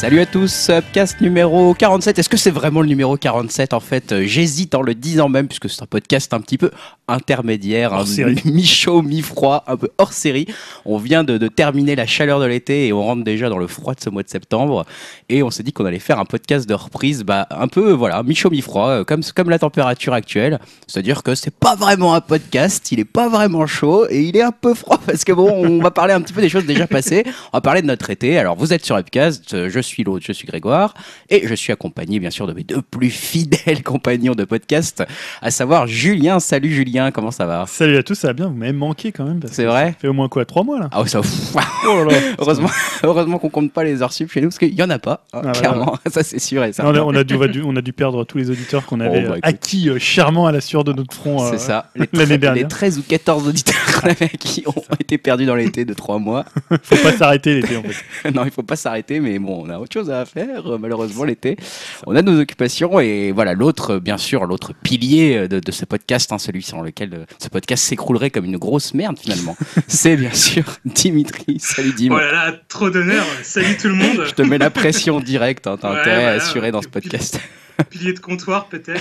Salut à tous, podcast numéro 47. Est-ce que c'est vraiment le numéro 47 en fait? J'hésite en le disant même, puisque c'est un podcast un petit peu intermédiaire, mi-chaud, mi-froid, un peu hors série. On vient de terminer la chaleur de l'été et on rentre déjà dans le froid de ce mois de septembre. Et on s'est dit qu'on allait faire un podcast de reprise, un peu voilà, mi-chaud, mi-froid, comme la température actuelle. C'est-à-dire que c'est pas vraiment un podcast, il est pas vraiment chaud et il est un peu froid parce que bon, on va parler un petit peu des choses déjà passées. On va parler de notre été. Alors vous êtes sur Upcast, je suis l'autre, je suis Grégoire et je suis accompagné bien sûr de mes deux plus fidèles compagnons de podcast, à savoir Julien. Salut Julien, comment ça va? Salut à tous, ça va bien, vous m'avez manqué quand même. C'est vrai? Ça fait au moins 3 mois là? Ah ça oh là là. Heureusement qu'on compte pas les heures sup chez nous parce qu'il y en a pas, hein, clairement, voilà. Ça c'est sûr et ça. On a dû perdre tous les auditeurs qu'on avait acquis chèrement à la sueur de notre front. C'est ça. L'année dernière. Les 13 ou 14 auditeurs qu'on avait acquis ont été perdus dans l'été de 3 mois. Faut pas s'arrêter l'été en fait. Non, il faut pas s'arrêter, mais bon, on a autre chose à faire, malheureusement, l'été. On a nos occupations et voilà, l'autre, bien sûr, l'autre pilier de ce podcast, hein, celui sans lequel ce podcast s'écroulerait comme une grosse merde finalement, c'est bien sûr Dimitri. Salut Dim. Oh là là, trop d'honneur. Salut tout le monde. Je te mets la pression directe, hein, t'as intérêt à assurer dans ce podcast. Pilier de comptoir peut-être.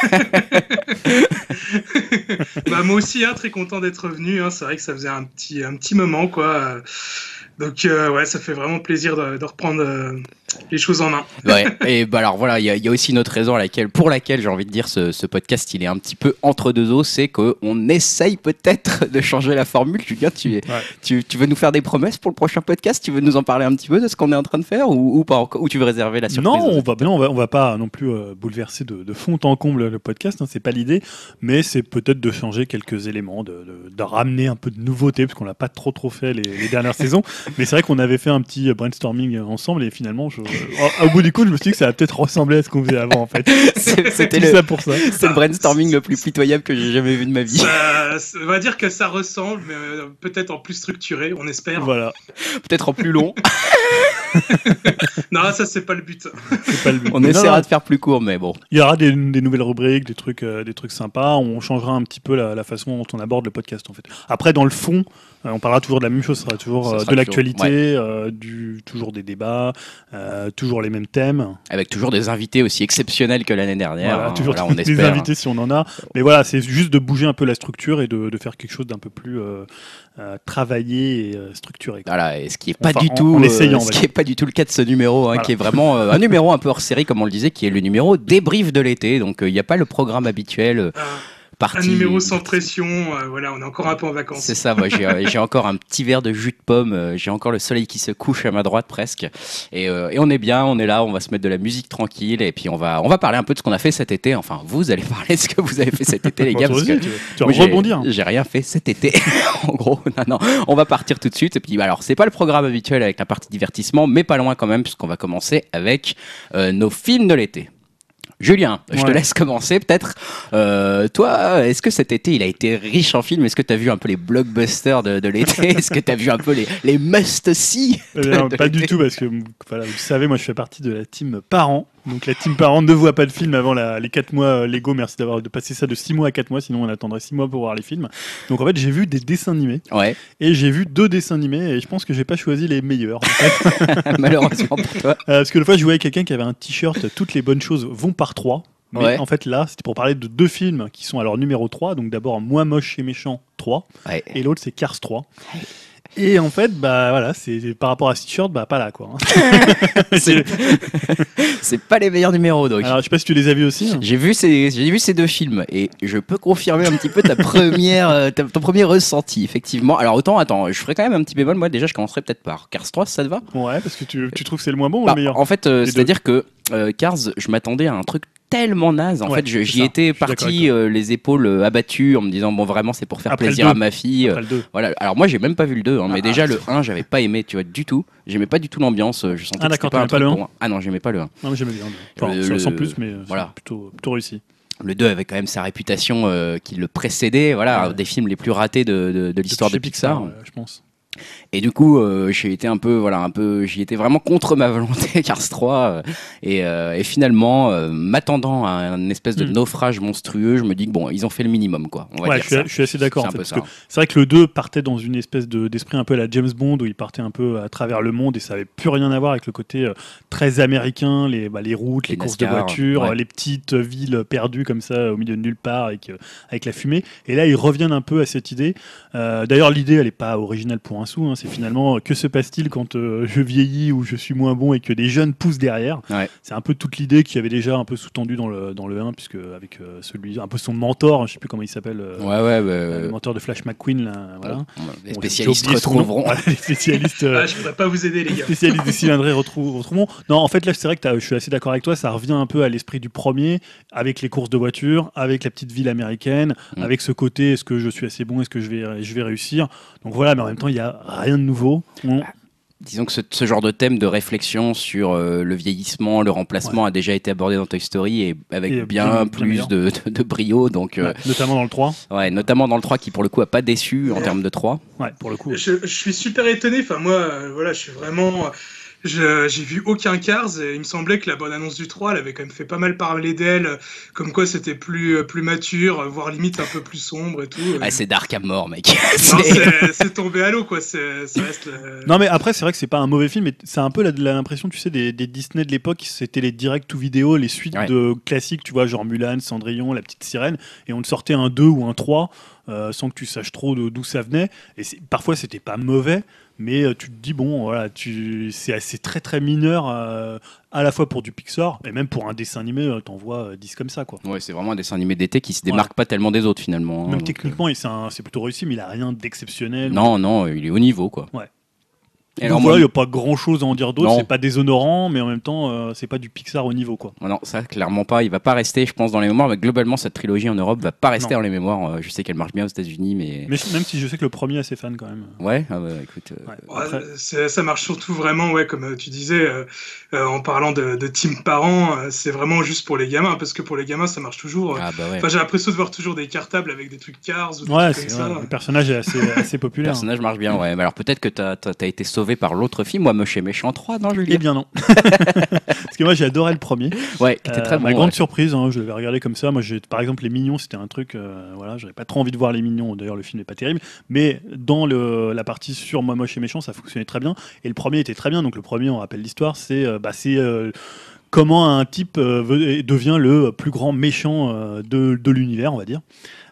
Moi aussi, hein, très content d'être venu. Hein. C'est vrai que ça faisait un petit moment, quoi. Donc ouais, ça fait vraiment plaisir de reprendre les choses en main. Ouais. Et alors voilà, il y a aussi une autre raison pour laquelle j'ai envie de dire ce podcast il est un petit peu entre deux eaux, c'est qu'on essaye peut-être de changer la formule. Julien, tu veux nous faire des promesses pour le prochain podcast? Tu veux nous en parler un petit peu de ce qu'on est en train de faire ou pas encore, ou tu veux réserver la surprise? Non, on va pas non plus bouleverser de fond en comble le podcast, hein, c'est pas l'idée, mais c'est peut-être de changer quelques éléments, de ramener un peu de nouveauté parce qu'on l'a pas trop fait les dernières saisons. Mais c'est vrai qu'on avait fait un petit brainstorming ensemble et finalement, au bout du coup, je me suis dit que ça va peut-être ressembler à ce qu'on faisait avant en fait. C'était ça pour ça. C'est le brainstorming le plus pitoyable que j'ai jamais vu de ma vie. On va dire que ça ressemble, mais peut-être en plus structuré, on espère. Voilà. Peut-être en plus long. Non, ça c'est pas le but. On essaiera de faire plus court, mais bon. Il y aura des nouvelles rubriques, des trucs sympas. On changera un petit peu la façon dont on aborde le podcast en fait. Après, dans le fond, on parlera toujours de la même chose. Ça sera toujours de l'actualité, toujours des débats, toujours les mêmes thèmes. Avec toujours des invités aussi exceptionnels que l'année dernière. Voilà, toujours on des espère. invités si on en a. Mais voilà, c'est juste de bouger un peu la structure et de faire quelque chose d'un peu plus travaillé et structuré. Voilà, et ce qui est pas du tout, pas du tout le cas de ce numéro, hein, voilà. Qui est vraiment un numéro un peu hors série, comme on le disait, qui est le numéro débrief de l'été. Donc il n'y a pas le programme habituel. Un numéro sans pression, voilà, on est encore un peu en vacances. C'est ça, moi j'ai encore un petit verre de jus de pomme, j'ai encore le soleil qui se couche à ma droite presque, et on est bien, on est là, on va se mettre de la musique tranquille, et puis on va parler un peu de ce qu'on a fait cet été. Enfin, vous allez parler de ce que vous avez fait cet été, les gars, parce que tu vas rebondir. J'ai rien fait cet été, en gros. Non, on va partir tout de suite, et puis alors c'est pas le programme habituel avec la partie divertissement, mais pas loin quand même, puisqu'on va commencer avec nos films de l'été. Julien, je te laisse commencer peut-être. Toi, est-ce que cet été il a été riche en films? Est-ce que tu as vu un peu les blockbusters de l'été? Est-ce que tu as vu un peu les must-see? Non, pas du tout, parce que voilà, vous le savez, moi je fais partie de la team parents. Donc la team parents ne voit pas de film avant les 4 mois légaux. Merci de passer ça de 6 mois à 4 mois, sinon on attendrait 6 mois pour voir les films. Donc en fait, j'ai vu des dessins animés. Ouais. Et j'ai vu 2 dessins animés et je pense que j'ai pas choisi les meilleurs. En fait. Malheureusement pour toi. Parce que le fois, je voyais quelqu'un qui avait un t-shirt « Toutes les bonnes choses vont par 3 ». Mais en fait, là, c'était pour parler de 2 films qui sont à leur numéro 3. Donc d'abord, Moi moche et méchant 3. Ouais. Et l'autre, c'est Cars 3. Ouais. Et en fait, voilà, c'est par rapport à ce t-shirt, pas là, quoi. C'est pas les meilleurs numéros, donc. Alors, je sais pas si tu les as vus aussi. Hein. J'ai vu ces 2 films et je peux confirmer un petit peu ton premier ressenti, effectivement. Alors, attends, je ferai quand même un petit bémol. Moi, déjà, je commencerai peut-être par Cars 3, ça te va? Ouais, parce que tu trouves que c'est le moins bon ou le meilleur? En fait, c'est-à-dire que Cars, je m'attendais à un truc tellement naze. En fait, j'y étais parti les épaules abattues en me disant bon, vraiment, c'est pour faire après plaisir à ma fille. Voilà. Alors moi, j'ai même pas vu le 2, hein, mais déjà le 1, j'avais pas aimé, tu vois, du tout. J'aimais pas du tout l'ambiance. Je sentais que c'était pas un truc pour moi. Ah non, j'aimais pas le 1. Non, mais j'aimais bien. Sans plus, mais voilà. Plutôt réussi. Le 2 avait quand même sa réputation qui le précédait, voilà, des films les plus ratés de l'histoire de Pixar. Je pense. Et du coup, j'ai été j'y étais vraiment contre ma volonté, Cars 3. Et finalement, m'attendant à un espèce de naufrage monstrueux, je me dis que bon, ils ont fait le minimum, quoi. On va dire je suis assez d'accord. C'est En un fait, peu parce ça. que c'est vrai que le 2 partait dans une espèce d'esprit un peu à la James Bond, où il partait un peu à travers le monde et ça avait plus rien à voir avec le côté très américain, les routes, les courses de NASCAR, voitures, ouais. les petites villes perdues comme ça au milieu de nulle part avec la fumée. Et là, ils reviennent un peu à cette idée. D'ailleurs, l'idée, elle n'est pas originale pour un sou. Hein. C'est finalement que se passe-t-il quand je vieillis ou je suis moins bon et que des jeunes poussent derrière. Ouais. C'est un peu toute l'idée qui avait déjà un peu sous-tendue dans le 1, puisque avec celui, un peu son mentor, je sais plus comment il s'appelle, le mentor de Flash McQueen, là, voilà. Les Bon, spécialistes j'ai oublié son nom. retrouveront. Voilà, les spécialistes. Je pourrais pas vous aider, les gars. Spécialistes des cylindrés retrouveront. Non, en fait, là, c'est vrai que je suis assez d'accord avec toi. Ça revient un peu à l'esprit du premier, avec les courses de voiture, avec la petite ville américaine, avec ce côté est-ce que je suis assez bon, est-ce que je vais réussir. Donc voilà, mais en même temps, il n'y a rien de nouveau. Disons que ce genre de thème de réflexion sur le vieillissement, le remplacement a déjà été abordé dans Toy Story et avec bien plus de brio. Donc, notamment dans le 3. Ouais, notamment dans le 3 qui pour le coup a pas déçu en termes de 3. Ouais, pour le coup. Je suis super étonné. Enfin, moi, voilà, je suis vraiment. J'ai vu aucun Cars et il me semblait que la bonne annonce du 3 elle avait quand même fait pas mal parler d'elle, comme quoi c'était plus mature, voire limite un peu plus sombre et tout. Ah, c'est dark à mort, mec. Non, c'est tombé à l'eau, quoi. Ça reste Non, mais après, c'est vrai que c'est pas un mauvais film, mais c'est un peu l'impression, tu sais, des Disney de l'époque, c'était les direct to vidéo, les suites de classiques, tu vois, genre Mulan, Cendrillon, La Petite Sirène, et on te sortait un 2 ou un 3 sans que tu saches trop d'où ça venait. Et parfois, c'était pas mauvais. Mais tu te dis, bon, voilà, c'est très très mineur à la fois pour du Pixar et même pour un dessin animé, t'en vois 10 comme ça, quoi. Ouais, c'est vraiment un dessin animé d'été qui se démarque pas tellement des autres finalement. Même Donc, techniquement, c'est plutôt réussi, mais il a rien d'exceptionnel. Non, il est au niveau, quoi. Ouais. Et donc alors, voilà, il moi, n'y a pas grand chose à en dire d'autre, Non. c'est pas déshonorant, mais en même temps, c'est pas du Pixar au niveau, quoi. non, ça clairement pas. Il va pas rester, je pense, dans les mémoires. Mais globalement, cette trilogie en Europe va pas rester dans les mémoires. Je sais qu'elle marche bien aux États-Unis, mais même si je sais que le premier a ses fans quand même. ouais, écoute. Après... ça marche surtout vraiment, comme tu disais, en parlant de team parents, c'est vraiment juste pour les gamins, parce que pour les gamins, ça marche toujours. Ah bah ouais. Enfin, j'ai l'impression de voir toujours des cartables avec des trucs Cars ou des Ouais, trucs comme ça. Le personnage est assez Le populaire. personnage marche bien, ouais. Mais alors peut-être que t'as été sauvé par l'autre film, Moi Moche et Méchant 3, non, Julien? Eh bien non. Parce que moi j'ai adoré le premier. Ouais, qui était très bon. Ma grande surprise, je l'avais regardé comme ça. Moi, par exemple, Les Mignons, c'était un truc. Voilà, j'avais pas trop envie de voir Les Mignons. D'ailleurs, le film n'est pas terrible. Mais dans la partie sur Moi Moche et Méchant, ça fonctionnait très bien. Et le premier était très bien. Donc le premier, on rappelle l'histoire, c'est comment un type devient le plus grand méchant de l'univers, on va dire.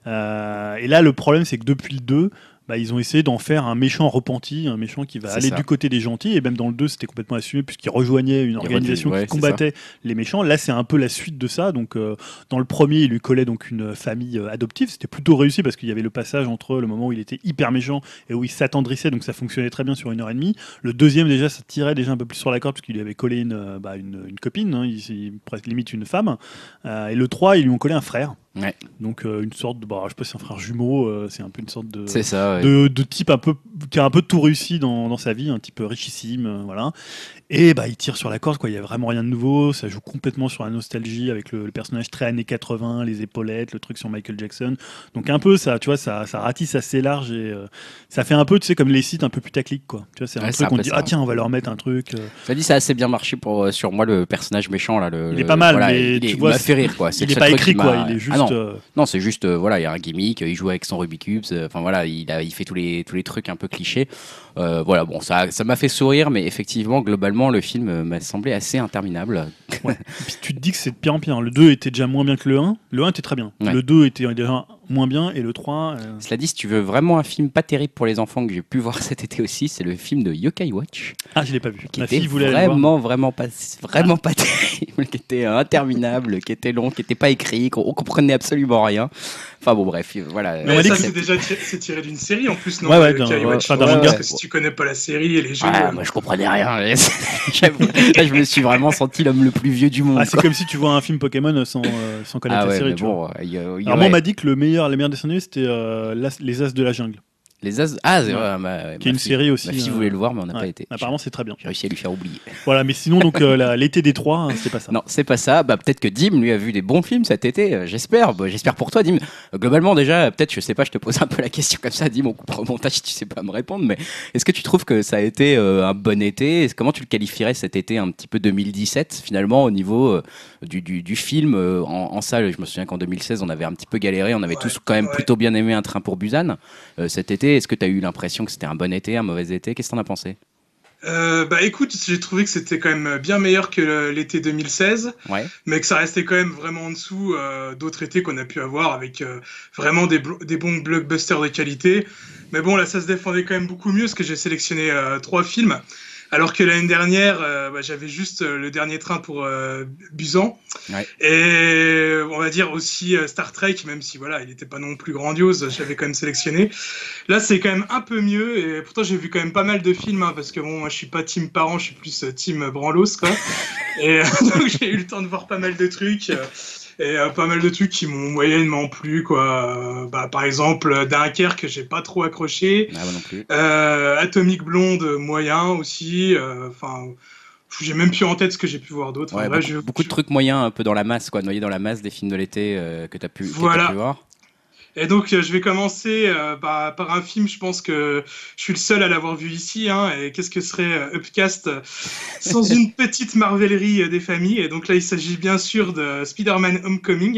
Et là, le problème, c'est que depuis le 2, ils ont essayé d'en faire un méchant repenti, un méchant qui va aller du côté des gentils, et même dans le 2 c'était complètement assumé puisqu'il rejoignait une organisation qui combattait les méchants. Là c'est un peu la suite de ça, donc dans le premier il lui collait donc une famille adoptive, c'était plutôt réussi parce qu'il y avait le passage entre le moment où il était hyper méchant et où il s'attendrissait, donc ça fonctionnait très bien sur 1h30. Le deuxième déjà ça tirait déjà un peu plus sur la corde parce qu'il lui avait collé une copine, il presque limite une femme, et le 3 ils lui ont collé un frère. Ouais. Donc une sorte de, je sais pas si c'est un frère jumeau, c'est un peu une sorte de, c'est ça, ouais. de type un peu qui a un peu tout réussi dans sa vie, un type richissime, voilà. Et il tire sur la corde, quoi. Il y a vraiment rien de nouveau, ça joue complètement sur la nostalgie avec le personnage très années 80, les épaulettes, le truc sur Michael Jackson. Donc un peu ça, tu vois, ça ratisse assez large et ça fait un peu, tu sais, comme les sites un peu putaclic, quoi. Tu vois, c'est un truc on dit tiens, on va leur mettre un truc. Ça dit ça a assez bien marché sur moi le personnage méchant là. Il est pas mal, voilà, mais tu vois, il m'a fait rire, quoi. Il est pas écrit, quoi. Il est juste. Non, c'est juste voilà, il y a un gimmick, il joue avec son Rubik's Cube, enfin voilà, il fait tous les trucs un peu clichés. Voilà, bon, ça m'a fait sourire, mais effectivement, globalement, le film m'a semblé assez interminable. Ouais. Et puis tu te dis que c'est de pire en pire. Le 2 était déjà moins bien que le 1. Le 1 était très bien. Ouais. Le 2 était déjà moins bien et le 3... Cela dit, si tu veux vraiment un film pas terrible pour les enfants que j'ai pu voir cet été aussi, c'est le film de Yokai Watch. Ah, je l'ai pas vu. Ma fille voulait vraiment pas terrible, qui était interminable, qui était long, qui était pas écrit, qu'on comprenait absolument rien. Enfin bon, bref, voilà. Mais ça, c'est tiré d'une série en plus, non? Ouais, d'un manga. Parce que si tu connais pas la série et les jeux... moi je comprenais rien. Là, je me suis vraiment senti l'homme le plus vieux du monde. C'est comme si tu vois un film Pokémon sans connaître la série. Tu vois. Bon, Alors moi, on m'a dit que les meilleurs dessins animés, c'était Les As de la Jungle. Les As. Ah, c'est Ouais. vrai. Qui est une série aussi. Ma fille voulait le voir, mais on n'a pas été. Apparemment, c'est très bien. J'ai réussi à lui faire oublier. Voilà, mais sinon, donc, l'été des trois, hein, c'est pas ça. Non, c'est pas ça. Bah, peut-être que Dim, lui, a vu des bons films cet été. J'espère. Bah, j'espère pour toi, Dim. Globalement, déjà, peut-être, je sais pas, je te pose un peu la question comme ça, Dim, on coupera au montage si tu sais pas me répondre. Mais est-ce que tu trouves que ça a été un bon été? Comment tu le qualifierais cet été un petit peu 2017, finalement, au niveau du film en salle? Je me souviens qu'en 2016, on avait un petit peu galéré. On avait tous quand même plutôt bien aimé Un train pour Busan. Cet été, est-ce que tu as eu l'impression que c'était un bon été, un mauvais été? Qu'est-ce que t'en as pensé? Bah écoute, j'ai trouvé que c'était quand même bien meilleur que l'été 2016, Ouais. mais que ça restait quand même vraiment en dessous d'autres étés qu'on a pu avoir avec vraiment des bons blockbusters de qualité. Mais bon, là, ça se défendait quand même beaucoup mieux parce que j'ai sélectionné 3 films. Alors que l'année dernière, j'avais juste le dernier train pour Busan. Ouais. Et on va dire aussi Star Trek, même si voilà, il n'était pas non plus grandiose, je l'avais quand même sélectionné. Là, c'est quand même un peu mieux. Et pourtant, j'ai vu quand même pas mal de films, hein, parce que bon, moi, je suis pas team parent, je suis plus team branlos, quoi. Et donc, j'ai eu le temps de voir pas mal de trucs. Et pas mal de trucs qui m'ont moyennement plu, quoi. Par exemple, Dunkerque, j'ai pas trop accroché. Ah, moi non plus. Atomic Blonde, moyen aussi. Enfin, j'ai même plus en tête ce que j'ai pu voir d'autre. Ouais, Enfin, beaucoup de trucs moyens, un peu dans la masse, quoi, noyés dans la masse des films de l'été que tu as pu voir. Et donc, je vais commencer par un film, je pense que je suis le seul à l'avoir vu ici. Hein, et qu'est-ce que serait Upcast sans une petite marvellerie des familles? Et donc là, il s'agit bien sûr de Spider-Man Homecoming.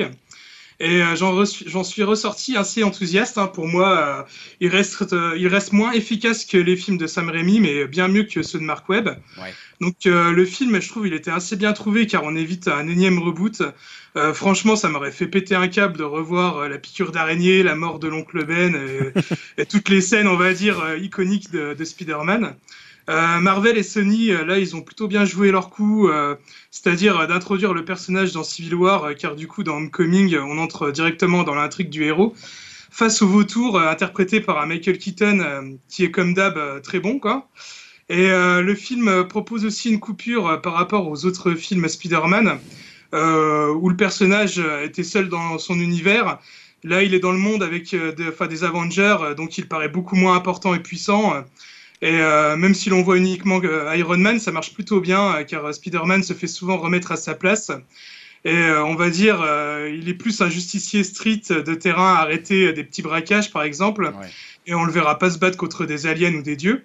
Et j'en suis ressorti assez enthousiaste. Hein. Pour moi, il reste moins efficace que les films de Sam Raimi, mais bien mieux que ceux de Mark Webb. Ouais. Donc le film, je trouve, il était assez bien trouvé car on évite un énième reboot. Franchement, ça m'aurait fait péter un câble de revoir la piqûre d'araignée, la mort de l'oncle Ben et toutes les scènes, on va dire, iconiques de Spider-Man. Marvel et Sony, là, ils ont plutôt bien joué leur coup, c'est-à-dire d'introduire le personnage dans Civil War, car du coup, dans Homecoming, on entre directement dans l'intrigue du héros, face au vautour, interprété par un Michael Keaton, qui est comme d'hab très bon, quoi. Et le film propose aussi une coupure par rapport aux autres films Spider-Man, où le personnage était seul dans son univers. Là, il est dans le monde avec des Avengers, donc il paraît beaucoup moins important et puissant. Et même si l'on voit uniquement Iron Man, ça marche plutôt bien, car Spider-Man se fait souvent remettre à sa place. Et on va dire, il est plus un justicier street de terrain, arrêter des petits braquages, par exemple. Ouais. Et on le verra pas se battre contre des aliens ou des dieux.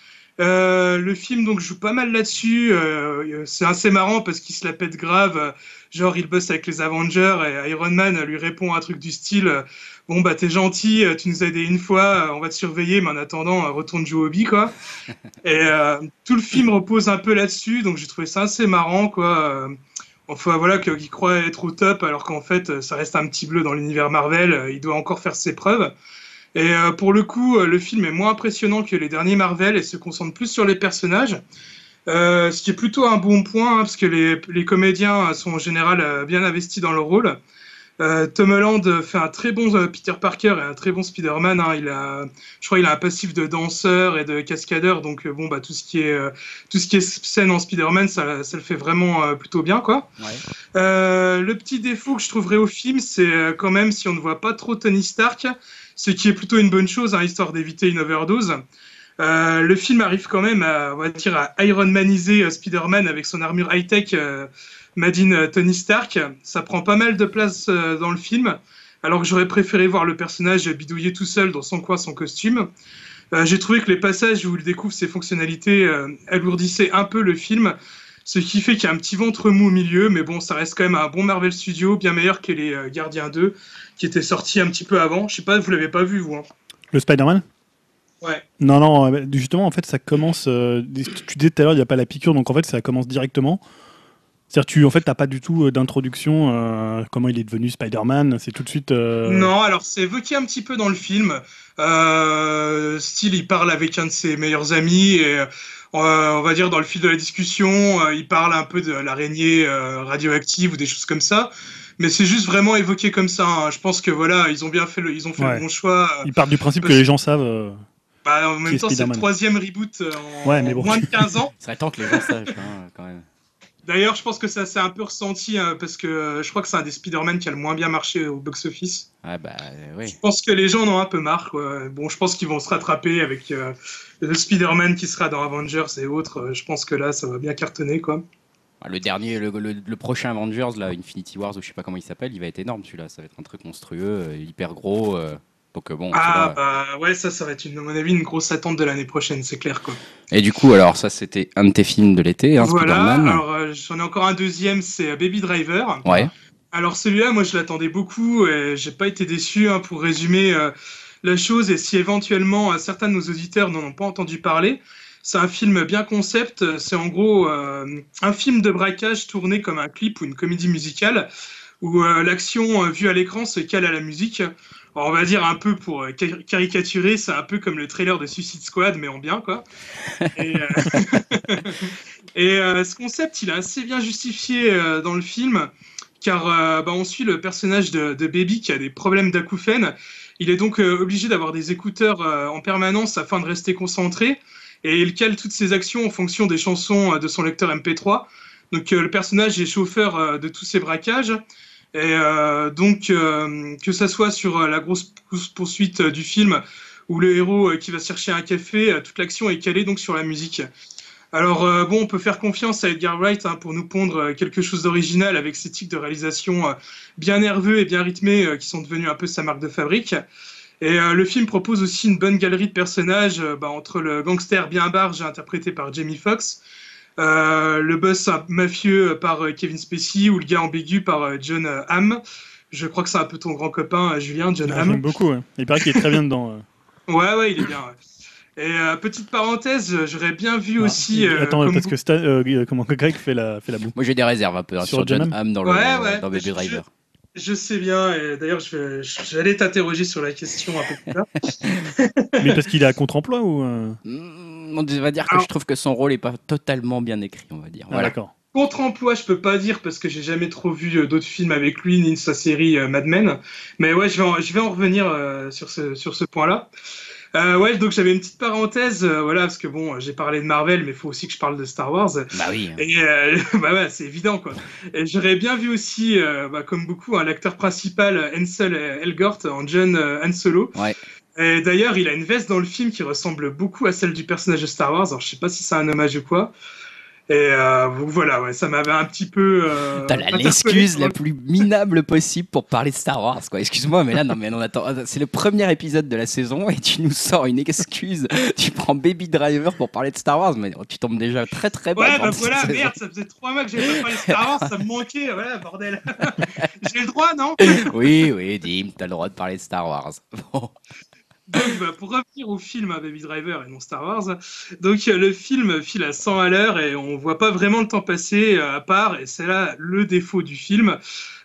Le film donc joue pas mal là-dessus. C'est assez marrant parce qu'il se la pète grave. Genre il bosse avec les Avengers et Iron Man lui répond un truc du style bon bah t'es gentil, tu nous as aidé une fois, on va te surveiller, mais en attendant retourne jouer au hobby quoi. Et tout le film repose un peu là-dessus, donc j'ai trouvé ça assez marrant quoi. Enfin voilà qu'il croit être au top alors qu'en fait ça reste un petit bleu dans l'univers Marvel. Il doit encore faire ses preuves. Et pour le coup, le film est moins impressionnant que les derniers Marvel et se concentre plus sur les personnages. Ce qui est plutôt un bon point, hein, parce que les comédiens sont en général bien investis dans leur rôle. Tom Holland fait un très bon Peter Parker et un très bon Spider-Man. Hein. Je crois qu'il a un passif de danseur et de cascadeur, donc bon bah tout ce qui est scène en Spider-Man, ça le fait vraiment plutôt bien quoi. Ouais. Le petit défaut que je trouverais au film, c'est quand même si on ne voit pas trop Tony Stark, ce qui est plutôt une bonne chose, hein, histoire d'éviter une overdose. Le film arrive quand même on va dire, à Iron-maniser Spider-Man avec son armure high-tech made in Tony Stark. Ça prend pas mal de place dans le film, alors que j'aurais préféré voir le personnage bidouiller tout seul dans son coin, son costume. J'ai trouvé que les passages où il découvre ses fonctionnalités alourdissaient un peu le film, ce qui fait qu'il y a un petit ventre mou au milieu, mais bon, ça reste quand même un bon Marvel Studio, bien meilleur que les Gardiens 2, qui étaient sortis un petit peu avant. Je sais pas, vous l'avez pas vu, vous hein. Le Spider-Man ? Ouais. Non, justement, en fait, ça commence... tu disais tout à l'heure, il n'y a pas la piqûre, donc en fait, ça commence directement. C'est-à-dire, t'as pas du tout d'introduction, comment il est devenu Spider-Man, c'est tout de suite... Non, alors c'est évoqué un petit peu dans le film. Style, il parle avec un de ses meilleurs amis, et on va dire dans le fil de la discussion, il parle un peu de l'araignée radioactive ou des choses comme ça. Mais c'est juste vraiment évoqué comme ça. Hein. Je pense que voilà, ils ont fait le bon choix. Ils partent du principe que les gens savent... en même temps, c'est le 3e reboot en mais bon. moins de 15 ans. Il serait temps que les gens sachent, hein, quand même. D'ailleurs, je pense que ça s'est un peu ressenti hein, parce que je crois que c'est un des Spider-Man qui a le moins bien marché au box-office. Ah bah oui. Je pense que les gens en ont un peu marre. Quoi. Bon, je pense qu'ils vont se rattraper avec le Spider-Man qui sera dans Avengers et autres. Je pense que là, ça va bien cartonner, quoi. Le dernier, le prochain Avengers, là, Infinity Wars, ou je sais pas comment il s'appelle, il va être énorme celui-là. Ça va être un truc monstrueux, hyper gros. Donc bon, Ah celui-là. bah ouais, ça va être à mon avis une grosse attente de l'année prochaine, c'est clair, quoi. Et du coup, alors ça, c'était un de tes films de l'été, hein, Voilà. Spider-Man. Alors j'en ai encore un deuxième, c'est Baby Driver. Ouais. Alors celui-là, moi je l'attendais beaucoup et j'ai pas été déçu hein, pour résumer la chose et si éventuellement certains de nos auditeurs n'en ont pas entendu parler. C'est un film bien concept, c'est en gros un film de braquage tourné comme un clip ou une comédie musicale où l'action vue à l'écran se cale à la musique. Alors, on va dire un peu pour caricaturer, c'est un peu comme le trailer de Suicide Squad mais en bien quoi. Et, ce concept, il est assez bien justifié dans le film, car on suit le personnage de Baby qui a des problèmes d'acouphènes. Il est donc obligé d'avoir des écouteurs en permanence afin de rester concentré, et il cale toutes ses actions en fonction des chansons de son lecteur MP3. Donc le personnage est chauffeur de tous ces braquages, et donc que ça soit sur la grosse poursuite du film, ou le héros qui va chercher un café, toute l'action est calée donc sur la musique. Alors on peut faire confiance à Edgar Wright hein, pour nous pondre quelque chose d'original avec ses tics de réalisation bien nerveux et bien rythmés qui sont devenus un peu sa marque de fabrique. Et le film propose aussi une bonne galerie de personnages entre le gangster bien barge interprété par Jamie Foxx, le boss mafieux par Kevin Spacey ou le gars ambigu par John Hamm. Je crois que c'est un peu ton grand copain Julien, John Hamm. J'aime beaucoup, ouais. Il paraît qu'il est très bien dedans. Ouais, il est bien. Ouais. Et petite parenthèse, j'aurais bien vu aussi. Attends, parce que comment Greg fait la boue. Moi, j'ai des réserves un peu hein, sur John Hamm dans Baby Driver. Je sais bien, et d'ailleurs, j'allais t'interroger sur la question un peu plus tard. Mais parce qu'il est à contre-emploi ou On va dire que je trouve que son rôle est pas totalement bien écrit, on va dire. Voilà. D'accord. Contre-emploi, je peux pas dire parce que j'ai jamais trop vu d'autres films avec lui ni sa série Mad Men. Mais ouais, je vais en revenir sur ce point-là. Ouais, donc j'avais une petite parenthèse, voilà, parce que bon, j'ai parlé de Marvel, mais il faut aussi que je parle de Star Wars. Bah oui. Et ouais, c'est évident, quoi. Et j'aurais bien vu aussi, comme beaucoup, l'acteur principal, Ansel Elgort, en John Han Solo. Ouais. Et d'ailleurs, il a une veste dans le film qui ressemble beaucoup à celle du personnage de Star Wars. Alors, je sais pas si c'est un hommage ou quoi. Et voilà, ouais, ça m'avait un petit peu. T'as l'excuse la plus minable possible pour parler de Star Wars, quoi. Excuse-moi, mais là, non, attends, c'est le premier épisode de la saison et tu nous sors une excuse. Tu prends Baby Driver pour parler de Star Wars, mais tu tombes déjà très très bas. Ouais, bah voilà, merde, ça faisait 3 mois que j'avais pas parlé de Star Wars, ça me manquait, voilà, bordel. J'ai le droit, non? Oui, Dim, t'as le droit de parler de Star Wars. Bon. Donc, pour revenir au film Baby Driver et non Star Wars, donc le film file à 100 à l'heure et on voit pas vraiment le temps passer à part, et c'est là le défaut du film,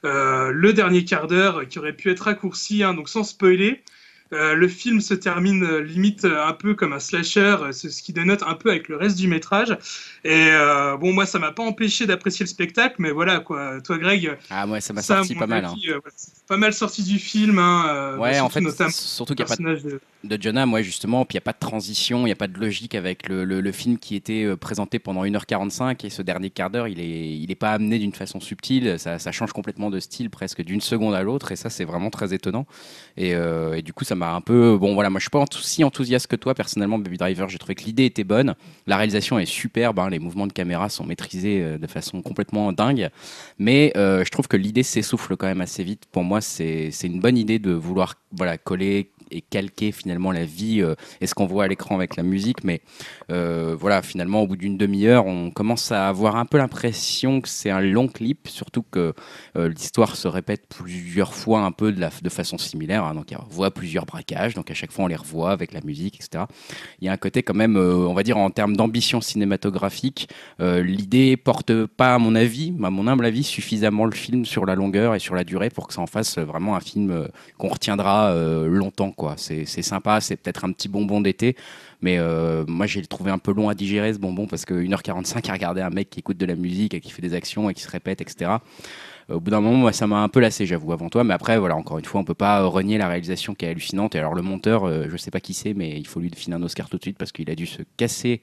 le dernier quart d'heure qui aurait pu être raccourci, hein, donc sans spoiler. Le film se termine limite un peu comme un slasher, c'est ce qui dénote un peu avec le reste du métrage. Et moi, ça m'a pas empêché d'apprécier le spectacle, mais voilà quoi. Toi, Greg, moi, ça m'a sorti pas mal. Pas mal sorti du film. Ouais, en fait, surtout qu'il n'y a pas de John Hamm, ouais, justement, puis il n'y a pas de transition, il n'y a pas de logique avec le film qui était présenté pendant 1h45 et ce dernier quart d'heure, il est pas amené d'une façon subtile, ça change complètement de style presque d'une seconde à l'autre et ça, c'est vraiment très étonnant. Et du coup, ça m'a un peu... Bon, voilà, moi, je suis pas si enthousiaste que toi, personnellement, Baby Driver, j'ai trouvé que l'idée était bonne, la réalisation est superbe, hein, les mouvements de caméra sont maîtrisés de façon complètement dingue, mais je trouve que l'idée s'essouffle quand même assez vite. Pour moi, c'est une bonne idée de vouloir coller et calquer finalement la vie et ce qu'on voit à l'écran avec la musique, mais finalement au bout d'une demi-heure on commence à avoir un peu l'impression que c'est un long clip, surtout que l'histoire se répète plusieurs fois un peu de façon similaire, hein. Donc on voit plusieurs braquages, donc à chaque fois on les revoit avec la musique, etc. Il y a un côté quand même, on va dire en termes d'ambition cinématographique, l'idée porte pas à mon humble avis, suffisamment le film sur la longueur et sur la durée pour que ça en fasse vraiment un film qu'on retiendra longtemps, quoi. C'est sympa, c'est peut-être un petit bonbon d'été, mais moi j'ai trouvé un peu long à digérer ce bonbon parce que 1h45 à regarder un mec qui écoute de la musique et qui fait des actions et qui se répète, etc. Au bout d'un moment, moi, ça m'a un peu lassé, j'avoue, avant toi. Mais après, voilà, encore une fois, on peut pas renier la réalisation qui est hallucinante. Et alors, le monteur, je sais pas qui c'est, mais il faut lui filer un Oscar tout de suite parce qu'il a dû se casser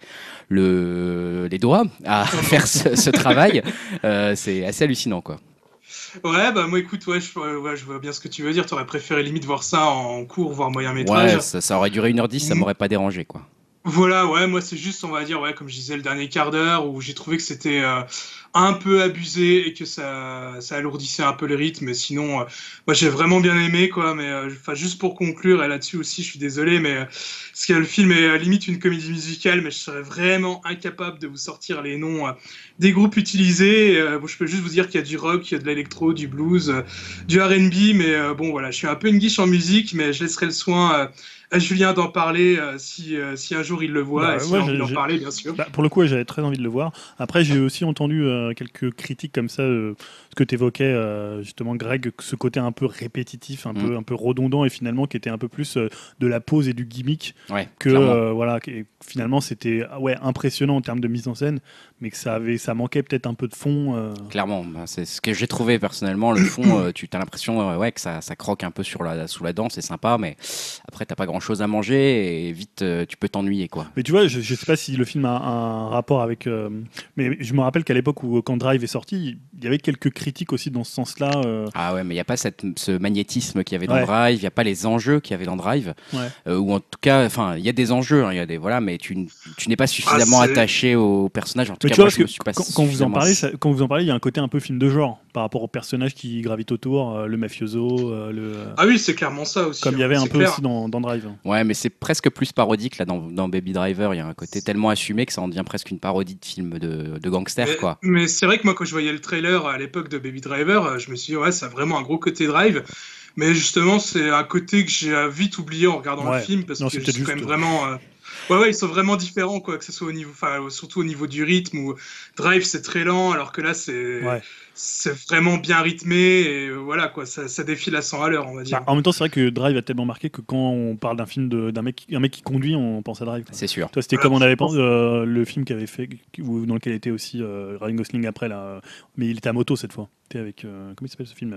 les doigts à faire ce travail. C'est assez hallucinant, quoi. Ouais, bah moi écoute, je vois bien ce que tu veux dire. T'aurais préféré limite voir ça en court, voire moyen métrage. Ouais, ça aurait duré 1h10, ça m'aurait pas dérangé, quoi. Voilà, ouais, moi c'est juste, on va dire, ouais, comme je disais, le dernier quart d'heure où j'ai trouvé que c'était un peu abusé et que ça alourdissait un peu le rythme. Mais sinon, moi j'ai vraiment bien aimé, quoi. Mais enfin, juste pour conclure, et là-dessus aussi, je suis désolé, mais parce que le film est limite une comédie musicale, mais je serais vraiment incapable de vous sortir les noms des groupes utilisés. Bon, je peux juste vous dire qu'il y a du rock, il y a de l'électro, du blues, du R&B, mais bon, voilà, je suis un peu une guiche en musique, mais je laisserai le soin à Julien d'en parler si un jour il le voit et s'il a envie d'en parler, bien sûr. Pour le coup, j'avais très envie de le voir. Après, j'ai aussi entendu quelques critiques comme ça, ce que tu évoquais justement, Greg, ce côté un peu répétitif, un peu redondant et finalement qui était un peu plus de la pose et du gimmick que voilà. Finalement, c'était impressionnant en termes de mise en scène, mais que ça manquait peut-être un peu de fond. Clairement, c'est ce que j'ai trouvé personnellement. Le fond, tu as l'impression que ça croque un peu sous la dent, c'est sympa, mais après, t'as pas grand-chose à manger et vite, tu peux t'ennuyer, quoi. Mais tu vois, je sais pas si le film a un rapport avec... mais je me rappelle qu'à l'époque où quand Drive est sorti, il y avait quelques critiques aussi dans ce sens-là. Ah ouais, mais il n'y a pas ce magnétisme qu'il y avait dans Drive, il n'y a pas les enjeux qu'il y avait dans Drive. Ou en tout cas, il y a des enjeux, il y a des, voilà, mais tu n'es pas suffisamment attaché au personnage. En tout cas, moi, je me suis pas quand vous en parlez, il y a un côté un peu film de genre par rapport aux personnages qui gravitent autour, le mafioso, Ah oui, c'est clairement ça aussi. Comme il y avait un peu aussi dans Drive. Ouais, mais c'est presque plus parodique là dans Baby Driver. Il y a un côté tellement assumé que ça en devient presque une parodie de film de gangster, quoi. Mais c'est vrai que moi, quand je voyais le trailer à l'époque de Baby Driver, je me suis dit, ouais, ça a vraiment un gros côté Drive. Mais justement, c'est un côté que j'ai vite oublié en regardant le film parce que c'est quand même vraiment. Ouais, ils sont vraiment différents, quoi, que ce soit surtout au niveau du rythme où Drive c'est très lent, alors que là c'est vraiment bien rythmé et voilà, quoi, ça défile à 100 à l'heure, on va dire. En même temps, c'est vrai que Drive a tellement marqué que quand on parle d'un film d'un mec qui conduit, on pense à Drive. C'est sûr. Toi, c'était comme on avait pensé le film qui avait fait, dans lequel était aussi Ryan Gosling après là, mais il était à moto cette fois. C'était avec comment il s'appelle ce film?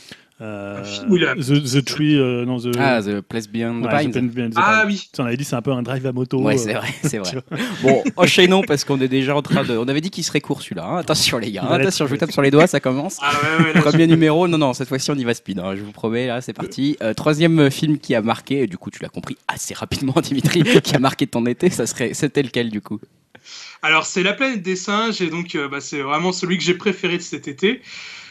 The Tree, The Place Beyond the Pines. Ah oui. On avait dit c'est un peu un drive à moto. Ouais, c'est vrai. Bon, enchaînons parce qu'on est déjà en train de. On avait dit qu'il serait court celui-là. Hein. Attention les gars, attention, je vous tape sur les doigts, ça commence. Premier numéro, non, cette fois-ci on y va speed. Hein, je vous promets, là, c'est parti. Troisième film qui a marqué, du coup tu l'as compris assez rapidement, Dimitri, qui a marqué ton été, c'était lequel du coup? Alors c'est La Planète des Singes et donc c'est vraiment celui que j'ai préféré de cet été.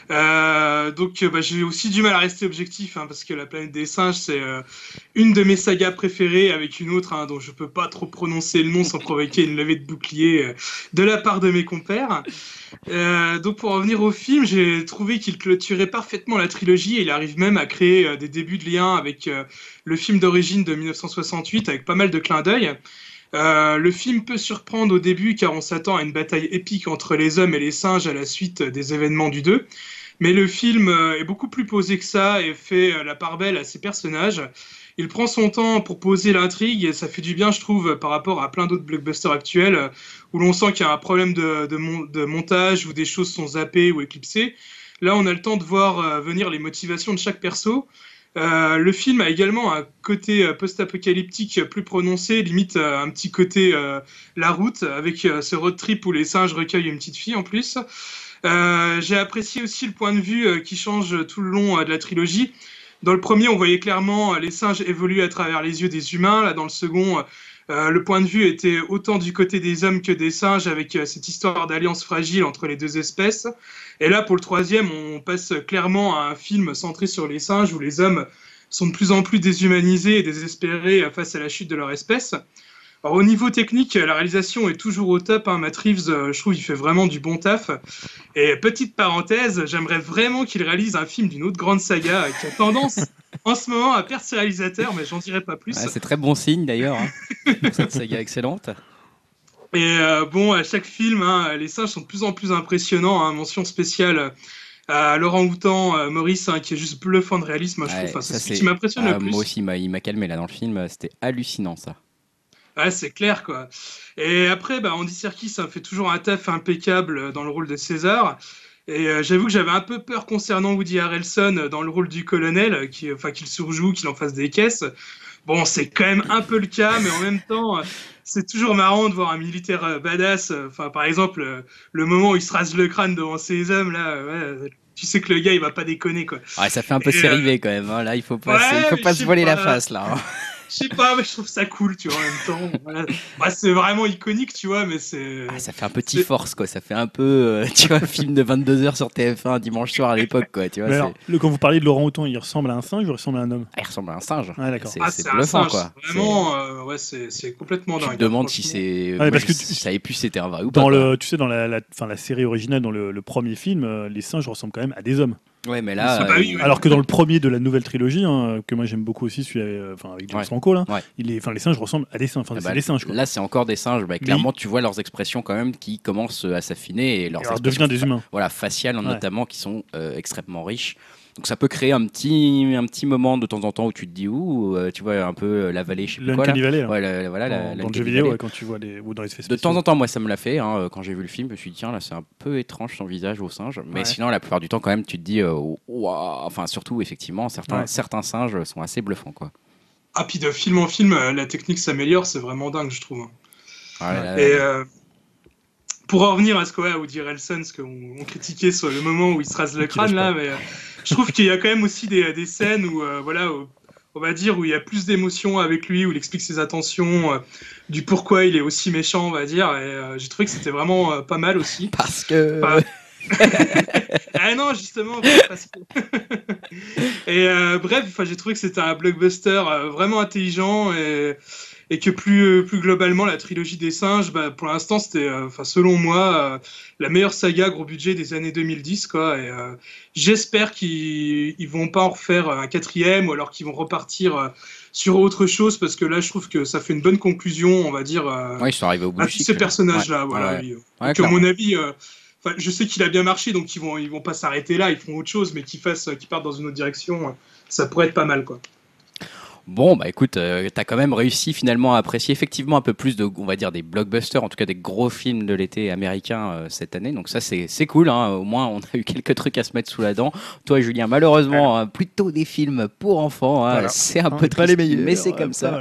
J'ai aussi du mal à rester objectif parce que La Planète des Singes c'est une de mes sagas préférées avec une autre dont je peux pas trop prononcer le nom sans provoquer une levée de bouclier de la part de mes compères. Donc pour revenir au film, j'ai trouvé qu'il clôturait parfaitement la trilogie et il arrive même à créer des débuts de lien avec le film d'origine de 1968 avec pas mal de clins d'œil. Le film peut surprendre au début car on s'attend à une bataille épique entre les hommes et les singes à la suite des événements du 2. Mais le film est beaucoup plus posé que ça et fait la part belle à ses personnages. Il prend son temps pour poser l'intrigue et ça fait du bien, je trouve, par rapport à plein d'autres blockbusters actuels où l'on sent qu'il y a un problème de montage où des choses sont zappées ou éclipsées. Là, on a le temps de voir venir les motivations de chaque perso. Le film a également un côté post-apocalyptique plus prononcé, limite un petit côté La Route, avec ce road trip où les singes recueillent une petite fille en plus. J'ai apprécié aussi le point de vue qui change tout le long de la trilogie. Dans le premier, on voyait clairement les singes évoluer à travers les yeux des humains. Là, dans le second, le point de vue était autant du côté des hommes que des singes, avec cette histoire d'alliance fragile entre les deux espèces. Et là, pour le troisième, on passe clairement à un film centré sur les singes, où les hommes sont de plus en plus déshumanisés et désespérés face à la chute de leur espèce. Alors, au niveau technique, la réalisation est toujours au top. Matt Reeves, je trouve, il fait vraiment du bon taf. Et petite parenthèse, j'aimerais vraiment qu'il réalise un film d'une autre grande saga qui a tendance en ce moment à perdre ses réalisateurs, mais j'en dirai pas plus. C'est très bon signe d'ailleurs, pour cette saga excellente. Et à chaque film, les singes sont de plus en plus impressionnants. Mention spéciale à Laurent Houtan, Maurice, qui est juste bluffant de réalisme, moi, je trouve. C'est ce qui m'impressionne le plus. Moi aussi, il m'a calmé là dans le film. C'était hallucinant ça. Ouais, c'est clair, quoi. Et après, Andy Serkis fait toujours un taf impeccable dans le rôle de César. Et j'avoue que j'avais un peu peur concernant Woody Harrelson dans le rôle du colonel, qu'il surjoue, qu'il en fasse des caisses. Bon, c'est quand même un peu le cas, mais en même temps, c'est toujours marrant de voir un militaire badass. Enfin, par exemple, le moment où il se rase le crâne devant ces hommes, là, ouais, tu sais que le gars, il va pas déconner, quoi. Ouais, ça fait un peu série B quand même. Hein. Là, il faut pas se je sais voiler la pas. face là. Hein. Je sais pas, mais je trouve ça cool, tu vois, en même temps. Voilà. Bah, c'est vraiment iconique, tu vois, mais c'est... Ah, ça fait un petit force, quoi. Ça fait un peu, tu vois, film de 22h sur TF1 dimanche soir à l'époque, quoi. Tu vois, alors, quand vous parliez de Laurent Houtan, il ressemble à un singe ou il ressemble à un homme? Ah, il ressemble à un singe. Ah, d'accord. C'est un bluffant, singe, quoi. vraiment, ouais, c'est complètement dingue. Tu te demandes si c'est... Ouais, parce que je savais plus si c'était un vrai ou pas. Tu sais, dans la série originale, dans le premier film, les singes ressemblent quand même à des hommes. Ouais, mais là... oui. Alors que dans le premier de la nouvelle trilogie, que moi j'aime beaucoup aussi, celui avec James Franco, là, les singes ressemblent à des singes. Enfin, c'est des singes, quoi. Là, c'est encore des singes. Bah, clairement, tu vois leurs expressions quand même qui commencent à s'affiner et leurs expressions devenir des humains. Voilà, faciales notamment, qui sont extrêmement riches. Donc ça peut créer un petit moment de temps en temps où tu te dis tu vois un peu la vallée, je sais plus quoi. L'Uncanny Valley. Ouais, voilà, dans le jeu vidéo, quand tu vois ou dans les effets spéciaux. De temps en temps, moi, ça me l'a fait. Hein, quand j'ai vu le film, je me suis dit, tiens, là, c'est un peu étrange son visage au singe. Mais sinon, la plupart du temps, quand même, tu te dis, enfin, surtout, effectivement, certains singes sont assez bluffants, quoi. Ah, puis de film en film, la technique s'améliore, c'est vraiment dingue, je trouve. Et pour en revenir à ce qu'à Woody Harrelson, ce qu'on critiquait sur le moment où il se rase le crâne, là, mais je trouve qu'il y a quand même aussi des scènes où, on va dire, où il y a plus d'émotions avec lui, où il explique ses intentions, du pourquoi il est aussi méchant, on va dire, et j'ai trouvé que c'était vraiment pas mal aussi. Parce que... Ah non, justement, parce que... Et bref, j'ai trouvé que c'était un blockbuster vraiment intelligent et que plus globalement, la trilogie des singes, pour l'instant, c'était, selon moi, la meilleure saga gros budget des années 2010, quoi. Et j'espère qu'ils vont pas en refaire un quatrième ou alors qu'ils vont repartir sur autre chose, parce que là, je trouve que ça fait une bonne conclusion, on va dire, ils sont arrivés au bout à tous ces personnages-là. Voilà. Donc, à mon avis... je sais qu'il a bien marché, donc ils vont pas s'arrêter là, ils font autre chose, mais qu'ils partent dans une autre direction, ça pourrait être pas mal, quoi. Bon, bah écoute, t'as quand même réussi finalement à apprécier effectivement un peu plus on va dire, des blockbusters, en tout cas des gros films de l'été américain cette année. Donc ça, c'est cool. Hein. Au moins, on a eu quelques trucs à se mettre sous la dent. Toi, Julien, malheureusement, plutôt des films pour enfants. Hein. Voilà. C'est un peu triste, mais c'est comme ça.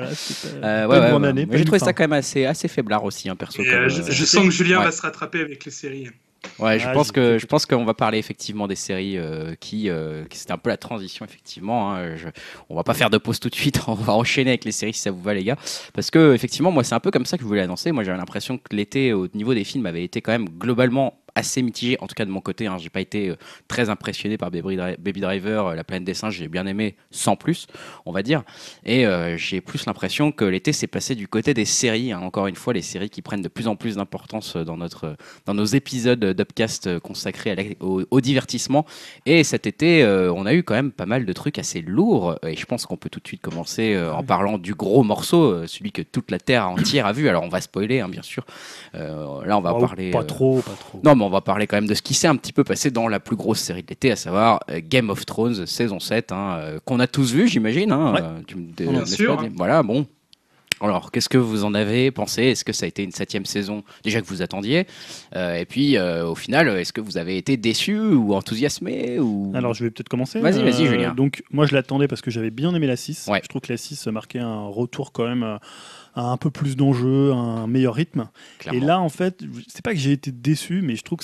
Voilà, j'ai trouvé ça quand même assez faiblard aussi, hein, perso. Je sens que Julien va se rattraper avec les séries. Ouais, je pense qu'on va parler effectivement des séries qui c'était un peu la transition effectivement. Hein, on va pas faire de pause tout de suite, on va enchaîner avec les séries si ça vous va les gars, parce que effectivement moi c'est un peu comme ça que je voulais annoncer. Moi j'avais l'impression que l'été au niveau des films avait été quand même globalement assez mitigé, en tout cas de mon côté. Hein, j'ai pas été très impressionné par Baby Driver, La Planète des Singes, j'ai bien aimé sans plus, on va dire. Et j'ai plus l'impression que l'été s'est passé du côté des séries. Hein, encore une fois, les séries qui prennent de plus en plus d'importance dans nos épisodes d'Upcast consacrés au divertissement. Et cet été, on a eu quand même pas mal de trucs assez lourds. Et je pense qu'on peut tout de suite commencer en parlant du gros morceau, celui que toute la Terre entière a vu. Alors on va spoiler, hein, bien sûr. Là, on va parler... Pas trop. Non, mais on va parler quand même de ce qui s'est un petit peu passé dans la plus grosse série de l'été, à savoir Game of Thrones, saison 7, hein, qu'on a tous vu, j'imagine. Hein, bien sûr. Voilà, bon. Alors, qu'est-ce que vous en avez pensé? Est-ce que ça a été une 7e saison déjà que vous attendiez? Et puis, au final, est-ce que vous avez été déçu ou enthousiasmé ou... Alors, je vais peut-être commencer. Vas-y, Julien. Donc, moi, je l'attendais parce que j'avais bien aimé la 6. Ouais. Je trouve que la 6 marquait un retour quand même à un peu plus d'enjeux, un meilleur rythme. Clairement. Et là, en fait, c'est pas que j'ai été déçu, mais je trouve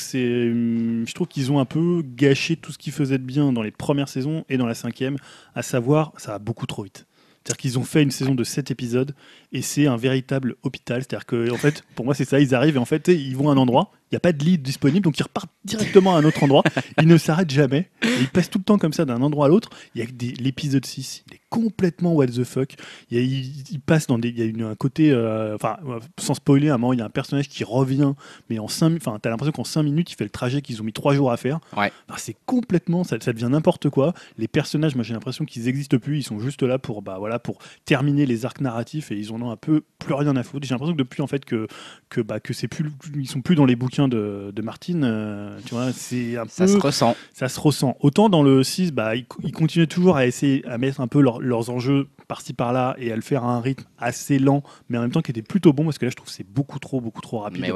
qu'ils ont un peu gâché tout ce qu'ils faisaient de bien dans les premières saisons et dans la 5e, à savoir, ça va beaucoup trop vite. C'est-à-dire qu'ils ont fait une saison de 7 épisodes et c'est un véritable hôpital. C'est-à-dire que, en fait, pour moi, c'est ça. Ils arrivent et en fait, ils vont à un endroit, il n'y a pas de lit disponible, donc ils repartent directement à un autre endroit. Ils ne s'arrêtent jamais. Et ils passent tout le temps comme ça d'un endroit à l'autre. Il y a l'épisode 6, il est complètement what the fuck. Il passe dans il y a un côté, sans spoiler, à un moment, il y a un personnage qui revient, mais t'as l'impression qu'en 5 minutes, il fait le trajet qu'ils ont mis 3 jours à faire. Ouais. C'est complètement, ça devient n'importe quoi. Les personnages, moi j'ai l'impression qu'ils n'existent plus. Ils sont juste là pour terminer les arcs narratifs et ils en ont un peu plus rien à foutre. J'ai l'impression que depuis en fait que c'est plus, ils sont plus dans les bouquins de Martin. Tu vois, c'est un ça peu, ça se ressent. Autant dans le 6, ils continuent toujours à essayer à mettre un peu leurs enjeux par-ci par-là et à le faire à un rythme assez lent, mais en même temps qui était plutôt bon parce que là je trouve que c'est beaucoup trop rapide. Mais ouais.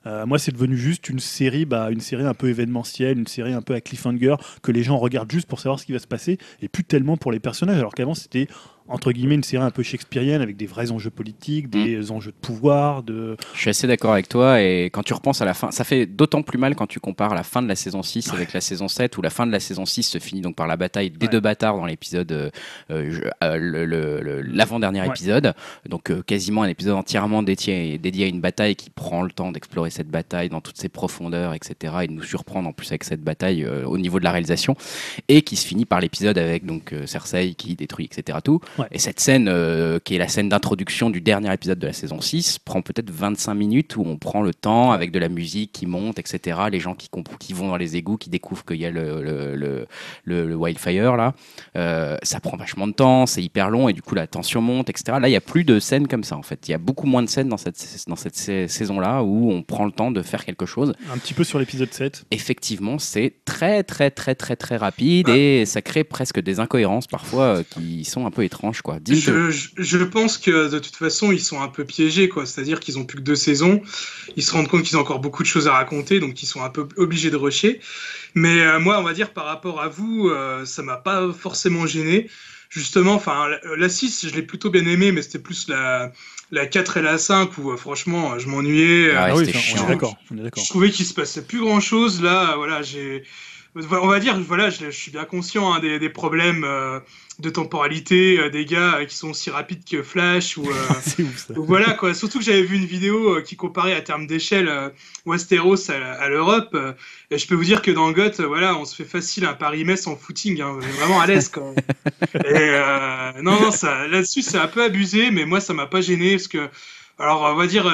Moi, c'est devenu juste une série un peu événementielle, une série un peu à cliffhanger, que les gens regardent juste pour savoir ce qui va se passer, et plus tellement pour les personnages, alors qu'avant, c'était entre guillemets une série un peu shakespearienne avec des vrais enjeux politiques, des enjeux de pouvoir. Je suis assez d'accord avec toi, et quand tu repenses à la fin, ça fait d'autant plus mal quand tu compares la fin de la saison 6 avec la saison 7, où la fin de la saison 6 se finit donc par la bataille des deux bâtards dans l'épisode, l'avant-dernier épisode, donc quasiment un épisode entièrement dédié à une bataille qui prend le temps d'explorer cette bataille dans toutes ses profondeurs, etc., et de nous surprendre en plus avec cette bataille au niveau de la réalisation, et qui se finit par l'épisode avec donc Cersei qui détruit, etc. tout. Et cette scène, qui est la scène d'introduction du dernier épisode de la saison 6, prend peut-être 25 minutes où on prend le temps avec de la musique qui monte, etc. Les gens qui vont dans les égouts, qui découvrent qu'il y a le wildfire, là. Ça prend vachement de temps, c'est hyper long et du coup la tension monte, etc. Là, il n'y a plus de scènes comme ça, en fait. Il y a beaucoup moins de scènes dans cette saison-là où on prend le temps de faire quelque chose. Un petit peu sur l'épisode 7. Effectivement, c'est très, très, très, très, très rapide et ça crée presque des incohérences parfois qui sont un peu étranges. Quoi. Je pense que de toute façon ils sont un peu piégés, quoi. C'est-à-dire qu'ils ont plus que 2 saisons, ils se rendent compte qu'ils ont encore beaucoup de choses à raconter, donc ils sont un peu obligés de rusher. Mais moi, on va dire par rapport à vous, ça m'a pas forcément gêné. Justement, enfin la 6, je l'ai plutôt bien aimé, mais c'était plus la 4 et la 5 où franchement je m'ennuyais. C'était chiant. On est d'accord. Je trouvais qu'il se passait plus grand-chose. Là, voilà, on va dire, voilà, je suis bien conscient des problèmes de temporalité des gars qui sont aussi rapides que Flash ou c'est ouf, ça. voilà quoi. Surtout que j'avais vu une vidéo qui comparait à termes d'échelle Westeros à l'Europe, et je peux vous dire que dans GOT, voilà, on se fait facile un Paris-Metz en footing, hein, on est vraiment à l'aise quand même. Et non, ça, là-dessus c'est un peu abusé, mais moi ça m'a pas gêné parce que. Alors, on va dire,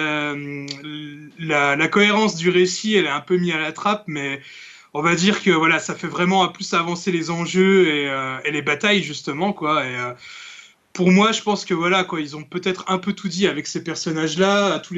la cohérence du récit, elle est un peu mise à la trappe, mais on va dire que voilà, ça fait vraiment plus avancer les enjeux et les batailles justement, quoi. Et pour moi, je pense que voilà, quoi, ils ont peut-être un peu tout dit avec ces personnages-là. Tous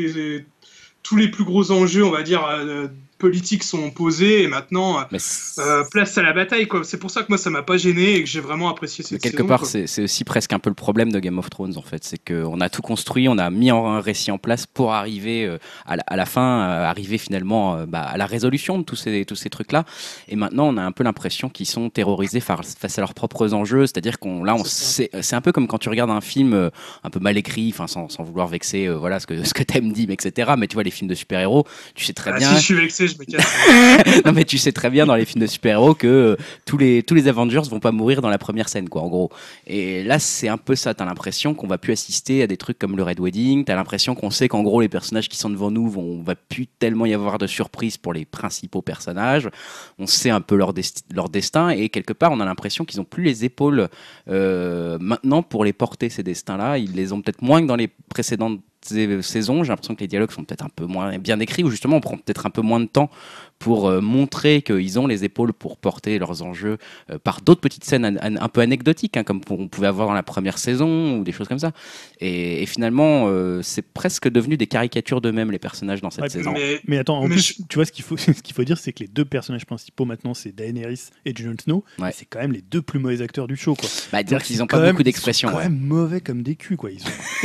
les plus gros enjeux, on va dire, politiques sont posés et maintenant place à la bataille, quoi. C'est pour ça que moi ça m'a pas gêné et que j'ai vraiment apprécié cette saison. Quelque part, c'est aussi presque un peu le problème de Game of Thrones, en fait, c'est qu'on a tout construit, on a mis un récit en place pour arriver à la fin, arriver finalement à la résolution de tous ces trucs-là. Et maintenant, on a un peu l'impression qu'ils sont terrorisés face à leurs propres enjeux, c'est-à-dire c'est un peu comme quand tu regardes un film un peu mal écrit, enfin sans vouloir vexer, voilà ce que t'aimes dit, etc. Mais tu vois les films de super-héros, tu sais très bien. Si je suis vexé, je me casse. Non mais tu sais très bien dans les films de super-héros que tous les Avengers vont pas mourir dans la première scène, quoi, en gros. Et là c'est un peu ça, t'as l'impression qu'on va plus assister à des trucs comme le Red Wedding, t'as l'impression qu'on sait qu'en gros les personnages qui sont devant nous va plus tellement y avoir de surprises pour les principaux personnages, on sait un peu leur destin et quelque part on a l'impression qu'ils ont plus les épaules maintenant pour les porter, ces destins-là. Ils les ont peut-être moins que dans les précédentes saisons. J'ai l'impression que les dialogues sont peut-être un peu moins bien écrits, ou justement on prend peut-être un peu moins de temps pour montrer qu'ils ont les épaules pour porter leurs enjeux par d'autres petites scènes un peu anecdotiques, hein, comme on pouvait avoir dans la première saison ou des choses comme ça. Et finalement, c'est presque devenu des caricatures d'eux-mêmes, les personnages dans cette saison. Mais attends, en plus, tu vois, ce qu'il faut dire, c'est que les deux personnages principaux maintenant, c'est Daenerys et Jon Snow. Ouais. C'est quand même les deux plus mauvais acteurs du show, quoi. Donc ils n'ont pas beaucoup d'expression. Ils sont quand même mauvais comme des culs, quoi.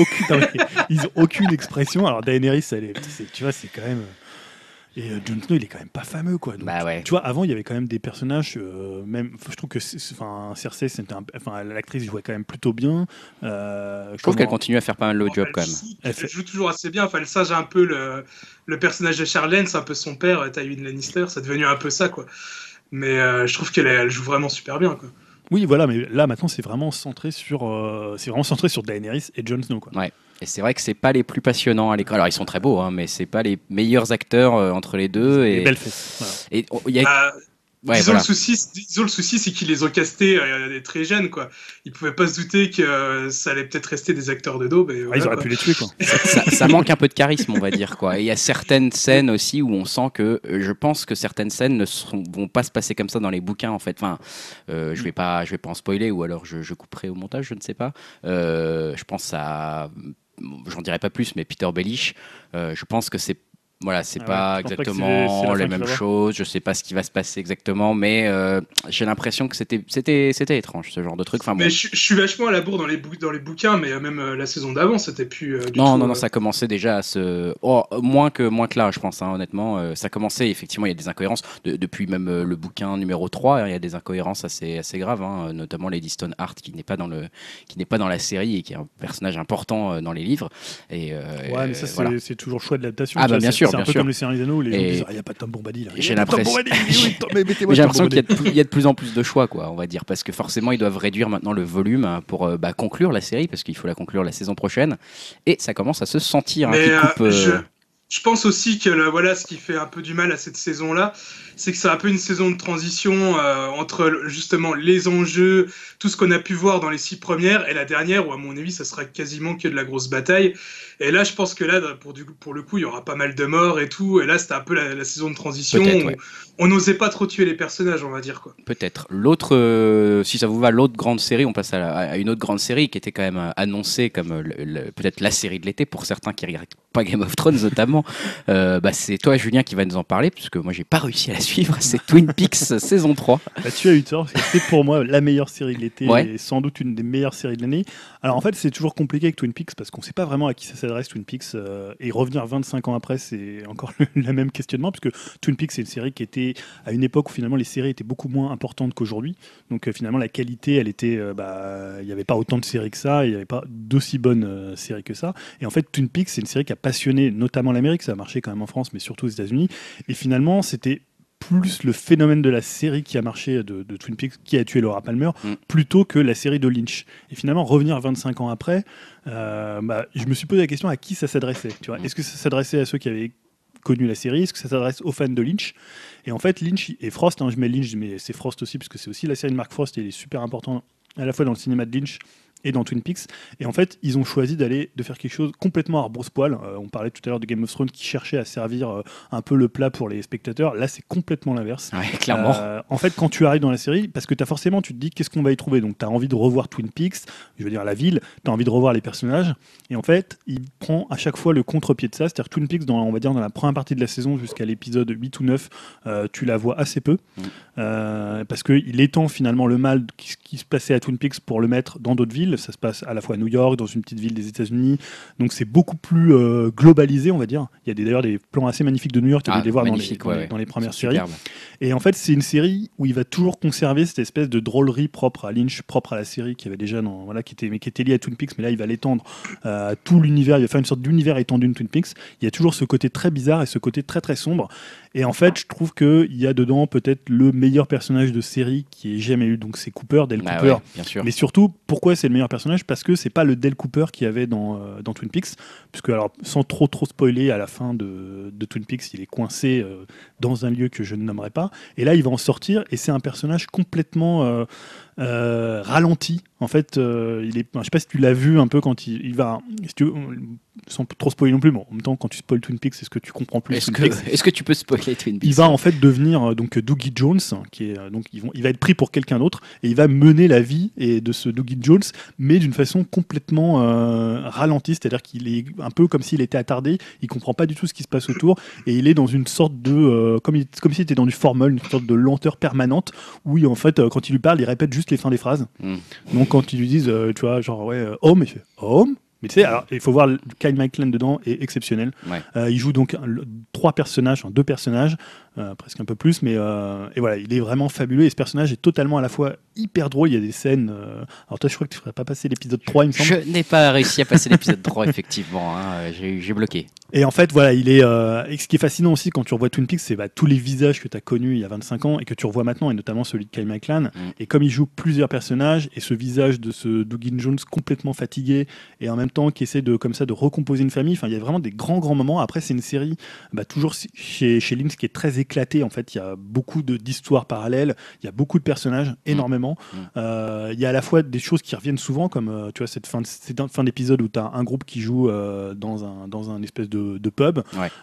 Ils ont aucune expression. Alors Daenerys, tu vois, c'est quand même. Et Jon Snow, il est quand même pas fameux, quoi. Donc, tu vois, avant, il y avait quand même des personnages, même, je trouve que Cersei, l'actrice jouait quand même plutôt bien. Je trouve qu'elle continue à faire pas mal le job, quand même. Elle joue toujours assez bien. Enfin, ça, j'ai un peu le personnage de Charlene, c'est un peu son père, Tywin Lannister, c'est devenu un peu ça, quoi. Mais je trouve qu'elle joue vraiment super bien, quoi. Oui, voilà, mais là, maintenant, c'est vraiment centré sur Daenerys et Jon Snow, quoi. Ouais. Et c'est vrai que c'est pas les plus passionnants à l'écran. Alors ils sont très beaux, hein, mais c'est pas les meilleurs acteurs entre les deux. Et belles fesses. Voilà. Et il y a... disons, le souci, c'est qu'ils les ont castés très jeunes, quoi. Ils pouvaient pas se douter que ça allait peut-être rester des acteurs de daube. Ils auraient pu les tuer, quoi. Ça manque un peu de charisme, on va dire, quoi. Et il y a certaines scènes aussi où on sent que, je pense que certaines scènes vont pas se passer comme ça dans les bouquins, en fait. Enfin, je vais pas en spoiler, ou alors je couperai au montage, je ne sais pas. Je pense à... J'en dirai pas plus, mais Peter Baelish, je pense que c'est Voilà, c'est Ah pas ouais, je pense pas que exactement c'est la les fin mêmes qu'il va choses. Je sais pas ce qui va se passer exactement, mais j'ai l'impression que c'était étrange ce genre de truc. Enfin bon. Mais je suis vachement à la bourre dans les bouquins, mais même la saison d'avant, c'était plus du Non, tout. non, non, ça commençait déjà à se. Oh, moins que là, je pense, hein, honnêtement. Ça commençait, effectivement, il y a des incohérences. Depuis même le bouquin numéro 3, il y a des incohérences assez graves, hein, notamment Lady Stoneheart, qui n'est pas dans la série et qui est un personnage important dans les livres. Et, Ouais, mais ça, voilà. c'est toujours le choix de l'adaptation. Ah, Tu bah, vois, bien sûr, c'est un bien peu sûr. comme les Seigneurs des Anneaux où les gens Et disent il n'y a pas de Tom Bombadil. j'ai l'impression Mettez-moi j'ai Tom l'impression qu'il Bombadil. y a de plus en plus de choix, quoi, on va dire, parce que forcément, ils doivent réduire maintenant le volume pour conclure la série, parce qu'il faut la conclure la saison prochaine. Et ça commence à se sentir, hein, Mais qui coupe. je pense aussi que voilà, ce qui fait un peu du mal à cette saison-là, c'est que c'est un peu une saison de transition entre justement les enjeux, tout ce qu'on a pu voir dans les 6 premières, et la dernière, où à mon avis, ça sera quasiment que de la grosse bataille. Et là, je pense que là, pour le coup, il y aura pas mal de morts et tout. Et là, c'était un peu la saison de transition Peut-être, où ouais. on n'osait pas trop tuer les personnages, on va dire, quoi. Peut-être. L'autre, si ça vous va, l'autre grande série, on passe à une autre grande série qui était quand même annoncée comme peut-être la série de l'été pour certains qui regardent pas Game of Thrones notamment. C'est toi, Julien, qui va nous en parler, puisque moi, j'ai pas réussi à la suivre. C'est Twin Peaks saison 3. Bah, tu as eu tort, parce que c'est pour moi la meilleure série de l'été Ouais. et sans doute une des meilleures séries de l'année. Alors en fait, c'est toujours compliqué avec Twin Peaks parce qu'on ne sait pas vraiment à qui ça s'adresse Twin Peaks et revenir 25 ans après, c'est encore le même questionnement puisque Twin Peaks c'est une série qui était à une époque où finalement les séries étaient beaucoup moins importantes qu'aujourd'hui. Donc finalement la qualité, elle était il n'y avait pas autant de séries que ça, il n'y avait pas d'aussi bonnes séries que ça. Et en fait, Twin Peaks, c'est une série qui a passionné notamment l'Amérique, ça a marché quand même en France mais surtout aux États-Unis et finalement, c'était plus le phénomène de la série qui a marché de Twin Peaks, qui a tué Laura Palmer, plutôt que la série de Lynch. Et finalement, revenir 25 ans après, je me suis posé la question à qui ça s'adressait. Tu vois, est-ce que ça s'adressait à ceux qui avaient connu la série? Est-ce que ça s'adresse aux fans de Lynch? Et en fait, Lynch et Frost, je mets Lynch, mais c'est Frost aussi, parce que c'est aussi la série de Mark Frost, et il est super important à la fois dans le cinéma de Lynch et dans Twin Peaks. Et en fait, ils ont choisi de faire quelque chose complètement à rebrousse-poil. On parlait tout à l'heure de Game of Thrones qui cherchait à servir un peu le plat pour les spectateurs. Là, c'est complètement l'inverse. Ouais, clairement. En fait, quand tu arrives dans la série, parce que tu te dis qu'est-ce qu'on va y trouver. Donc, tu as envie de revoir Twin Peaks, je veux dire la ville, tu as envie de revoir les personnages. Et en fait, il prend à chaque fois le contre-pied de ça. C'est-à-dire que Twin Peaks, on va dire dans la première partie de la saison jusqu'à l'épisode 8 ou 9, tu la vois assez peu. Parce qu'il étend finalement le mal qui se passait à Twin Peaks pour le mettre dans d'autres villes. Ça se passe à la fois à New York, dans une petite ville des États-Unis. Donc c'est beaucoup plus globalisé, on va dire. Il y a d'ailleurs des plans assez magnifiques de New York, tu as dû les voir dans les premières séries. Superbe. Et en fait, c'est une série où il va toujours conserver cette espèce de drôlerie propre à Lynch, propre à la série qui avait déjà qui était liée à Twin Peaks, mais là il va l'étendre à tout l'univers. Il va faire une sorte d'univers étendu de Twin Peaks. Il y a toujours ce côté très bizarre et ce côté très très sombre. Et en fait, je trouve qu'il y a dedans peut-être le meilleur personnage de série qui ait jamais eu. Donc c'est Cooper, Dale Cooper. Ouais, bien sûr. Mais surtout, pourquoi c'est le meilleur personnage? Parce que c'est pas le Dale Cooper qu'il y avait dans Twin Peaks. Puisque, alors, sans trop spoiler, à la fin de Twin Peaks, il est coincé dans un lieu que je ne nommerai pas. Et là, il va en sortir et c'est un personnage complètement ralenti. En fait, je sais pas si tu l'as vu un peu quand il va. Si tu veux, sans trop spoiler non plus, bon, en même temps, quand tu spoil Twin Peaks, est-ce que tu comprends plus Est-ce que tu peux spoiler Twin Peaks? Il va en fait devenir donc Dougie Jones, qui est donc il va être pris pour quelqu'un d'autre et il va mener la vie de ce Dougie Jones, mais d'une façon complètement ralentie, c'est-à-dire qu'il est un peu comme s'il était attardé, il comprend pas du tout ce qui se passe autour et il est dans une sorte de comme s'il était dans du formol, une sorte de lenteur permanente où en fait quand il lui parle, il répète juste les fins des phrases. Donc quand ils lui disent, tu vois, genre home, il fait home. Mais tu sais, alors il faut voir Kyle MacLachlan dedans est exceptionnel. Ouais. Il joue donc deux personnages, presque un peu plus, mais et voilà, il est vraiment fabuleux et ce personnage est totalement à la fois hyper drôle. Il y a des scènes. Alors toi, je crois que tu ne ferais pas passer l'épisode 3, il me semble. Je n'ai pas réussi à passer l'épisode 3, effectivement. J'ai bloqué. Et en fait, voilà, il est. Et ce qui est fascinant aussi quand tu revois Twin Peaks, c'est tous les visages que tu as connus il y a 25 ans et que tu revois maintenant, et notamment celui de Kyle MacLachlan. Et comme il joue plusieurs personnages, et ce visage de ce Dougie Jones complètement fatigué, et en même temps qui essaie de recomposer une famille, enfin, il y a vraiment des grands moments. Après, c'est une série, toujours chez Lynch, qui est très éclatée. En fait, il y a beaucoup d'histoires parallèles, il y a beaucoup de personnages, énormément. Il y a à la fois des choses qui reviennent souvent, comme tu vois, cette fin d'épisode où tu as un groupe qui joue dans un espèce de pub.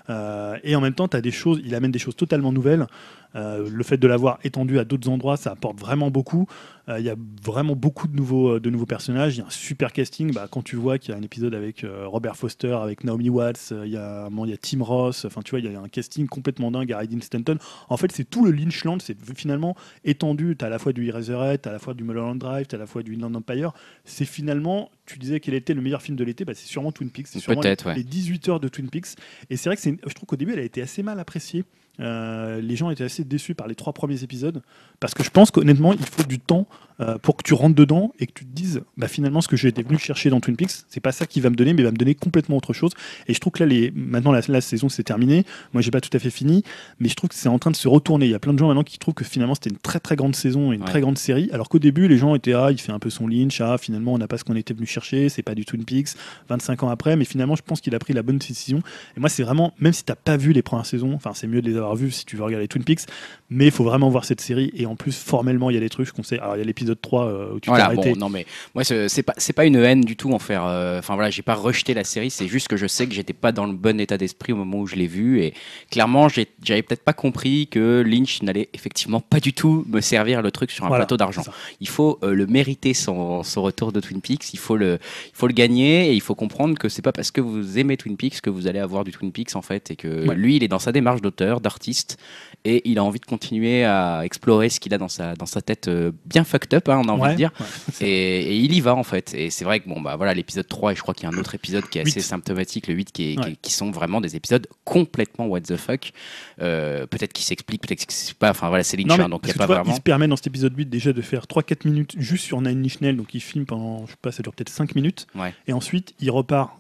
Et en même temps, il amène des choses totalement nouvelles. Le fait de l'avoir étendu à d'autres endroits, ça apporte vraiment beaucoup. Il y a vraiment beaucoup de nouveaux personnages. Il y a un super casting. Quand tu vois qu'il y a un épisode avec Robert Foster, avec Naomi Watts, il y a Tim Roth. Enfin, tu vois, il y a un casting complètement dingue. Gary Dean Stanton. En fait, c'est tout le Lynchland. C'est finalement étendu. Tu as à la fois du Eraserhead, tu as à la fois du Mulholland Drive, tu as à la fois du Inland Empire. C'est finalement, tu disais quel était le meilleur film de l'été. C'est sûrement Twin Peaks. C'est sûrement les 18 heures de Twin Peaks. Et c'est vrai que je trouve qu'au début, elle a été assez mal appréciée. Les gens étaient assez déçus par les 3 premiers épisodes parce que je pense qu'honnêtement il faut du temps pour que tu rentres dedans et que tu te dises finalement ce que j'étais venu chercher dans Twin Peaks c'est pas ça qui va me donner mais va me donner complètement autre chose et je trouve que là maintenant la saison c'est terminé, moi j'ai pas tout à fait fini mais je trouve que c'est en train de se retourner, il y a plein de gens maintenant qui trouvent que finalement c'était une très très grande saison et une très grande série alors qu'au début les gens étaient il fait un peu son Lynch, finalement on n'a pas ce qu'on était venu chercher, c'est pas du Twin Peaks 25 ans après mais finalement je pense qu'il a pris la bonne décision et moi c'est vraiment, même si t'as pas vu les premières saisons, enfin c'est mieux de les avoir vu si tu veux regarder Twin Peaks, mais il faut vraiment voir cette série et en plus formellement il y a des trucs je conseille. Alors il y a l'épisode 3 où tu t'es arrêté. Non mais moi c'est pas une haine du tout en faire. Enfin voilà, j'ai pas rejeté la série, c'est juste que je sais que j'étais pas dans le bon état d'esprit au moment où je l'ai vue et clairement j'avais peut-être pas compris que Lynch n'allait effectivement pas du tout me servir le truc sur un plateau d'argent. Il faut le mériter son retour de Twin Peaks, il faut le gagner et il faut comprendre que c'est pas parce que vous aimez Twin Peaks que vous allez avoir du Twin Peaks en fait et que lui il est dans sa démarche d'auteur, d'artiste et il a envie de continuer à explorer ce qu'il a dans sa tête bien fucked up, on a envie de dire. Et il y va en fait. Et c'est vrai que l'épisode 3, et je crois qu'il y a un autre épisode qui est assez symptomatique, le 8, qui sont vraiment des épisodes complètement what the fuck. Peut-être qu'il s'explique, peut-être que c'est pas. Enfin voilà, c'est Lynch, donc il n'y a pas vraiment. Il se permet dans cet épisode 8 déjà de faire 3-4 minutes juste sur Nine Inch Nails, donc il filme pendant, je sais pas, ça dure peut-être 5 minutes. Et ensuite, il repart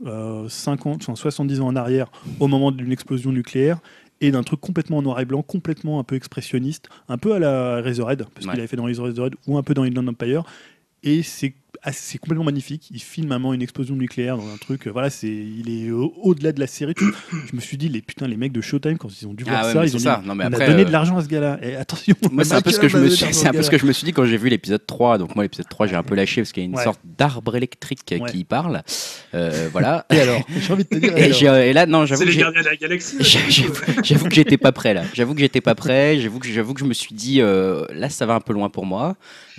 70 ans en arrière au moment d'une explosion nucléaire. Et d'un truc complètement en noir et blanc, complètement un peu expressionniste, un peu à la Eraserhead, parce qu'il avait fait dans Eraserhead ou un peu dans Inland Empire. Et c'est complètement magnifique. Il filme une explosion nucléaire dans un truc. Il est au-delà de la série. Je me suis dit, les mecs de Showtime, quand ils ont dû voir ça, ils ont dit, on a donné de l'argent à ce gars-là. Et attention. Moi, c'est un peu ce que je me suis dit quand j'ai vu l'épisode 3. Donc, moi, l'épisode 3, j'ai un peu lâché parce qu'il y a une sorte d'arbre électrique qui parle. Voilà. Et alors, j'ai envie de te dire. Et là, non, j'avoue. C'est les gardiens de la galaxie. J'avoue que j'étais pas prêt là. J'avoue que je me suis dit, là, ça va un peu loin pour moi.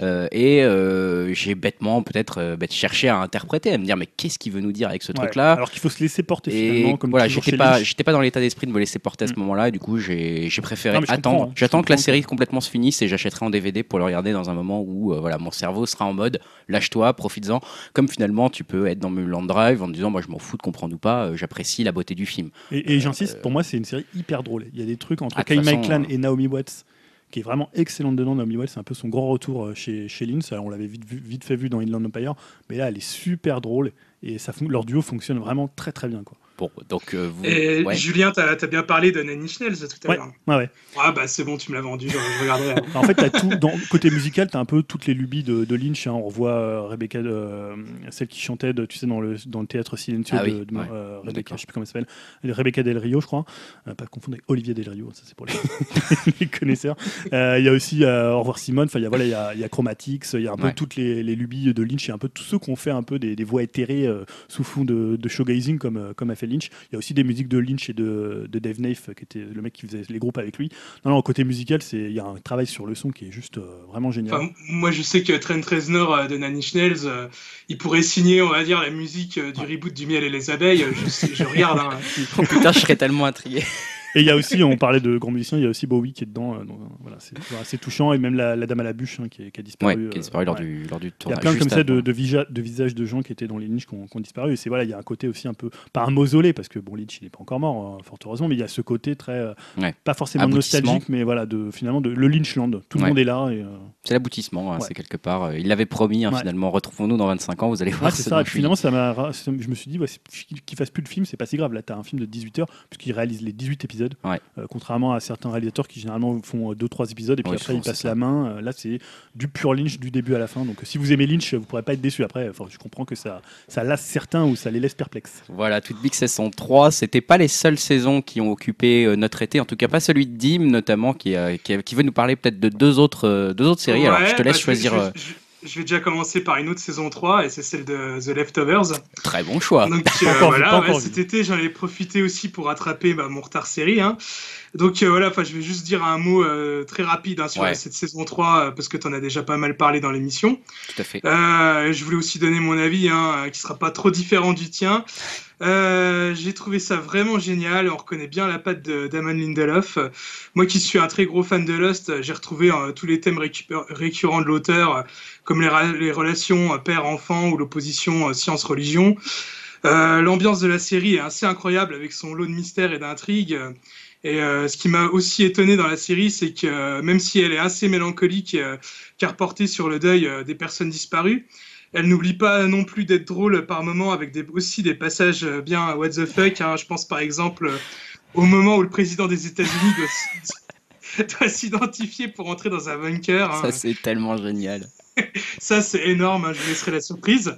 Et j'ai bêtement peut-être cherché à interpréter, à me dire mais qu'est-ce qu'il veut nous dire avec ce truc-là. Alors qu'il faut se laisser porter finalement. Comme voilà, j'étais pas dans l'état d'esprit de me laisser porter à ce moment-là et du coup j'ai préféré attendre. J'attends que la série complètement se finisse et j'achèterai en DVD pour le regarder dans un moment où mon cerveau sera en mode lâche-toi, profites-en. Comme finalement tu peux être dans Mulholland Drive en te disant moi je m'en fous de comprendre ou pas, j'apprécie la beauté du film. Et j'insiste, pour moi c'est une série hyper drôle. Il y a des trucs entre Kyle MacLachlan et Naomi Watts qui est vraiment excellente dedans. Naomi Watts, c'est un peu son grand retour chez Lynch. On l'avait vite fait vu dans Inland Empire, mais là, elle est super drôle et leur duo fonctionne vraiment très très bien, quoi. Bon, donc Julien, t'as bien parlé de Nine Inch Nails tout à l'heure. Ouais. C'est bon, tu me l'as vendu, je regarderai. En fait, t'as tout, côté musical, t'as un peu toutes les lubies de Lynch. On revoit Rebecca, celle qui chantait, tu sais, dans le théâtre silencieux Rebecca, je sais plus comment elle s'appelle, Rebecca Del Rio, je crois. Pas confondre avec Olivier Del Rio, ça c'est pour les connaisseurs. Il y a aussi Au revoir Simone. Enfin, il y a Chromatics. Il y a un peu toutes les lubies de Lynch. Il y a un peu tous ceux qui ont fait un peu des voix éthérées sous fond de showgazing comme a fait Lynch. Il y a aussi des musiques de Lynch et de Dave Naif, qui était le mec qui faisait les groupes avec lui. Non, côté musical, il y a un travail sur le son qui est juste vraiment génial. Enfin, moi, je sais que Trent Reznor de Nine Inch Nails, il pourrait signer, on va dire, la musique du reboot du Miel et les Abeilles. Je regarde. Oh putain, je serais tellement intrigué. Et il y a aussi, on parlait de grands musiciens, il y a aussi Bowie qui est dedans. C'est assez touchant. Et même la dame à la bûche qui a disparu. Qui a disparu lors du tournage. Il y a plein comme ça de visages de gens qui étaient dans les Lynch qui ont disparu. Et il y a un côté aussi un peu, pas un mausolée, parce que Lynch il n'est pas encore mort, fort heureusement, mais il y a ce côté très, pas forcément nostalgique, mais finalement le Lynchland. Tout le monde est là. C'est l'aboutissement, c'est quelque part. Il l'avait promis, finalement, retrouvons-nous dans 25 ans, vous allez voir. C'est ça. Et puis, finalement, je me suis dit, qu'il fasse plus de films, c'est pas si grave. Là, tu as un film de 18 heures, puisqu'il réalise les 18 épisodes. Contrairement à certains réalisateurs qui généralement font 2-3 épisodes et puis après ils passent la main. Là, c'est du pur Lynch du début à la fin. Donc si vous aimez Lynch, vous pourrez pas être déçu. Après, je comprends que ça lasse certains ou ça les laisse perplexes. Voilà, Twin Peaks saison 3, c'était pas les seules saisons qui ont occupé notre été, en tout cas pas celui de Dim notamment qui veut nous parler peut-être de deux autres séries. Alors je te laisse choisir. je vais déjà commencer par une autre saison 3, et c'est celle de The Leftovers. Très bon choix. Donc cet été, j'en ai profité aussi pour rattraper mon retard série. Hein. Donc je vais juste dire un mot très rapide sur cette saison 3, parce que tu en as déjà pas mal parlé dans l'émission. Tout à fait. Je voulais aussi donner mon avis, qui sera pas trop différent du tien. J'ai trouvé ça vraiment génial. On reconnaît bien la patte de Damon Lindelof. Moi qui suis un très gros fan de Lost, j'ai retrouvé tous les thèmes récurrents de l'auteur, comme les relations père-enfant ou l'opposition science-religion. L'ambiance de la série est assez incroyable avec son lot de mystères et d'intrigues. Et ce qui m'a aussi étonné dans la série, c'est que même si elle est assez mélancolique, car portée sur le deuil des personnes disparues, elle n'oublie pas non plus d'être drôle par moments, avec aussi des passages bien what the fuck. Hein. Je pense par exemple au moment où le président des États-Unis doit s'identifier pour entrer dans un bunker. Ça, c'est tellement génial. Ça, c'est énorme. Hein. Je vous laisserai la surprise.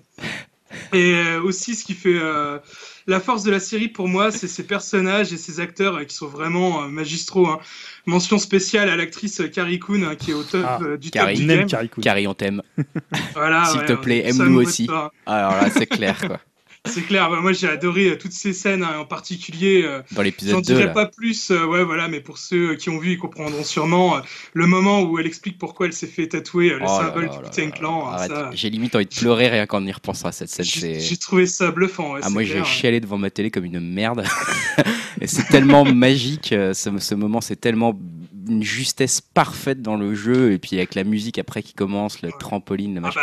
Et aussi, ce qui fait la force de la série pour moi, c'est ces personnages et ces acteurs qui sont vraiment magistraux. Hein. Mention spéciale à l'actrice Carrie Coon, qui est au top du top du game. Carrie, on t'aime. Voilà, s'il te plaît, aime-nous aussi. Alors là, c'est clair, quoi. C'est clair, moi j'ai adoré toutes ces scènes, en particulier. Dans l'épisode 2. J'en dirai pas plus, mais pour ceux qui ont vu, ils comprendront sûrement le moment où elle explique pourquoi elle s'est fait tatouer le symbole du Wu-Tang Clan. Ça... J'ai limite envie de pleurer rien qu'en y repensant à cette scène. J'ai trouvé ça bluffant. Moi j'ai chialé devant ma télé comme une merde. Et c'est tellement magique, ce moment, c'est tellement une justesse parfaite dans le jeu, et puis avec la musique après qui commence, le trampoline, le machin.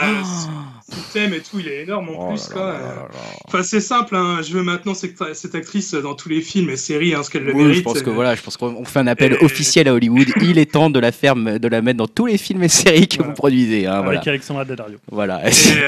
Ce thème et tout, il est énorme en plus. Enfin, c'est simple, hein. Je veux maintenant cette actrice dans tous les films et séries, ce qu'elle le mérite. Je pense qu'on fait un appel officiel à Hollywood. Il est temps de la mettre dans tous les films et séries que vous produisez. Avec Alexandra Daddario. Voilà,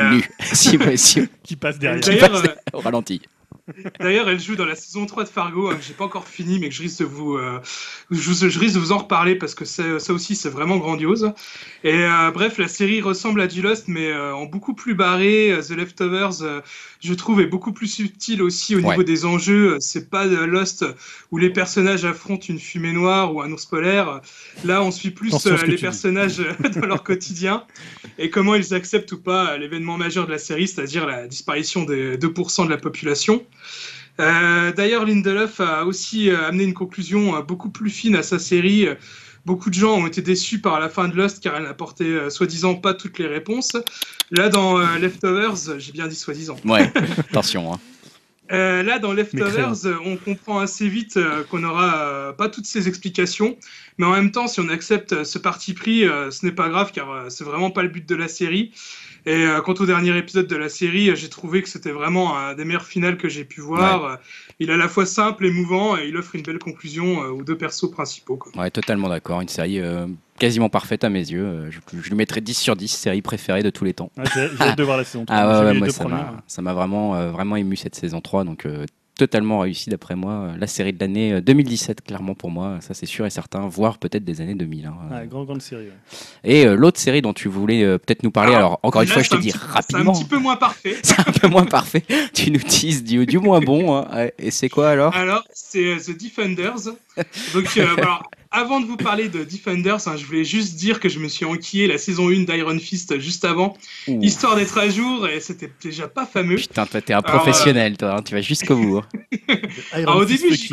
qui passe derrière. Au ralenti. D'ailleurs, elle joue dans la saison 3 de Fargo, que j'ai pas encore fini, mais que je risque de vous en reparler, parce que ça aussi, c'est vraiment grandiose. Et bref, la série ressemble à du Lost, mais en beaucoup plus barré. The Leftovers, je trouve, est beaucoup plus subtil aussi au niveau des enjeux. C'est pas Lost où les personnages affrontent une fumée noire ou un ours polaire. Là, on suit plus les personnages dans leur quotidien et comment ils acceptent ou pas l'événement majeur de la série, c'est-à-dire la disparition des 2% de la population. D'ailleurs, Lindelof a aussi amené une conclusion beaucoup plus fine à sa série. Beaucoup de gens ont été déçus par la fin de Lost, car elle n'apportait soi-disant pas toutes les réponses. Là, dans Leftovers, j'ai bien dit soi-disant. Ouais, attention. Là, dans Leftovers, on comprend assez vite qu'on n'aura pas toutes ces explications. Mais en même temps, si on accepte ce parti pris, ce n'est pas grave, car c'est vraiment pas le but de la série. Et quant au dernier épisode de la série, j'ai trouvé que c'était vraiment un des meilleurs finales que j'ai pu voir. Ouais. Il est à la fois simple, émouvant, et il offre une belle conclusion aux deux persos principaux. Quoi. Ouais, totalement d'accord. Une série quasiment parfaite à mes yeux. Je lui mettrais 10 sur 10, série préférée de tous les temps. J'ai hâte de voir la saison 3. Moi, ça m'a vraiment ému cette saison 3. Donc, totalement réussi d'après moi. La série de l'année 2017, clairement pour moi. Ça, c'est sûr et certain. Voire peut-être des années 2000. Grande série. Ouais. Et l'autre série dont tu voulais peut-être nous parler, alors encore une fois, je te dis rapidement. C'est un petit peu moins parfait. C'est un peu moins parfait. Tu nous teases du moins bon. Et c'est quoi alors ? Alors, c'est The Defenders. Donc, avant de vous parler de Defenders, je voulais juste dire que je me suis enquillé la saison 1 d'Iron Fist juste avant, histoire d'être à jour, et c'était déjà pas fameux. Putain, toi, t'es un professionnel, toi. Tu vas jusqu'au bout. Au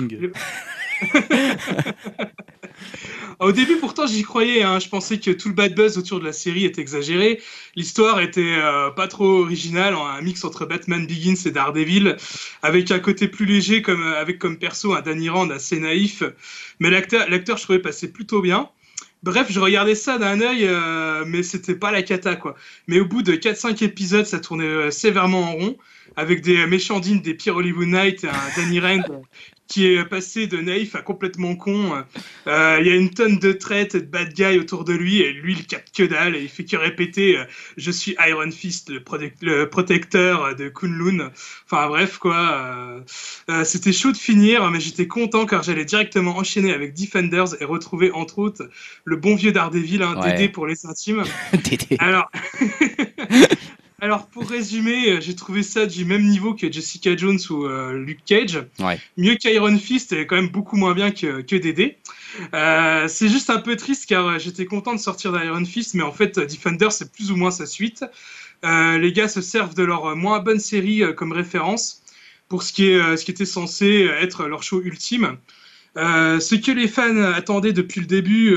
début, pourtant, j'y croyais. Je pensais que tout le bad buzz autour de la série était exagéré. L'histoire était pas trop originale, un mix entre Batman Begins et Daredevil, avec un côté plus léger, avec comme perso un Danny Rand assez naïf. Mais l'acteur, je trouvais, passait plutôt bien. Bref, je regardais ça d'un œil, mais c'était pas la cata, quoi. Mais au bout de 4-5 épisodes, ça tournait sévèrement en rond, avec des méchants dignes des pires Hollywood Night, un Danny Rand qui est passé de naïf à complètement con. Il y a une tonne de traites et de bad guys autour de lui, et lui, il capte que dalle, et il fait que répéter je suis Iron Fist, le protecteur de Kunlun. Enfin bref, quoi. C'était chaud de finir, mais j'étais content, car j'allais directement enchaîner avec Defenders et retrouver, entre autres, le bon vieux Daredevil, Dédé pour les intimes. Dédé. Alors... Alors pour résumer, j'ai trouvé ça du même niveau que Jessica Jones ou Luke Cage. Ouais. Mieux qu'Iron Fist et quand même beaucoup moins bien que DD. C'est juste un peu triste car j'étais content de sortir d'Iron Fist, mais en fait Defender c'est plus ou moins sa suite. Les gars se servent de leur moins bonne série comme référence pour ce qui était censé être leur show ultime. Ce que les fans attendaient depuis le début,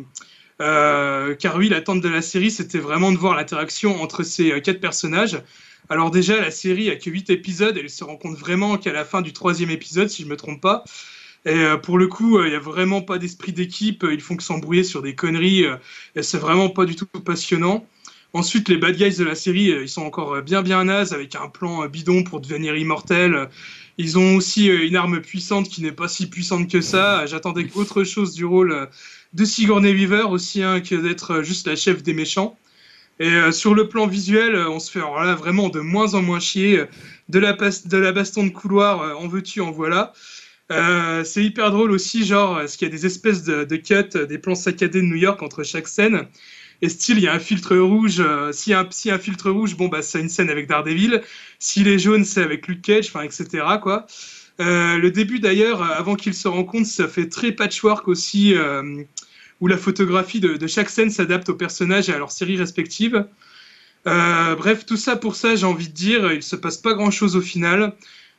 car oui, l'attente de la série, c'était vraiment de voir l'interaction entre ces quatre personnages. Alors déjà, la série a que 8 épisodes, et elle se rend compte vraiment qu'à la fin du 3e épisode, si je me trompe pas. Et pour le coup, il n'y a vraiment pas d'esprit d'équipe, ils font que s'embrouiller sur des conneries, et c'est vraiment pas du tout passionnant. Ensuite, les bad guys de la série, ils sont encore bien nazes, avec un plan bidon pour devenir immortel. Ils ont aussi une arme puissante qui n'est pas si puissante que ça. J'attendais autre chose du rôle de Sigourney Weaver, aussi hein, que d'être juste la chef des méchants. Et sur le plan visuel, on se fait alors là, vraiment de moins en moins chier. De la baston de couloir, en veux-tu, en voilà. C'est hyper drôle aussi, genre, parce qu'il y a des espèces de cuts, des plans saccadés de New York entre chaque scène. Et style, il y a un filtre rouge. Si un filtre rouge, bon, bah, c'est une scène avec Daredevil. S'il est jaune, c'est avec Luke Cage, enfin, etc., quoi. Le début, d'ailleurs, avant qu'il se rencontre, ça fait très patchwork aussi, où la photographie de chaque scène s'adapte aux personnages et à leurs séries respectives. Bref, tout ça pour ça, j'ai envie de dire, il se passe pas grand-chose au final.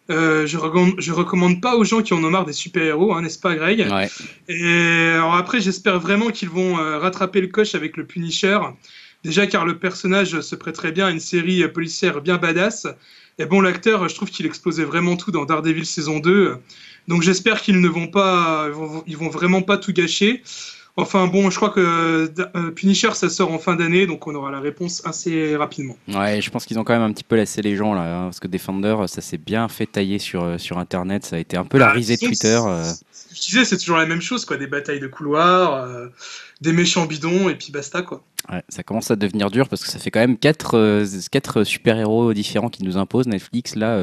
Je recommande pas aux gens qui en ont marre des super-héros, hein, n'est-ce pas, Greg? Ouais. Et alors après, j'espère vraiment qu'ils vont rattraper le coche avec le Punisher. Déjà car le personnage se prêterait bien à une série policière bien badass. Et bon, l'acteur, je trouve qu'il explosait vraiment tout dans Daredevil saison 2. Donc j'espère qu'ils ne vont pas, ils vont vraiment pas tout gâcher. Enfin bon, je crois que Punisher, ça sort en fin d'année, donc on aura la réponse assez rapidement. Ouais, je pense qu'ils ont quand même un petit peu laissé les gens là, hein, parce que Defender, ça s'est bien fait tailler sur Internet, ça a été un peu la risée de Twitter. Ce que je disais, c'est toujours la même chose, quoi. Des batailles de couloirs, des méchants bidons, et puis basta, quoi. Ouais, ça commence à devenir dur parce que ça fait quand même quatre super-héros différents qui nous imposent Netflix là.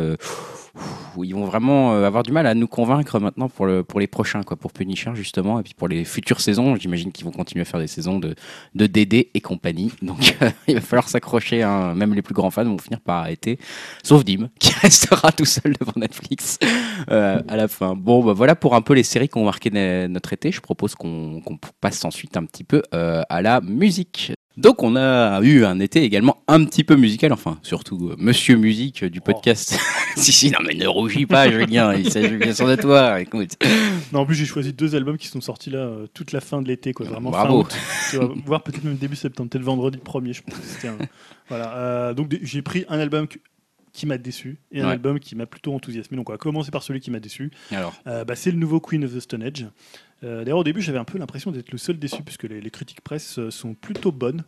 Où ils vont vraiment avoir du mal à nous convaincre maintenant pour les prochains, quoi, pour Punisher justement, et puis pour les futures saisons. J'imagine qu'ils vont continuer à faire des saisons de DD et compagnie. Donc il va falloir s'accrocher, hein. Même les plus grands fans vont finir par arrêter, sauf Dim qui restera tout seul devant Netflix à la fin. Bon, bah, voilà pour un peu les séries qui ont marqué notre été. Je propose qu'on passe ensuite un petit peu à la musique. Donc on a eu un été également un petit peu musical, enfin surtout Monsieur Musique du podcast. Si, non mais ne rougis pas Julien, il s'agit bien sûr de toi, écoute. Non, en plus j'ai choisi 2 albums qui sont sortis là toute la fin de l'été, quoi, vraiment Bravo. fin août. Tu vas voir peut-être même début septembre, peut-être vendredi le 1er, je pense. Voilà. Donc j'ai pris un album qui m'a déçu et un album qui m'a plutôt enthousiasmé. Donc on va commencer par celui qui m'a déçu. Alors. C'est le nouveau Queen of the Stone Age. D'ailleurs au début j'avais un peu l'impression d'être le seul déçu puisque les critiques presse sont plutôt bonnes.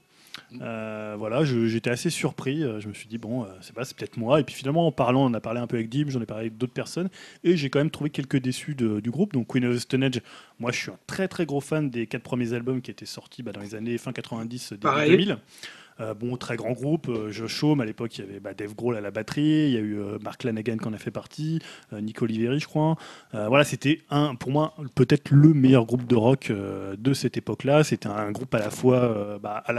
Voilà, j'étais assez surpris. Je me suis dit bon, c'est peut-être moi. Et puis finalement, en parlant, on a parlé un peu avec Dim, j'en ai parlé avec d'autres personnes, et j'ai quand même trouvé quelques déçus du groupe. Donc Queen of the Stone Age, moi, je suis un très très gros fan des 4 premiers albums qui étaient sortis dans les années fin 90, début 2000. Bon, très grand groupe, Josh Homme, à l'époque, il y avait Dave Grohl à la batterie, il y a eu Mark Lanegan qui en a fait partie, Nick Oliveri, je crois. Voilà, c'était pour moi, peut-être le meilleur groupe de rock de cette époque-là. C'était un groupe à la fois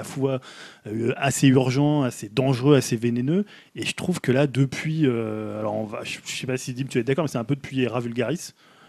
assez urgent, assez dangereux, assez vénéneux. Et je trouve que là, depuis, alors je sais pas si Dim, tu es d'accord, mais c'est un peu depuis Era Vulgaris,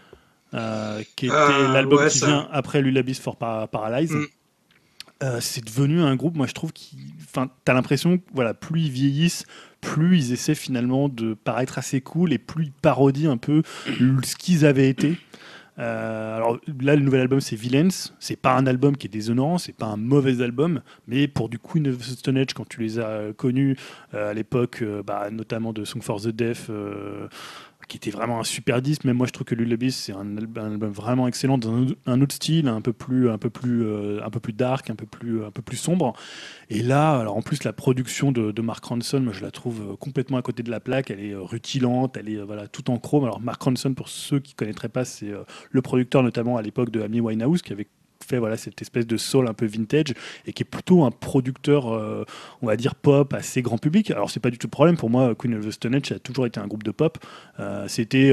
qui était l'album qui vient après Lullabies for Paralyze. C'est devenu un groupe, moi je trouve, t'as l'impression que plus ils vieillissent, plus ils essaient finalement de paraître assez cool et plus ils parodient un peu ce qu'ils avaient été. Alors là, le nouvel album c'est Villains. C'est pas un album qui est déshonorant, c'est pas un mauvais album, mais pour du Queen of the Stone Age, quand tu les as connus à l'époque, notamment de Song for the Deaf, qui était vraiment un super disque. Même moi, je trouve que Lullabies, c'est un album vraiment excellent, dans un autre style, un peu plus dark, un peu plus sombre. Et là, alors en plus, la production de Mark Ronson, moi, je la trouve complètement à côté de la plaque. Elle est rutilante, elle est tout en chrome. Alors Mark Ronson, pour ceux qui connaîtraient pas, c'est le producteur notamment à l'époque de Amy Winehouse, qui avait fait cette espèce de soul un peu vintage et qui est plutôt un producteur, on va dire pop, assez grand public. Alors c'est pas du tout le problème pour moi. Queen of the Stone Age, ça a toujours été un groupe de pop. C'était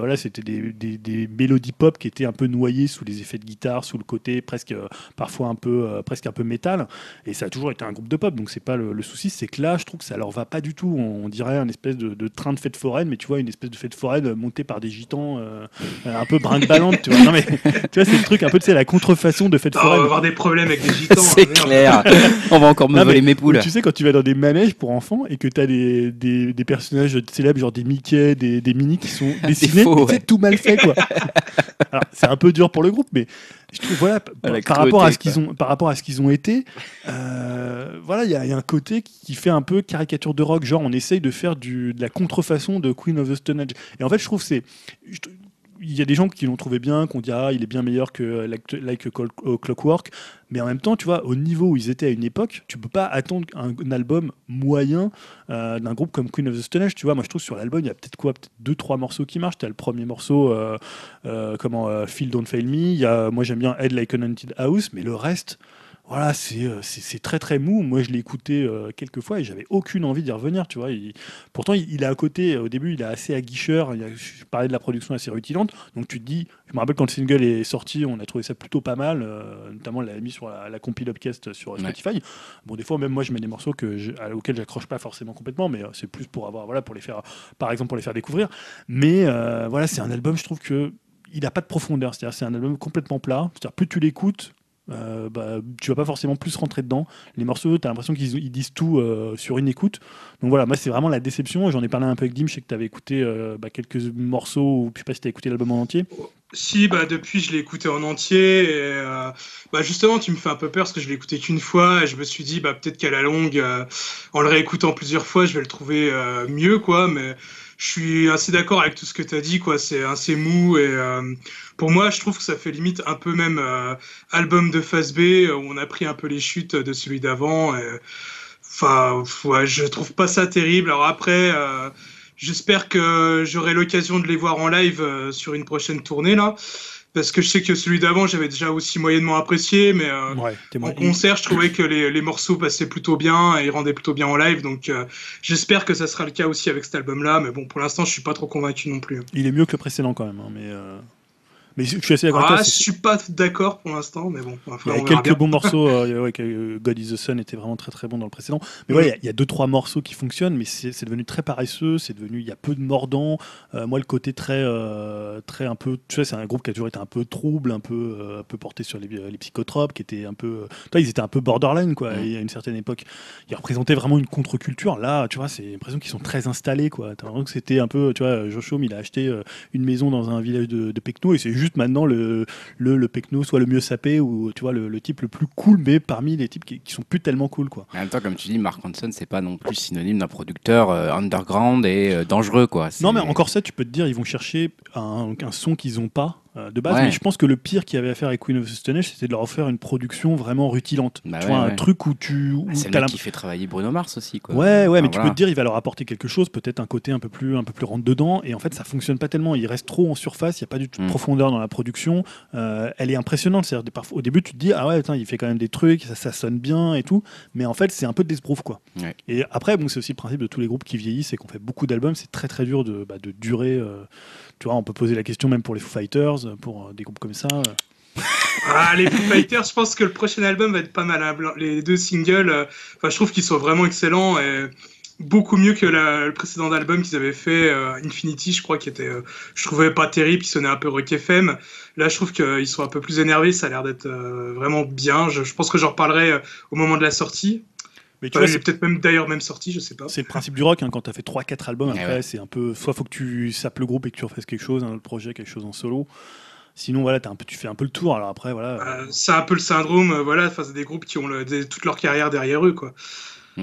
des mélodies pop qui étaient un peu noyées sous les effets de guitare, sous le côté presque parfois presque un peu métal. Et ça a toujours été un groupe de pop. Donc c'est pas le souci. C'est que là, je trouve que ça leur va pas du tout. On dirait un espèce de train de fête foraine, mais tu vois, une espèce de fête foraine montée par des gitans un peu brinque-ballante, tu vois. Non mais tu vois, c'est le truc un peu, tu sais, la contrefaçon de fête foraine. On va avoir des problèmes avec des gitans. C'est clair. On va encore me voler mes poules. Tu sais, quand tu vas dans des manèges pour enfants et que tu as des personnages célèbres, genre des Mickey, des Minnie qui sont dessinés, c'est tout mal fait, quoi. Alors, c'est un peu dur pour le groupe, mais je trouve, par rapport à ce qu'ils ont été, il y a un côté qui fait un peu caricature de rock, genre on essaye de faire de la contrefaçon de Queen of the Stone Age. Et en fait, je trouve il y a des gens qui l'ont trouvé bien, qui ont dit il est bien meilleur que Like a Clockwork, mais en même temps, tu vois, au niveau où ils étaient à une époque, tu peux pas attendre un album moyen d'un groupe comme Queen of the Stone Age. Tu vois, moi je trouve sur l'album, il y a peut-être 2-3 morceaux qui marchent. T'as le premier morceau, Feel Don't Fail Me. Moi j'aime bien Head Like an Haunted House, mais le reste. Voilà, c'est très très mou. Moi, je l'ai écouté quelques fois et j'avais aucune envie d'y revenir. Tu vois, pourtant, il a à côté. Au début, il est assez aguicheur. Je parlais de la production assez rutilante. Donc, tu te dis, je me rappelle quand le single est sorti, on a trouvé ça plutôt pas mal. Notamment, on l'avait mis sur la compile Upcast sur Spotify. Bon, des fois, même moi, je mets des morceaux auxquels j'accroche pas forcément complètement, mais c'est plus pour pour les faire, par exemple, pour les faire découvrir. Mais c'est un album, je trouve que il a pas de profondeur. C'est-à-dire, c'est un album complètement plat. C'est-à-dire, plus tu l'écoutes, tu vas pas forcément plus rentrer dedans. Les morceaux, tu as l'impression qu'ils disent tout sur une écoute. Donc voilà, moi c'est vraiment la déception. J'en ai parlé un peu avec Dim, je sais que tu avais écouté quelques morceaux, ou je sais pas si tu as écouté l'album en entier. Si, depuis je l'ai écouté en entier et justement tu me fais un peu peur parce que je l'ai écouté qu'une fois et je me suis dit peut-être qu'à la longue en le réécoutant plusieurs fois je vais le trouver mieux quoi, mais je suis assez d'accord avec tout ce que tu as dit quoi, c'est assez mou et pour moi je trouve que ça fait limite un peu même album de phase B où on a pris un peu les chutes de celui d'avant et je trouve pas ça terrible. Alors après j'espère que j'aurai l'occasion de les voir en live sur une prochaine tournée là, parce que je sais que celui d'avant j'avais déjà aussi moyennement apprécié, mais en concert je trouvais que les morceaux passaient plutôt bien et ils rendaient plutôt bien en live, donc j'espère que ça sera le cas aussi avec cet album là, mais bon pour l'instant je suis pas trop convaincu non plus. Il est mieux que le précédent quand même, mais je suis assez d'accord. Je suis pas d'accord pour l'instant, mais bon. Il y a quelques bons morceaux. God is the Sun était vraiment très très bon dans le précédent. Mais il y a 2-3 morceaux qui fonctionnent, mais c'est devenu très paresseux. Il y a peu de mordants. Moi, le côté très un peu. Tu sais, c'est un groupe qui a toujours été un peu trouble, un peu porté sur les psychotropes, qui était un peu. Ils étaient un peu borderline, quoi. À une certaine époque, ils représentaient vraiment une contre-culture. Là, tu vois, c'est l'impression qu'ils sont très installés, quoi. T'as l'impression que c'était un peu. Tu vois, Joshua, il a acheté une maison dans un village de Pecno et c'est juste maintenant le Pecno soit le mieux sapé ou tu vois le type le plus cool, mais parmi les types qui sont plus tellement cool quoi. En même temps, comme tu dis, Mark Ronson c'est pas non plus synonyme d'un producteur underground et dangereux quoi. Non mais encore ça, tu peux te dire ils vont chercher un son qu'ils ont pas de base, mais je pense que le pire qu'il y avait à faire avec Queen of the Stone Age, c'était de leur offrir une production vraiment rutilante. Un truc où c'est le mec qui fait travailler Bruno Mars aussi, quoi. Mais tu peux te dire, il va leur apporter quelque chose, peut-être un côté un peu plus rentre dedans, et en fait, ça fonctionne pas tellement. Il reste trop en surface, il n'y a pas du tout de profondeur dans la production. Elle est impressionnante. C'est-à-dire, au début, tu te dis, il fait quand même des trucs, ça sonne bien et tout, mais en fait, c'est un peu de l'esbrouf, quoi. Ouais. Et après, c'est aussi le principe de tous les groupes qui vieillissent et qu'on fait beaucoup d'albums, c'est très très dur de durer. Tu vois, on peut poser la question même pour les Foo Fighters, pour des groupes comme ça. Les Foo Fighters, je pense que le prochain album va être pas mal. Les 2 singles, je trouve qu'ils sont vraiment excellents et beaucoup mieux que le précédent album qu'ils avaient fait, Infinity, je crois, qui était, je trouvais pas terrible, qui sonnait un peu Rock FM. Là, je trouve qu'ils sont un peu plus énervés, ça a l'air d'être vraiment bien. Je pense que j'en reparlerai au moment de la sortie. Mais tu vois, c'est peut-être même sorti, je sais pas. C'est le principe du rock, quand t'as fait 3-4 albums, après c'est un peu, soit faut que tu sapes le groupe et que tu refasses quelque chose, un autre projet, quelque chose en solo. Sinon, tu fais un peu le tour. Alors après, c'est un peu le syndrome, c'est des groupes qui ont toute leur carrière derrière eux, quoi. Ouais.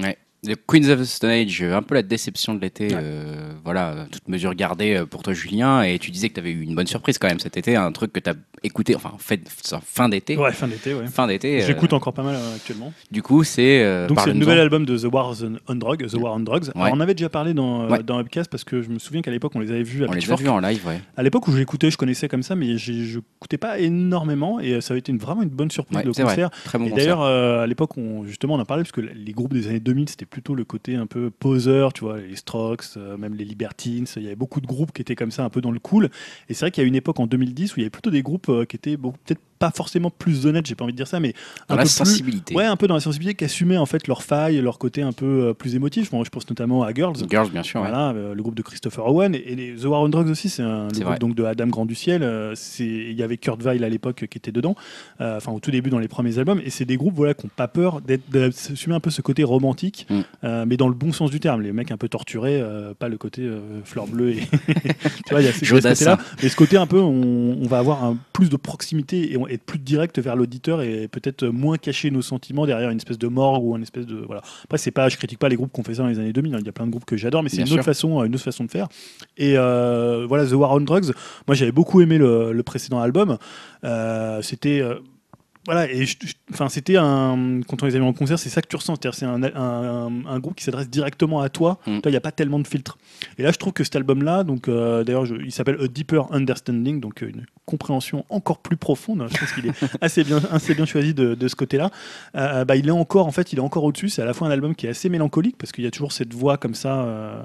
The Queens of the Stone Age, un peu la déception de l'été, voilà, toute mesure gardée pour toi Julien, et tu disais que tu avais eu une bonne surprise quand même cet été, un truc que tu as écouté, enfin fin d'été. Ouais, fin d'été, ouais. Fin d'été. J'écoute encore pas mal actuellement. Du coup, c'est... donc c'est le nouvel album de The War on Drugs. Ouais. Alors, on avait déjà parlé dans Upcast parce que je me souviens qu'à l'époque on les avait vus à Pitchfork. On les a vus en live, ouais. À l'époque où je l'écoutais, je connaissais comme ça, mais je n'écoutais pas énormément, et ça avait été vraiment une bonne surprise de concert. Très bon et d'ailleurs, à l'époque, justement, on en parlait parce que les groupes des années 2000, c'était plutôt le côté un peu poseur, tu vois, les Strokes, même les Libertines. Il y avait beaucoup de groupes qui étaient comme ça, un peu dans le cool. Et c'est vrai qu'il y a une époque en 2010 où il y avait plutôt des groupes qui étaient peut-être pas forcément plus honnêtes, j'ai pas envie de dire ça, mais dans la sensibilité. Ouais, un peu dans la sensibilité, qui assumaient en fait leurs failles, leur côté un peu plus émotif. Bon, je pense notamment à Girls. Girls, bien sûr. Voilà, le groupe de Christopher Owen, et The War on Drugs aussi, c'est le groupe donc de Adam Grand du Ciel. Il y avait Kurt Weill à l'époque qui était dedans, enfin au tout début dans les premiers albums, et c'est des groupes voilà qui n'ont pas peur d'assumer un peu ce côté romantique, mais dans le bon sens du terme. Les mecs un peu torturés, pas le côté fleur bleue et tu vois, il y a ce côté-là, mais ce côté un peu on va avoir plus de proximité et être plus direct vers l'auditeur, et peut-être moins cacher nos sentiments derrière une espèce de morgue ou une espèce de voilà. Après je critique pas les groupes qui ont fait ça dans les années 2000, il y a plein de groupes que j'adore, mais c'est une autre façon de faire. Et voilà, The War on Drugs, moi j'avais beaucoup aimé le précédent album. C'était voilà, et c'était quand on les a mis en concert, c'est ça que tu ressens, c'est-à-dire c'est un groupe qui s'adresse directement à toi. Toi, il n'y a pas tellement de filtres. Et là, je trouve que cet album-là, donc d'ailleurs, il s'appelle A Deeper Understanding, donc une compréhension encore plus profonde. Je pense qu'il est assez bien choisi de ce côté-là. Il est encore au-dessus. C'est à la fois un album qui est assez mélancolique parce qu'il y a toujours cette voix comme ça,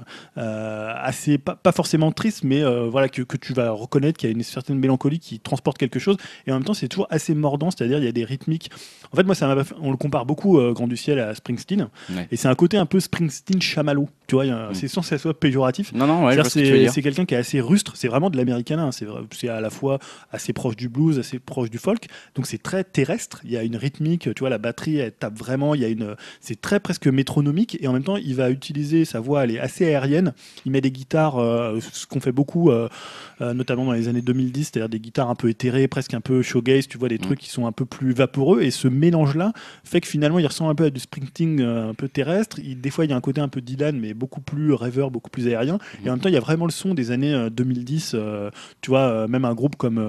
assez pas forcément triste, mais voilà que tu vas reconnaître qu'il y a une certaine mélancolie qui transporte quelque chose. Et en même temps, c'est toujours assez mordant, c'est-à-dire il y a des rythmiques. En fait, moi, on le compare beaucoup, Grand du Ciel, à Springsteen. Ouais. Et c'est un côté un peu Springsteen-chamallow. Tu vois, c'est sans que ça soit péjoratif. Non, c'est quelqu'un qui est assez rustre. C'est vraiment de l'américain. C'est à la fois assez proche du blues, assez proche du folk. Donc c'est très terrestre. Il y a une rythmique. Tu vois, la batterie, elle tape vraiment. C'est très presque métronomique. Et en même temps, il va utiliser sa voix. Elle est assez aérienne. Il met des guitares, ce qu'on fait beaucoup, notamment dans les années 2010, c'est-à-dire des guitares un peu éthérées, presque un peu shoegaze. Tu vois, des trucs qui sont un peu plus vaporeux, et ce mélange-là fait que finalement il ressemble un peu à du Springsteen un peu terrestre. Des fois il y a un côté un peu Dylan, mais beaucoup plus rêveur, beaucoup plus aérien, et en même temps il y a vraiment le son des années 2010, tu vois, même un groupe comme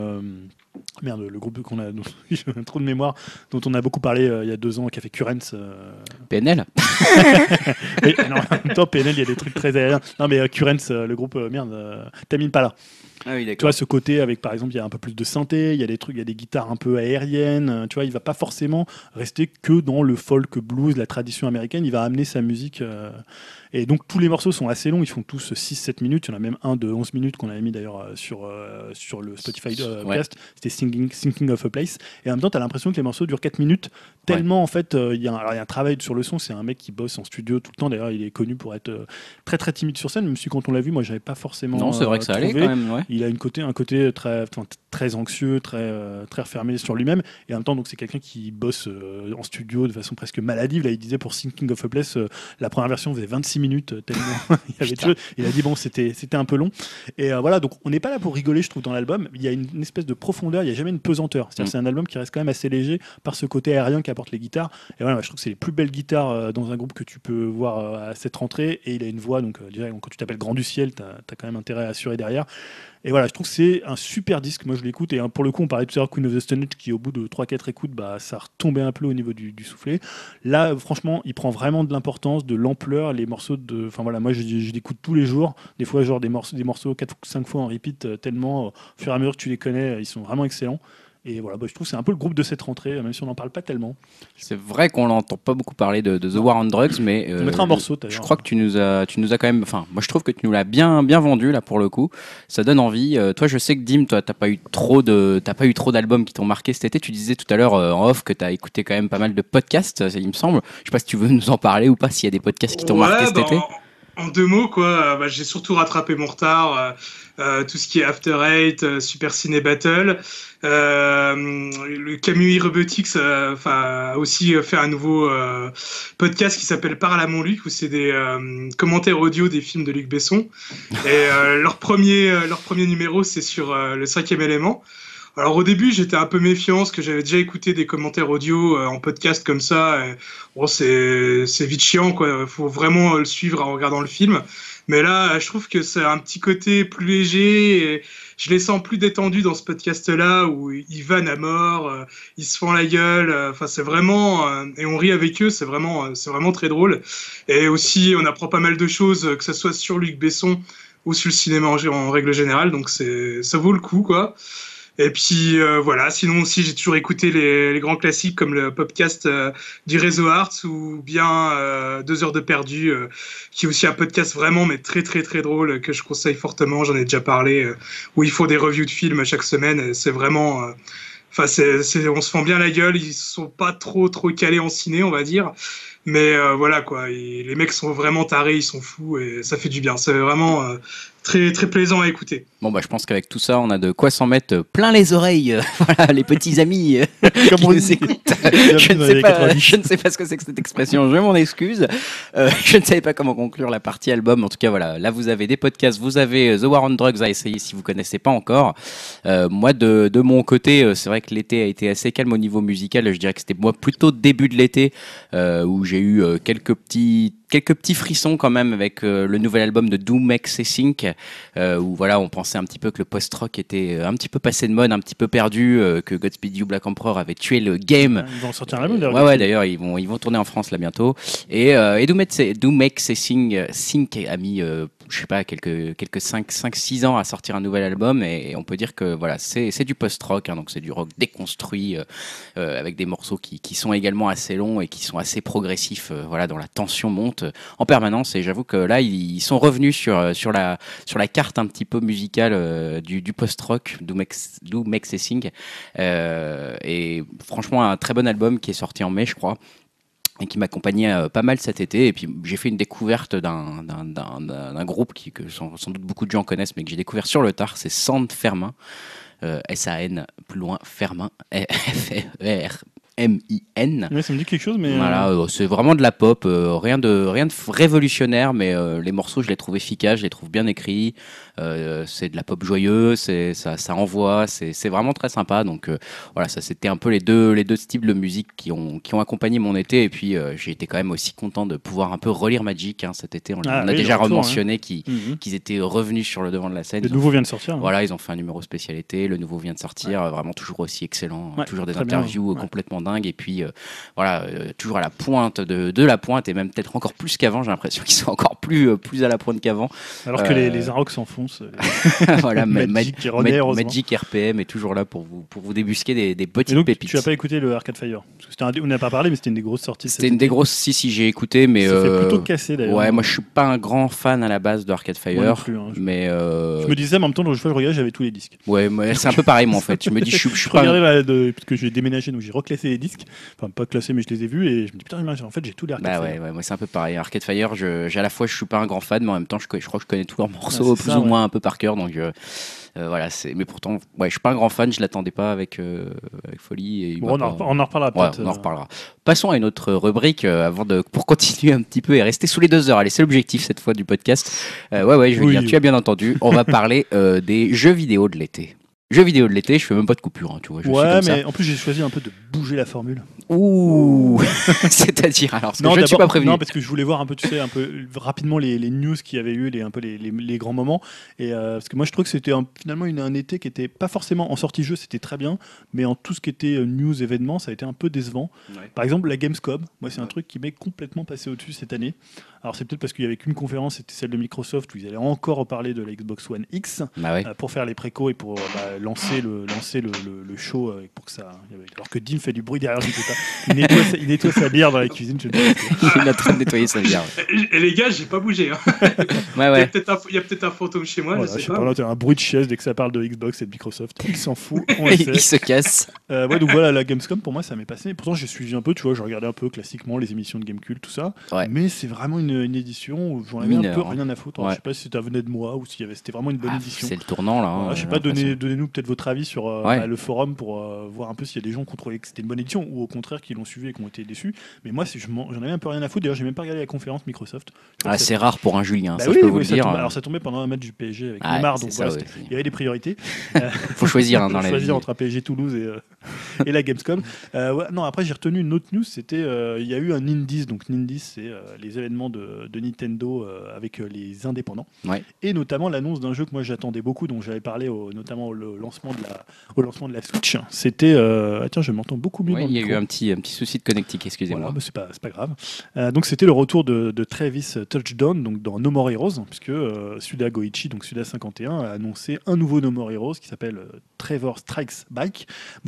le groupe qu'on a, j'ai un trou de mémoire, dont on a beaucoup parlé il y a 2 ans, qui a fait Currents. PNL. Non, en même temps PNL il y a des trucs très aériens. Non mais Currents, le groupe Tamim Pala. Ah oui, tu vois, ce côté avec, par exemple, il y a un peu plus de synthé, il y a des guitares un peu aériennes, tu vois, il va pas forcément rester que dans le folk blues, la tradition américaine, il va amener sa musique. Et donc, tous les morceaux sont assez longs, ils font tous 6-7 minutes, il y en a même un de 11 minutes qu'on avait mis d'ailleurs sur le Spotify cast, c'était Thinking of a Place, et en même temps, tu as l'impression que les morceaux durent 4 minutes, tellement en fait, il y a un travail sur le son, c'est un mec qui bosse en studio tout le temps, d'ailleurs, il est connu pour être très très timide sur scène, même si quand on l'a vu, moi, j'avais pas forcément. Non, c'est vrai que ça allait quand même, ouais. Il a un côté très anxieux, très refermé sur lui-même, et en même temps donc c'est quelqu'un qui bosse en studio de façon presque maladive. Là il disait pour Thinking of a Place, la première version faisait 26 minutes tellement il y avait de choses. Il a dit bon c'était un peu long, et voilà, donc on n'est pas là pour rigoler, je trouve, dans l'album. Il y a une espèce de profondeur, il n'y a jamais une pesanteur, c'est-à-dire c'est un album qui reste quand même assez léger par ce côté aérien qu'apportent les guitares, et voilà, je trouve que c'est les plus belles guitares dans un groupe que tu peux voir à cette rentrée, et il a une voix, donc quand tu t'appelles Grand du Ciel, t'as quand même intérêt à assurer derrière. Et voilà, je trouve que c'est un super disque. Moi, je l'écoute. Et pour le coup, on parlait tout à l'heure Queen of the Stone Age, qui au bout de 3-4 écoutes, ça retombait un peu au niveau du soufflet. Là, franchement, il prend vraiment de l'importance, de l'ampleur. Les morceaux enfin voilà, moi, je l'écoute tous les jours. Des fois, genre des morceaux 4 ou 5 fois en repeat, tellement au fur et à mesure que tu les connais, ils sont vraiment excellents. Et voilà, je trouve que c'est un peu le groupe de cette rentrée, même si on n'en parle pas tellement. C'est vrai qu'on n'entend pas beaucoup parler de The War on Drugs, mais je mettrai un morceau. Je crois que tu nous as quand même. Enfin, moi je trouve que tu nous l'as bien vendu là pour le coup. Ça donne envie. Toi, je sais que Dim, toi, t'as pas eu trop d'albums qui t'ont marqué cet été. Tu disais tout à l'heure en off que t'as écouté quand même pas mal de podcasts, il me semble. Je sais pas si tu veux nous en parler ou pas, s'il y a des podcasts qui t'ont marqué cet été. En 2 mots, quoi, j'ai surtout rattrapé mon retard. Tout ce qui est After Eight, Super Ciné Battle, le Camus Robotics a aussi fait un nouveau podcast qui s'appelle Parle à mon Luc, où c'est des commentaires audio des films de Luc Besson. Et leur premier numéro, c'est sur le 5e élément. Alors au début, j'étais un peu méfiant parce que j'avais déjà écouté des commentaires audio en podcast comme ça. Bon, c'est vite chiant, quoi. Faut vraiment le suivre en regardant le film. Mais là, je trouve que c'est un petit côté plus léger. Et je les sens plus détendus dans ce podcast-là où ils vannent à mort, ils se font la gueule. Enfin, c'est vraiment et on rit avec eux. C'est vraiment très drôle. Et aussi, on apprend pas mal de choses, que ce soit sur Luc Besson ou sur le cinéma en règle générale. Donc ça vaut le coup, quoi. Et puis voilà, sinon aussi j'ai toujours écouté les grands classiques comme le podcast du Réseau Arts ou bien 2 heures de perdu, qui est aussi un podcast vraiment mais très très très drôle que je conseille fortement, j'en ai déjà parlé, où ils font des reviews de films chaque semaine, et c'est vraiment... Enfin, on se fend bien la gueule, ils sont pas trop calés en ciné, on va dire. Mais voilà quoi, les mecs sont vraiment tarés, ils sont fous et ça fait du bien. C'est vraiment très très plaisant à écouter. Bon bah je pense qu'avec tout ça, on a de quoi s'en mettre plein les oreilles. Voilà, les petits amis Comme on qui nous dit. écoutent. Je ne sais pas ce que c'est que cette expression. Je m'en excuse. Je ne savais pas comment conclure la partie album. En tout cas voilà, là vous avez des podcasts, vous avez The War on Drugs à essayer si vous connaissez pas encore. Moi de mon côté, c'est vrai que l'été a été assez calme au niveau musical. Je dirais que c'était moi plutôt début de l'été où j'ai eu quelques petits frissons quand même avec le nouvel album de Do Make Sync, où voilà, on pensait un petit peu que le post-rock était un petit peu passé de mode, un petit peu perdu, que Godspeed You Black Emperor avait tué le game. Ils vont sortir un album d'ailleurs. Ouais, d'ailleurs, ils vont tourner en France là bientôt. Et Do Make Sync a mis, je sais pas, quelques 5-6 ans à sortir un nouvel album, et on peut dire que voilà, c'est du post-rock, hein, donc c'est du rock déconstruit, avec des morceaux qui sont également assez longs et qui sont assez progressifs, voilà, dont la tension monte en permanence. Et j'avoue que là, ils sont revenus sur la carte un petit peu musicale du post-rock, Do Make Sync, et franchement un très bon album qui est sorti en mai, je crois, et qui m'accompagnait pas mal cet été. Et puis j'ai fait une découverte d'un groupe que sans doute beaucoup de gens connaissent, mais que j'ai découvert sur le tard, c'est Sand Fermin, S-A-N, plus loin, Fermin, F-E-R-M-I-N. Ouais, ça me dit quelque chose, mais... Voilà, c'est vraiment de la pop, rien de révolutionnaire, mais les morceaux, je les trouve efficaces, je les trouve bien écrits. C'est de la pop joyeuse, ça envoie, c'est vraiment très sympa. Donc voilà, ça c'était un peu les deux styles de musique qui ont accompagné mon été. Et puis j'ai été quand même aussi content de pouvoir un peu relire Magic, hein, cet été. On a déjà mentionné qu'ils étaient revenus sur le devant de la scène. Le nouveau vient de sortir. Voilà, ils ont fait un numéro spécialité. Le nouveau vient de sortir, vraiment toujours aussi excellent, toujours des interviews complètement dingues. Et puis voilà, toujours à la pointe de la pointe, et même peut-être encore plus qu'avant. J'ai l'impression qu'ils sont encore plus à la pointe qu'avant. Alors que les Arocs s'enfoncent. Voilà, Magic RPM est toujours là pour vous débusquer des petites donc, pépites. Tu n'as pas écouté le Arcade Fire? Parce que on n'a pas parlé, mais c'était une des grosses sorties. C'était une des grosses, si j'ai écouté, mais ça fait plutôt cassé d'ailleurs. Ouais, moi je suis pas un grand fan à la base de Arcade Fire. Moi non plus, hein, mais je me disais en même temps, je regardais, j'avais tous les disques. Ouais, c'est un peu pareil moi en fait. Je me dis, je suis pas. Regardais parce que j'ai déménagé, donc j'ai reclassé les disques. Enfin, pas classé, mais je les ai vus et je me dis putain, en fait j'ai tous les Arcade Fire. Ouais, moi c'est un peu pareil. Arcade Fire, j'ai à la fois je suis pas un grand fan, mais en même temps je crois que je connais tous leurs morceaux plus ou moins un peu par cœur, donc. Voilà, mais pourtant, je suis pas un grand fan, je l'attendais pas avec folie. Et on en reparlera peut-être. On en reparlera. Passons à une autre rubrique pour continuer un petit peu et rester sous les 2 heures. Allez, c'est l'objectif cette fois du podcast. Je veux dire, tu as bien entendu. On va parler des jeux vidéo de l'été. Jeux vidéo de l'été, je fais même pas de coupure, hein, tu vois. Je suis comme mais ça. en plus j'ai choisi un peu de bouger la formule. Ouh. C'est-à-dire alors, je ne suis pas prévenu. Non, parce que je voulais voir un peu, tu sais, un peu rapidement les news qu'il y avait eu, les grands moments. Et parce que moi je trouve que c'était finalement un été qui était pas forcément en sortie jeu, c'était très bien, mais en tout ce qui était news, événements, ça a été un peu décevant. Ouais. Par exemple, la Gamescom, moi c'est un truc qui m'est complètement passé au-dessus cette année. Alors c'est peut-être parce qu'il y avait qu'une conférence, c'était celle de Microsoft où ils allaient encore reparler de la Xbox One X pour faire les précos et pour lancer le show pour que ça. Alors que Dim fait du bruit derrière, je sais pas. Il nettoie sa bière dans la cuisine. Je il est en train de nettoyer sa bière. Et les gars, j'ai pas bougé. Hein. Il y a peut-être un fantôme chez moi. Voilà, je sais pas. Là, un bruit de chaise dès que ça parle de Xbox et de Microsoft. Il s'en fout. Il se casse. Donc voilà, la Gamescom pour moi ça m'est passé. Pourtant j'ai suivi un peu, tu vois, je regardais un peu classiquement les émissions de Gamecult, tout ça. Ouais. Mais c'est vraiment une une édition où j'en avais un peu rien à foutre. Ouais. Je sais pas si ça venait de moi ou si c'était vraiment une bonne édition. C'est le tournant là. Voilà, je sais pas, donnez-nous peut-être votre avis sur le forum pour voir un peu s'il y a des gens qui ont trouvé que c'était une bonne édition ou au contraire qui l'ont suivi et qui ont été déçus. Mais moi, j'en avais un peu rien à foutre. D'ailleurs, j'ai même pas regardé la conférence Microsoft. C'est rare pour un Julien, bah ça oui, je peux vous le dire. Alors ça tombait pendant un match du PSG avec Neymar, donc voilà, il y avait des priorités. Faut choisir dans la vie. Choisir entre un PSG Toulouse et la Gamescom. Non, après j'ai retenu une autre news, c'était il y a eu un Indies, donc Indies c'est les événements de Nintendo avec les indépendants, et notamment l'annonce d'un jeu que moi j'attendais beaucoup, dont j'avais parlé notamment au lancement de la Switch. C'était tiens, je m'entends beaucoup mieux. Il y a eu un petit souci de connectique, excusez-moi. Voilà, mais c'est pas grave. Donc c'était le retour de Travis Touchdown, donc dans No More Heroes, puisque Suda Goichi, donc Suda 51, a annoncé un nouveau No More Heroes qui s'appelle Trevor Strikes Back.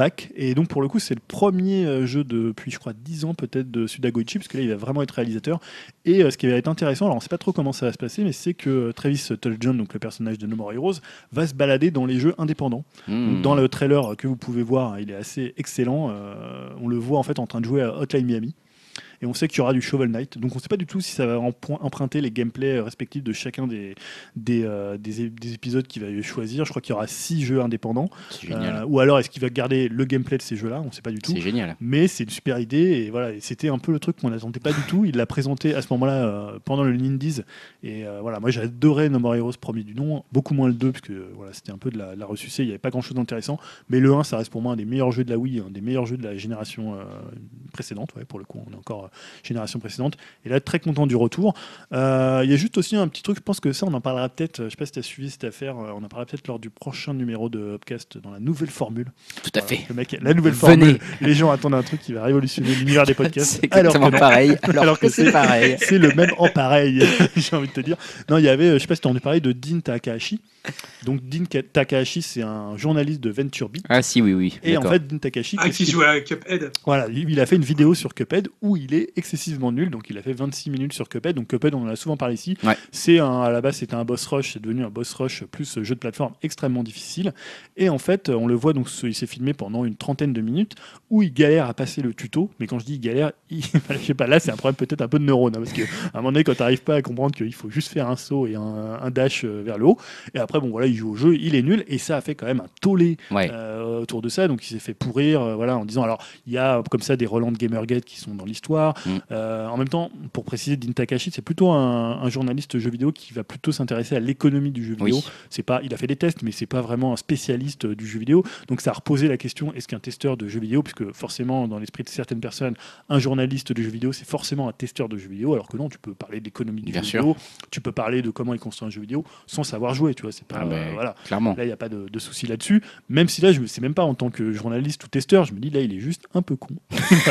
Et donc pour le coup c'est le premier jeu depuis je crois 10 ans peut-être de Suda Goichi, parce que là il va vraiment être réalisateur. Et ce qui va être intéressant, alors on sait pas trop comment ça va se passer, mais c'est que Travis Touchdown, donc le personnage de No More Heroes, va se balader dans les jeux indépendants. Donc, dans le trailer que vous pouvez voir, il est assez excellent. On le voit en fait en train de jouer à Hotline Miami. Et on sait qu'il y aura du Shovel Knight. Donc on ne sait pas du tout si ça va emprunter les gameplays respectifs de chacun des épisodes qu'il va choisir. Je crois qu'il y aura 6 jeux indépendants. C'est génial. Ou alors est-ce qu'il va garder le gameplay de ces jeux-là? On ne sait pas du tout. C'est génial. Mais c'est une super idée. Et voilà, c'était un peu le truc qu'on n'attendait pas du tout. Il l'a présenté à ce moment-là pendant le Indies. Et voilà, moi j'ai adoré No More Heroes premier du nom. Beaucoup moins le 2, parce que voilà, c'était un peu de la ressucée. Il n'y avait pas grand-chose d'intéressant. Mais le 1, ça reste pour moi un des meilleurs jeux de la Wii, un des meilleurs jeux de la génération précédente. Pour le coup, on est encore génération précédente, et là très content du retour. Il y a juste aussi un petit truc, je pense que ça on en parlera peut-être, je sais pas si tu as suivi cette affaire, on en parlera peut-être lors du prochain numéro de Upcast dans la nouvelle formule. Tout à fait. Le mec, la nouvelle formule, les gens attendent un truc qui va révolutionner l'univers des podcasts. C'est exactement pareil, alors que c'est pareil. C'est le même en pareil, j'ai envie de te dire. Non, il y avait, je sais pas si tu en as parlé, de Dean Takahashi. Donc Dean Takahashi, c'est un journaliste de VentureBeat. Ah si, oui. Et en fait, Dean Takahashi... qui joue à Cuphead. Voilà, il a fait une vidéo sur Cuphead où il est excessivement nul, donc il a fait 26 minutes sur Cuphead. Donc Cuphead, on en a souvent parlé ici. C'est à la base, c'était un boss rush, c'est devenu un boss rush plus jeu de plateforme extrêmement difficile. Et en fait, on le voit, donc il s'est filmé pendant une trentaine de minutes où il galère à passer le tuto. Mais quand je dis galère, je sais pas, là c'est un problème peut-être un peu de neurones, hein, parce qu'à un moment donné, quand tu n'arrives pas à comprendre qu'il faut juste faire un saut et un dash vers le haut, et après bon voilà, il joue au jeu, il est nul, et ça a fait quand même un tollé autour de ça. Donc il s'est fait pourrir, en disant, alors il y a comme ça des relents de Gamergate qui sont dans l'histoire. En même temps, pour préciser, Dean Takahashi, c'est plutôt un journaliste jeu vidéo qui va plutôt s'intéresser à l'économie du jeu vidéo. C'est pas, il a fait des tests, mais c'est pas vraiment un spécialiste du jeu vidéo. Donc ça a reposé la question, est-ce qu'un testeur de jeux vidéo, puisque forcément dans l'esprit de certaines personnes, un journaliste de jeux vidéo, c'est forcément un testeur de jeux vidéo, alors que non, tu peux parler de l'économie du jeu vidéo, tu peux parler de comment il construit un jeu vidéo sans savoir jouer, tu vois. C'est pas, voilà. Clairement. Là, il n'y a pas de souci là-dessus. Même si là, c'est même pas en tant que journaliste ou testeur, je me dis là, il est juste un peu con.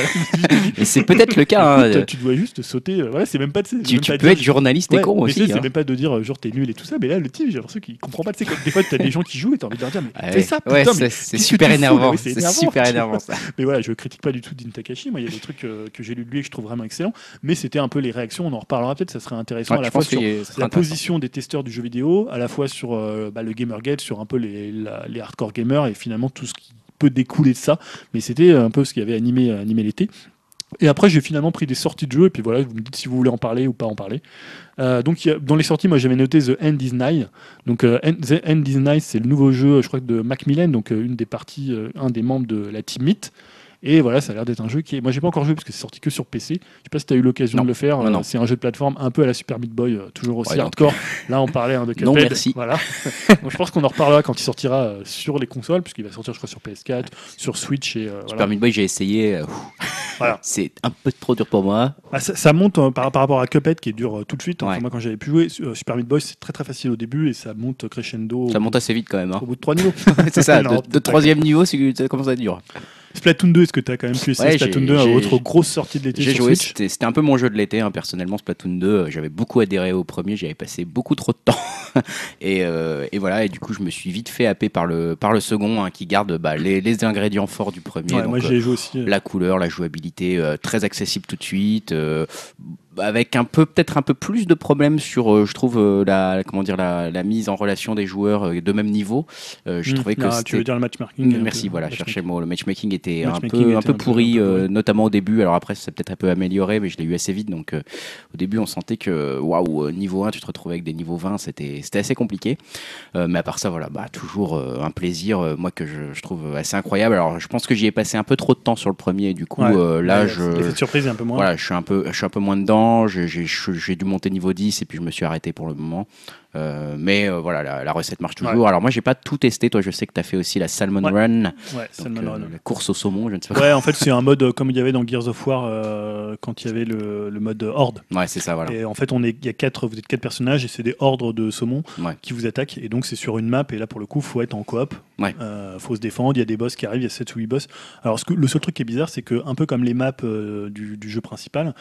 Et c'est peut-être le cas. Écoute, tu dois juste sauter. Voilà, c'est même pas. Tu peux être journaliste et con aussi. C'est même pas de dire genre t'es nul et tout ça, mais là, le type, j'ai l'impression qu'il comprend pas. Tu sais, des fois, t'as des gens qui jouent et t'as envie de leur dire, mais fais ça, putain. C'est super énervant. C'est super énervant ça. Mais voilà, je critique pas du tout Dean Takahashi. Moi, il y a des trucs que j'ai lu de lui et que je trouve vraiment excellents. Mais c'était un peu les réactions. On en reparlera peut-être. Ça serait intéressant à la fois sur la position des testeurs du jeu vidéo, à la fois sur le Gamergate, sur un peu les hardcore gamers et finalement tout ce qui peut découler de ça. Mais c'était un peu ce qui avait animé l'été. Et après, j'ai finalement pris des sorties de jeux, et puis voilà, vous me dites si vous voulez en parler ou pas en parler. Donc, dans les sorties, moi j'avais noté The End is Nigh. Donc, The End is Nigh, c'est le nouveau jeu, je crois, de Macmillan, donc une des parties, un des membres de la Team Meat. Et voilà, ça a l'air d'être un jeu qui est... Moi, j'ai pas encore joué parce que c'est sorti que sur PC. Je sais pas si tu as eu l'occasion de le faire. C'est un jeu de plateforme un peu à la Super Meat Boy, toujours aussi hardcore. Là, on parlait de Cuphead. Non, merci. Voilà. Donc, je pense qu'on en reparlera quand il sortira sur les consoles, puisqu'il va sortir, je crois, sur PS4, sur Switch. Et, Super Meat Boy, j'ai essayé. Voilà. C'est un peu trop dur pour moi. Ça monte par rapport à Cuphead qui est dur tout de suite. Enfin, moi, quand j'avais pu jouer, Super Meat Boy, c'est très très facile au début et ça monte crescendo. Ça monte assez vite quand même. Au bout de 3 niveaux. C'est ça, de troisième niveau, ça commence à être dur. Splatoon 2, est-ce que tu as quand même pu essayer Splatoon 2, autre grosse sortie de l'été? J'ai sur joué, Switch. C'était un peu mon jeu de l'été, personnellement, Splatoon 2. J'avais beaucoup adhéré au premier, j'y avais passé beaucoup trop de temps. et voilà, et du coup, je me suis vite fait happer par le second, qui garde les ingrédients forts du premier. Ouais, donc, moi, j'y ai joué aussi. La couleur, la jouabilité, très accessible tout de suite. avec peut-être un peu plus de problèmes sur, je trouve, la mise en relation des joueurs de même niveau. Je trouvais que tu veux dire le matchmaking. Merci, voilà, chercher le mot. Le matchmaking était un peu pourri, notamment au début. Alors après, ça s'est peut-être un peu amélioré, mais je l'ai eu assez vite. Donc au début, on sentait que, waouh, niveau 1, tu te retrouvais avec des niveaux 20, c'était assez compliqué. Mais à part ça, voilà, toujours un plaisir, moi, que je trouve assez incroyable. Alors je pense que j'y ai passé un peu trop de temps sur le premier, et du coup, là, l'effet de surprise est un peu moins. Voilà, je suis un peu moins dedans. J'ai dû monter niveau 10 et puis je me suis arrêté pour le moment. Mais voilà, la recette marche toujours. Ouais. Alors moi, j'ai pas tout testé. Toi, je sais que tu as fait aussi la Salmon Run. Ouais, Salmon Run. La course au saumon, je ne sais pas. Ouais, en fait, c'est un mode comme il y avait dans Gears of War quand il y avait le mode Horde. Ouais, c'est ça, voilà. Et en fait, vous êtes 4 personnages et c'est des hordes de saumons qui vous attaquent. Et donc, c'est sur une map. Et là, pour le coup, faut être en coop. Ouais. Faut se défendre. Il y a des boss qui arrivent. Il y a 7 ou 8 boss. Alors, le seul truc qui est bizarre, c'est que un peu comme les maps du jeu principal,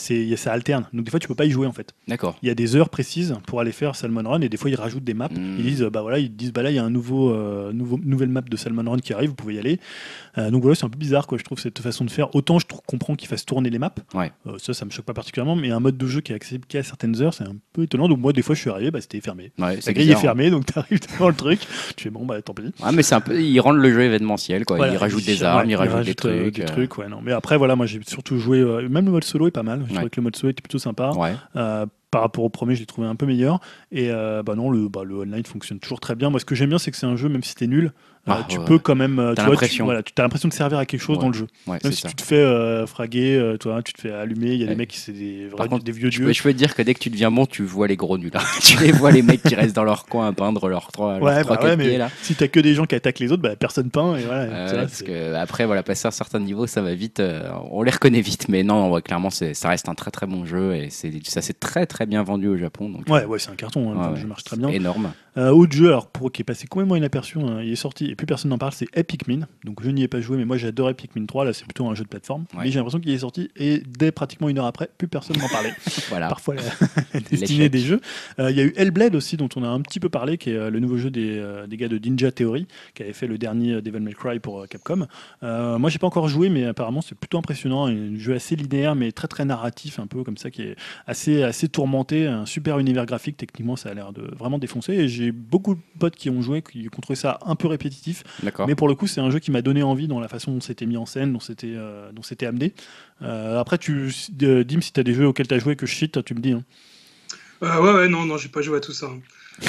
ça alterne. Donc, des fois, tu peux pas y jouer en fait. D'accord. Il y a des heures précises pour aller faire Salmon Run et des fois ils rajoutent des maps. Ils disent là il y a un nouvelle map de Salmon Run qui arrive, vous pouvez y aller. Donc voilà, c'est un peu bizarre quoi, je trouve cette façon de faire. Autant je comprends qu'ils fassent tourner les maps. Ouais. Ça me choque pas particulièrement, mais un mode de jeu qui est accessible à certaines heures, c'est un peu étonnant. Donc moi des fois je suis arrivé, c'était fermé. Ouais, la grille est fermée, donc tu arrives devant le truc. Tu fais tant pis. Ouais, mais c'est un peu, ils rendent le jeu événementiel quoi. Voilà, ils rajoutent des armes, ils rajoutent des trucs. Ouais, non. Mais après voilà, moi j'ai surtout joué. Même le mode solo est pas mal. Je trouvais que le mode solo était plutôt sympa. Ouais. Par rapport au premier, je l'ai trouvé un peu meilleur. Et non, le online fonctionne toujours très bien. Moi, ce que j'aime bien, c'est que c'est un jeu, même si t'es nul, tu peux quand même. Tu as l'impression de servir à quelque chose dans le jeu. Ouais, même si tu te fais fraguer, tu te fais allumer, il y a des mecs qui c'est des vieux dieux. Je peux te dire que dès que tu deviens bon, tu vois les gros nuls. Tu les vois, les mecs qui restent dans leur coin à peindre leurs trois pieds là. Si t'as que des gens qui attaquent les autres, personne peint. Et voilà, parce que après, passer à un certain niveau, ça va vite. On les reconnaît vite, mais non, clairement, ça reste un très très bon jeu et ça s'est très très bien vendu au Japon. Donc, c'est un carton. Le jeu marche très bien. Énorme. Autre jeu, qui est passé complètement inaperçu, il est sorti et plus personne n'en parle, c'est Epic Min. Donc je n'y ai pas joué, mais moi j'adore Epic Min 3. Là, c'est plutôt un jeu de plateforme. Ouais. Mais j'ai l'impression qu'il est sorti et dès pratiquement une heure après, plus personne n'en parlait. Voilà. Parfois la destinée des jeux. Il y a eu Hellblade aussi, dont on a un petit peu parlé, qui est le nouveau jeu des gars de Ninja Theory, qui avait fait le dernier Devil May Cry pour Capcom. Moi, j'ai pas encore joué, mais apparemment c'est plutôt impressionnant. Un jeu assez linéaire, mais très très narratif, un peu comme ça, qui est assez tourmenté. Un super univers graphique. Techniquement, ça a l'air de vraiment défoncer. Et j'ai beaucoup de potes qui ont joué, qui ont trouvé ça un peu répétitif. D'accord. Mais pour le coup, c'est un jeu qui m'a donné envie dans la façon dont c'était mis en scène, dont c'était amené. Après, Dim, si tu as des jeux auxquels tu as joué que je cite, tu me dis. Hein. Non, j'ai pas joué à tout ça.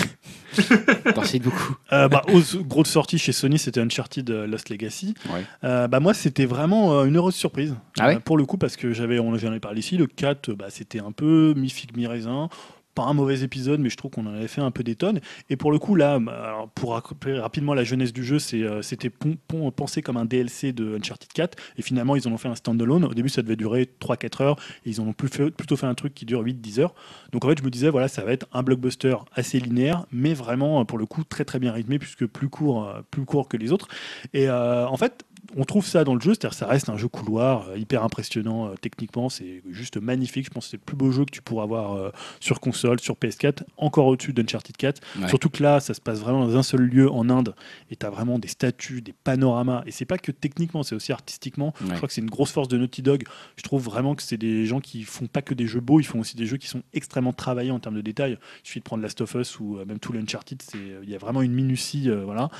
Merci beaucoup. Grosse sortie chez Sony, c'était Uncharted Lost Legacy. Ouais. Moi, c'était vraiment une heureuse surprise. Ah ouais pour le coup, parce que j'en avais parlé ici, le 4, c'était un peu mi-figue, mi-raisin. Pas un mauvais épisode, mais je trouve qu'on en avait fait un peu des tonnes. Et pour le coup, là, pour rappeler rapidement la jeunesse du jeu, c'était pensé comme un DLC de Uncharted 4. Et finalement, ils en ont fait un standalone. Au début, ça devait durer 3-4 heures. Et ils en ont plutôt fait un truc qui dure 8-10 heures. Donc en fait, je me disais, voilà, ça va être un blockbuster assez linéaire, mais vraiment, pour le coup, très très bien rythmé, puisque plus court que les autres. Et en fait, on trouve ça dans le jeu, c'est-à-dire que ça reste un jeu couloir hyper impressionnant techniquement, c'est juste magnifique. Je pense que c'est le plus beau jeu que tu pourras avoir sur console, sur PS4, encore au-dessus d'Uncharted 4. Ouais. Surtout que là, ça se passe vraiment dans un seul lieu en Inde et tu as vraiment des statues, des panoramas. Et c'est pas que techniquement, c'est aussi artistiquement. Ouais. Je crois que c'est une grosse force de Naughty Dog. Je trouve vraiment que c'est des gens qui font pas que des jeux beaux, ils font aussi des jeux qui sont extrêmement travaillés en termes de détails. Il suffit de prendre Last of Us ou même tout l'Uncharted, il y a vraiment une minutie. Voilà.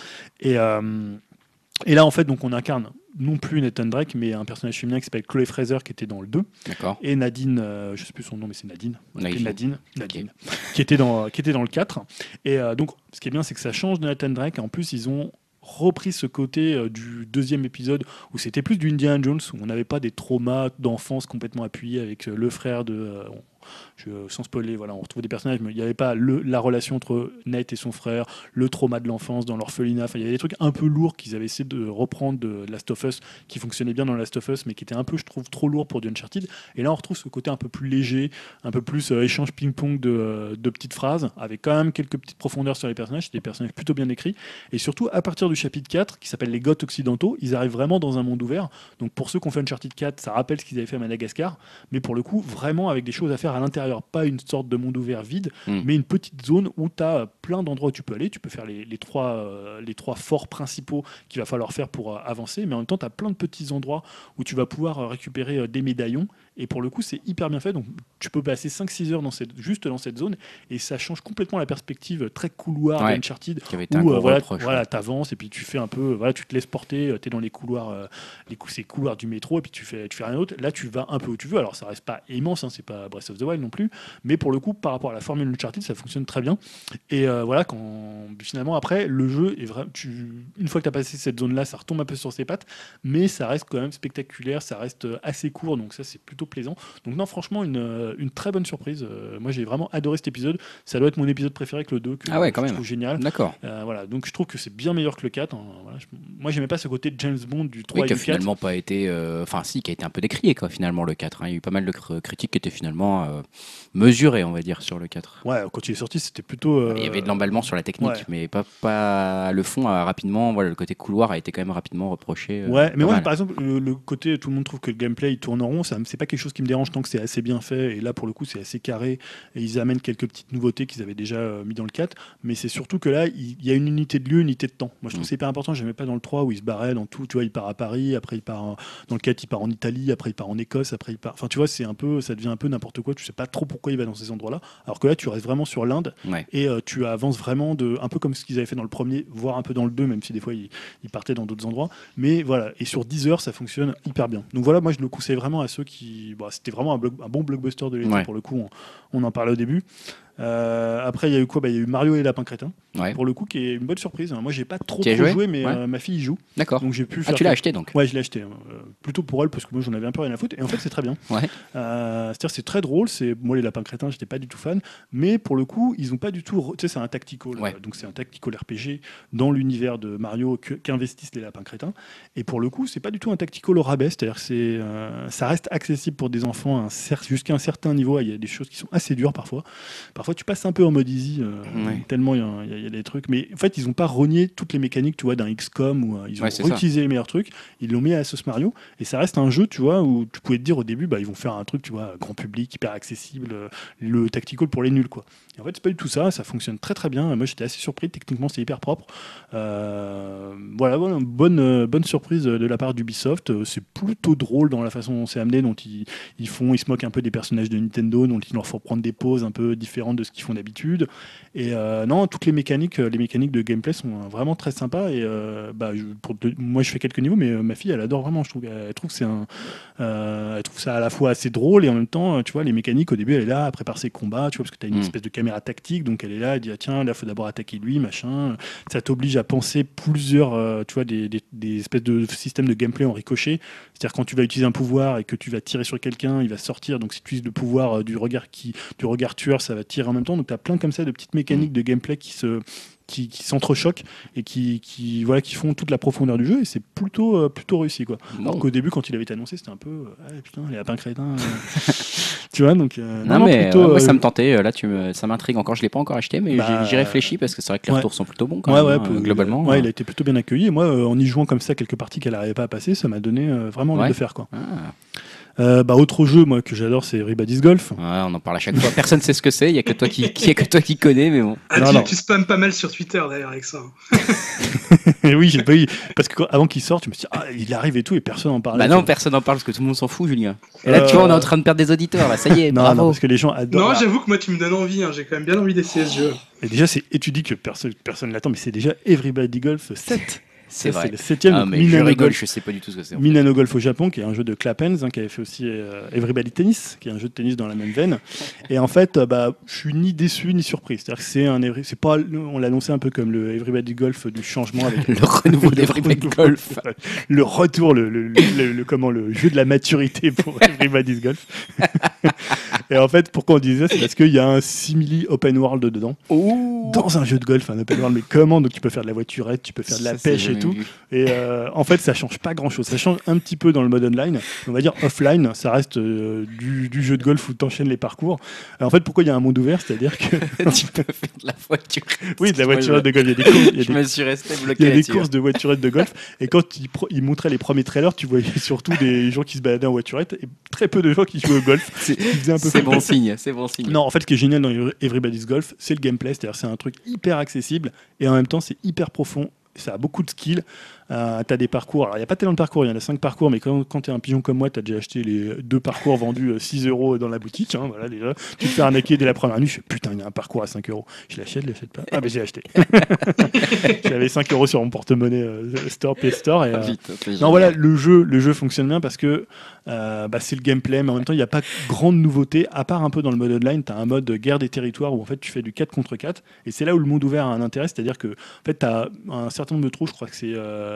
Et là, en fait, donc on incarne non plus Nathan Drake, mais un personnage féminin qui s'appelle Chloé Fraser, qui était dans le 2. D'accord. Et Nadine, je ne sais plus son nom, mais c'est Nadine. Nadine, okay. qui était dans le 4. Et donc, ce qui est bien, c'est que ça change de Nathan Drake. En plus, ils ont repris ce côté du deuxième épisode où c'était plus du Indiana Jones, où on n'avait pas des traumas d'enfance complètement appuyés avec le frère de... sans spoiler, voilà, on retrouve des personnages, mais il n'y avait pas la relation entre Nate et son frère, le trauma de l'enfance dans l'orphelinat. Enfin, il y avait des trucs un peu lourds qu'ils avaient essayé de reprendre de Last of Us, qui fonctionnait bien dans Last of Us, mais qui était un peu, je trouve, trop lourd pour du Uncharted. Et là, on retrouve ce côté un peu plus léger, un peu plus échange ping-pong de petites phrases, avec quand même quelques petites profondeurs sur les personnages. C'est des personnages plutôt bien écrits. Et surtout, à partir du chapitre 4, qui s'appelle Les Goths occidentaux, ils arrivent vraiment dans un monde ouvert. Donc pour ceux qui ont fait Uncharted 4, ça rappelle ce qu'ils avaient fait à Madagascar, mais pour le coup, vraiment avec des choses à faire à l'intérieur, pas une sorte de monde ouvert vide, mais une petite zone où tu as plein d'endroits où tu peux aller. Tu peux faire les trois forts principaux qu'il va falloir faire pour avancer, mais en même temps, tu as plein de petits endroits où tu vas pouvoir récupérer des médaillons Et pour le coup, c'est hyper bien fait. Donc, tu peux passer 5-6 heures juste dans cette zone et ça change complètement la perspective très couloir d'Uncharted. Qui avait été un gros reproche. T'avances et puis tu fais un peu, tu te laisses porter, t'es dans les couloirs, ces couloirs du métro et puis tu fais rien d'autre. Là, tu vas un peu où tu veux. Alors, ça reste pas immense, c'est pas Breath of the Wild non plus, mais pour le coup, par rapport à la formule Uncharted, ça fonctionne très bien. Et quand finalement après, le jeu est vraiment, une fois que tu as passé cette zone-là, ça retombe un peu sur ses pattes, mais ça reste quand même spectaculaire, ça reste assez court, donc ça c'est plutôt plaisant. Donc non, franchement, une très bonne surprise. Moi, j'ai vraiment adoré cet épisode. Ça doit être mon épisode préféré avec le 2, que quand même. Je trouve génial. D'accord. Donc je trouve que c'est bien meilleur que le 4. Moi, j'aimais pas ce côté James Bond du 3 et du 4. Qui a finalement pas été... qui a été un peu décrié, quoi, finalement, le 4. Il y a eu pas mal de critiques qui étaient finalement mesurées, on va dire, sur le 4. Ouais, quand il est sorti, c'était plutôt... Il y avait de l'emballement sur la technique, mais pas le fond a rapidement... Voilà, le côté couloir a été quand même rapidement reproché. Mais moi, par exemple, le côté, tout le monde trouve que le gameplay il tourne en rond, c'est pas quelque chose qui me dérange tant que c'est assez bien fait. Et là, pour le coup, c'est assez carré. Et ils amènent quelques petites nouveautés qu'ils avaient déjà mis dans le 4. Mais c'est surtout que là, il y a une unité de lieu, une unité de temps. Moi, je trouve que c'est hyper important. J'aimais pas dans le 3 où il se barrait dans tout. Tu vois, il part à Paris, après il part dans le 4, il part en Italie, après il part en Écosse, après il part. Enfin, tu vois, ça devient un peu n'importe quoi. Tu sais pas trop pourquoi il va dans ces endroits-là. Alors que là, tu restes vraiment sur l'Inde et tu avances vraiment un peu comme ce qu'ils avaient fait dans le premier, voire un peu dans le 2, même si des fois ils partaient dans d'autres endroits. Mais voilà, et sur 10 heures, ça fonctionne hyper bien. Donc voilà, moi je le conseille vraiment à ceux qui. C'était vraiment un bon blockbuster de l'été pour le coup. On en parlait au début. Après, il y a eu quoi ? Il y a eu Mario et les Lapins Crétins, pour le coup, qui est une bonne surprise. Moi, j'ai pas trop joué, mais ma fille y joue. D'accord. Donc j'ai pu. Tu l'as acheté donc ? Ouais, je l'ai acheté. Plutôt pour elle, parce que moi, j'en avais un peu rien à foutre. Et en fait, c'est très bien. C'est-à-dire, c'est très drôle. Moi, les Lapins Crétins, j'étais pas du tout fan. Mais pour le coup, ils ont pas du tout. Tu sais, c'est un tactical. Donc c'est un tactical RPG dans l'univers de Mario qu'investissent les Lapins Crétins. Et pour le coup, c'est pas du tout un tactical au rabais. C'est-à-dire que ça reste accessible pour des enfants jusqu'à un certain niveau. Il y a des choses qui sont assez dures parfois. Parfois, tu passes un peu en mode easy, tellement il y a des trucs. Mais en fait, ils n'ont pas renié toutes les mécaniques, tu vois, d'un XCOM où ils ont réutilisé les meilleurs trucs. Ils l'ont mis à Sauce Mario. Et ça reste un jeu, tu vois, où tu pouvais te dire au début, ils vont faire un truc, tu vois, grand public, hyper accessible, le tactical pour les nuls, quoi. Et en fait, c'est pas du tout ça. Ça fonctionne très très bien. Moi, j'étais assez surpris. Techniquement, c'est hyper propre. Voilà, une bonne surprise de la part d'Ubisoft. C'est plutôt drôle dans la façon dont c'est amené, dont ils se moquent un peu des personnages de Nintendo, dont il leur faut prendre des pauses un peu différentes de ce qu'ils font d'habitude. Et non, toutes les mécaniques de gameplay sont vraiment très sympas. Et moi, je fais quelques niveaux, mais ma fille, elle adore vraiment. Elle trouve que elle trouve ça à la fois assez drôle et en même temps, tu vois, les mécaniques au début, elle est là, elle prépare ses combats, tu vois, parce que tu as une espèce de caméra tactique, donc elle est là, elle dit tiens, là, faut d'abord attaquer lui, machin. Ça t'oblige à penser plusieurs, tu vois, des espèces de systèmes de gameplay en ricochet. C'est-à-dire quand tu vas utiliser un pouvoir et que tu vas tirer sur quelqu'un, il va sortir. Donc si tu utilises le pouvoir du regard tueur, ça va tirer en même temps. Donc tu as plein comme ça de petites mécaniques de gameplay qui s'entrechoquent et qui font toute la profondeur du jeu, et c'est plutôt réussi, quoi. Alors qu'au début, quand il avait été annoncé, c'était un peu putain, les lapins crétins. Tu vois, donc moi, ça me tentait. Là, ça m'intrigue encore. Je l'ai pas encore acheté, mais j'y réfléchis parce que c'est vrai que les retours sont plutôt bons quand même, globalement. Il a été plutôt bien accueilli. Et moi, en y jouant comme ça quelques parties qu'elle n'arrivait pas à passer, ça m'a donné vraiment envie de faire, quoi. Autre jeu, moi, que j'adore, c'est Everybody's Golf. On en parle à chaque fois. Personne ne sait ce que c'est. Il y a que toi qui connais, mais bon. Tu spammes pas mal sur Twitter d'ailleurs avec ça. Oui, j'ai pas eu. Parce qu'avant qu'il sorte, je me suis dit, il arrive et tout, et personne n'en parle. Non, personne n'en parle parce que tout le monde s'en fout, Julien. Et là, tu vois, on est en train de perdre des auditeurs. Là, ça y est, bravo. Non, parce que les gens adorent. Non, j'avoue que moi, tu me donnes envie. J'ai quand même bien envie d'essayer ce jeu. Et déjà, tu dis que personne l'attend, mais c'est déjà Everybody Golf 7. C'est vrai. C'est le 7ème. Mais je rigole, je sais pas du tout ce que c'est. Milano Golf au Japon, qui est un jeu de Clapens, qui avait fait aussi Everybody Tennis, qui est un jeu de tennis dans la même veine. Et en fait, je suis ni déçu ni surpris. C'est-à-dire que c'est pas, on l'a annoncé un peu comme le Everybody Golf du changement avec le renouveau d'Everybody Golf. Le retour, le jeu de la maturité pour Everybody's Golf. Et en fait, pourquoi on disait ça, c'est parce qu'il y a un simili open world dedans. Dans un jeu de golf, un open world, mais comment ? Donc tu peux faire de la voiturette, tu peux faire de la pêche et tout. Et en fait, ça change pas grand chose. Ça change un petit peu dans le mode online. On va dire offline, ça reste du jeu de golf où tu enchaînes les parcours. En fait, pourquoi il y a un monde ouvert ? C'est-à-dire que. Tu peux faire de la voiturette. Oui, de la voiturette de golf. Je me suis resté bloqué. Il y a des courses de voiturette de golf. Et quand ils montraient les premiers trailers, tu voyais surtout des gens qui se baladaient en voiturette et très peu de gens qui jouaient au golf. C'est bon signe. Non, en fait, ce qui est génial dans Everybody's Golf, c'est le gameplay. C'est-à-dire c'est un truc hyper accessible et en même temps, c'est hyper profond. ça a beaucoup de skills. Tu as des parcours, alors il n'y a pas tellement de parcours, il y en a 5 parcours, mais quand tu es un pigeon comme moi, tu as déjà acheté les 2 parcours vendus 6 € dans la boutique. Hein, voilà, déjà. Tu te fais arnaquer dès la première nuit, je fais putain, il y a un parcours à 5 €. Je l'achète pas. Ah, mais j'ai acheté. J'avais 5 € sur mon porte-monnaie Store, PS Store. Et, non, voilà, le jeu fonctionne bien parce que c'est le gameplay, mais en même temps, il n'y a pas grande nouveauté, à part un peu dans le mode online. Tu as un mode guerre des territoires où en fait tu fais du 4 contre 4, et c'est là où le monde ouvert a un intérêt, c'est-à-dire que en fait, tu as un certain nombre de trous, je crois que c'est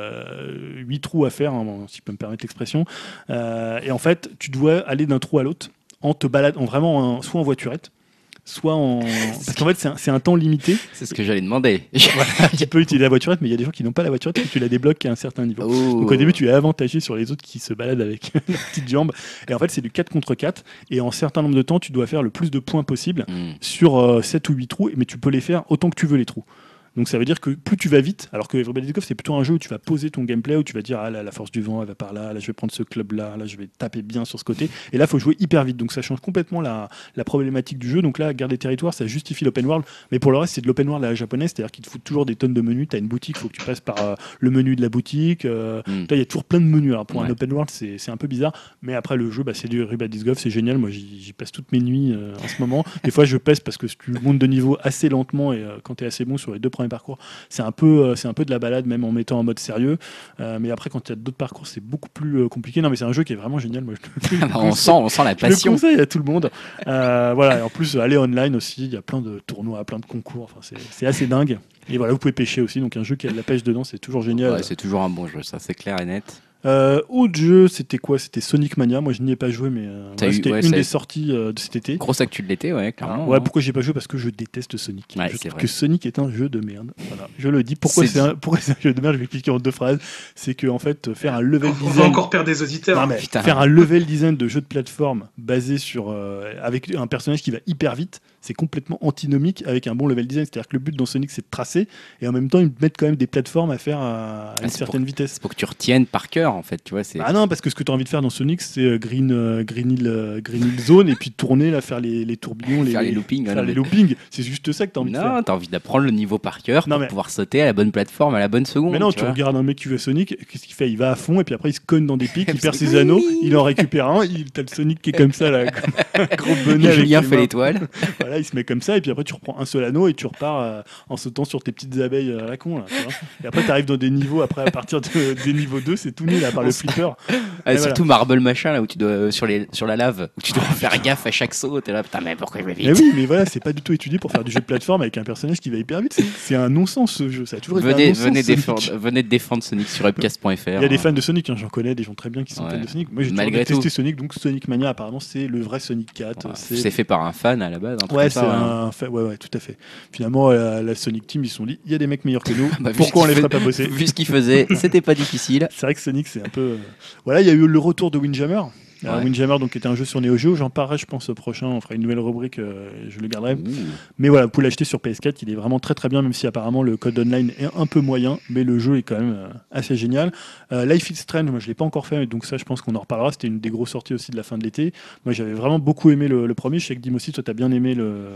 8 trous à faire, hein, si je peux me permettre l'expression, et en fait, tu dois aller d'un trou à l'autre en te baladant, vraiment soit en voiturette, soit en... Parce qu'en fait, c'est un temps limité. C'est ce que j'allais demander. Voilà, tu peux utiliser la voiturette, mais il y a des gens qui n'ont pas la voiturette et tu la débloques à un certain niveau. Oh. Donc au début, tu es avantagé sur les autres qui se baladent avec leurs petites jambes. Et en fait, c'est du 4 contre 4. Et en certain nombre de temps, tu dois faire le plus de points possible sur 7 ou 8 trous. Mais tu peux les faire autant que tu veux, les trous. Donc ça veut dire que plus tu vas vite, alors que Everybody's Golf c'est plutôt un jeu où tu vas poser ton gameplay, où tu vas dire ah là, la force du vent elle va par là, là je vais prendre ce club là, là je vais taper bien sur ce côté, et là il faut jouer hyper vite, donc ça change complètement la problématique du jeu. Donc là guerre des territoires ça justifie l'open world, mais pour le reste c'est de l'open world à la japonaise, c'est-à-dire qu'il te fout toujours des tonnes de menus, tu as une boutique, il faut que tu passes par le menu de la boutique, là il y a toujours plein de menus, alors pour un open world c'est un peu bizarre, mais après le jeu c'est du Everybody's Golf, c'est génial, moi j'y passe toutes mes nuits en ce moment, des fois je pèse parce que tu montes de niveau assez lentement, et quand tu es assez bon sur les 2 premiers parcours, c'est un peu de la balade, même en mettant en mode sérieux. Mais après, quand il y a d'autres parcours, c'est beaucoup plus compliqué. Non, mais c'est un jeu qui est vraiment génial. Moi, on sent la passion. Je le conseille à tout le monde. Voilà. Et en plus, aller online aussi. Il y a plein de tournois, plein de concours. Enfin, c'est assez dingue. Et voilà, vous pouvez pêcher aussi. Donc, un jeu qui a de la pêche dedans, c'est toujours génial. Ouais, c'est toujours un bon jeu, ça, c'est clair et net. Autre jeu, c'était quoi? C'était Sonic Mania. Moi, je n'y ai pas joué, mais c'était une des sorties de cet été. Grosse actu de l'été, ouais, clairement. Ouais, pourquoi j'ai pas joué? Parce que je déteste Sonic. Ouais, je trouve vrai. que Sonic est un jeu de merde. Voilà, je le dis. Pourquoi c'est un jeu de merde? Je vais expliquer en 2 phrases. C'est que en fait, faire un level design. On va encore perdre des auditeurs. Non, mais faire un level design de jeu de plateforme basé sur avec un personnage qui va hyper vite, c'est complètement antinomique avec un bon level design. C'est-à-dire que le but dans Sonic, c'est de tracer, et en même temps, ils mettent quand même des plateformes à faire à une certaine vitesse. C'est pour que tu retiennes par cœur, en fait. Tu vois, Ah non, parce que ce que tu as envie de faire dans Sonic, c'est Green Hill Zone, et puis tourner, là, faire les tourbillons, faire les loopings. Les loopings. C'est juste ça que tu as envie de faire. Non, tu as envie d'apprendre le niveau par cœur pour pouvoir sauter à la bonne plateforme, à la bonne seconde. Mais non, tu regardes un mec qui veut Sonic, qu'est-ce qu'il fait? Il va à fond, et puis après, il se cogne dans des pics, il perd ses anneaux, il en récupère un, t'as le Sonic qui est comme ça, là, comme un gros bonnet. Et Julien fait l'étoile. Voilà, il se met comme ça, et puis après, tu reprends un seul anneau, et tu repars en sautant sur tes petites abeilles à la con, là, tu vois. Et après, tu arrives dans des niveaux, après, à partir des niveaux 2, c'est tout nul, à part le flipper. Surtout Marble Machin, là, où tu dois, sur la lave, où tu dois faire gaffe à chaque saut, t'es là, putain, mais pourquoi je vais vite? Mais oui, mais voilà, c'est pas du tout étudié pour faire du jeu de plateforme avec un personnage qui va hyper vite. C'est un non-sens, ce jeu. Ça a toujours été un non-sens. Venez défendre Sonic sur webcast.fr. Il y a des fans de Sonic, hein, j'en connais des gens très bien qui sont fans de Sonic. Moi, j'ai toujours détesté Sonic, donc Sonic Mania, apparemment, c'est le vrai Sonic 4. C'est fait par un fan à la base. Ouais, c'est ouais, tout à fait. Finalement, la Sonic Team, ils se sont dit, il y a des mecs meilleurs que nous, pourquoi on les ferait pas bosser? Vu ce qu'ils faisaient, c'était pas difficile. C'est vrai que Sonic, c'est un peu. Voilà, il y a eu le retour de Windjammer. Windjammer, donc, était un jeu sur Neo Geo. J'en parlerai, je pense, au prochain. On fera une nouvelle rubrique, je le garderai. Mais voilà, vous pouvez l'acheter sur PS4. Il est vraiment très très bien, même si apparemment le code online est un peu moyen. Mais le jeu est quand même assez génial. Life is Strange, moi je ne l'ai pas encore fait, donc ça, je pense qu'on en reparlera. C'était une des grosses sorties aussi de la fin de l'été. Moi, j'avais vraiment beaucoup aimé le premier. Je sais que Dim aussi, toi, tu as bien aimé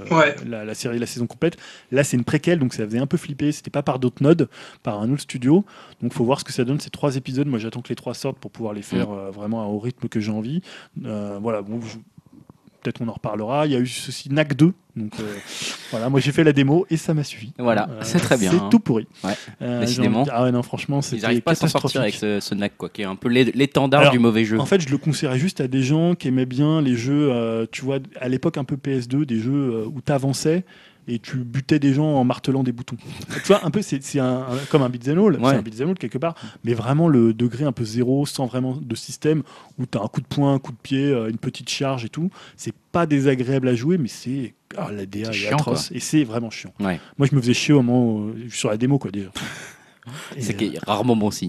la série, la saison complète. Là, c'est une préquelle, donc ça faisait un peu flipper. C'était pas par d'autres nodes, par un autre studio. Donc, il faut voir ce que ça donne. Ces 3 épisodes. Moi, j'attends que les 3 sortent pour pouvoir les faire vraiment au rythme que j'ai envie. Voilà, bon, peut-être on en reparlera. Il y a eu ceci NAC 2, donc voilà, moi j'ai fait la démo et ça m'a suffi. Voilà, c'est très bien. C'est tout pourri. Décidément. Ah ouais, non, franchement, ils n'arrivent pas à s'en sortir avec ce NAC, quoi, qui est un peu l'étendard du mauvais jeu. En fait, je le conseillerais juste à des gens qui aimaient bien les jeux, tu vois, à l'époque un peu PS2, des jeux où tu avançais et tu butais des gens en martelant des boutons. Tu vois, un peu, c'est comme un beat'em all, c'est un beat'em all quelque part, mais vraiment le degré un peu zéro, sans vraiment de système, où tu as un coup de poing, un coup de pied, une petite charge et tout. C'est pas désagréable à jouer, mais c'est... la DA est atroce, et c'est vraiment chiant. Ouais. Moi, je me faisais chier au moment sur la démo, quoi, déjà. C'est rarement bon signe.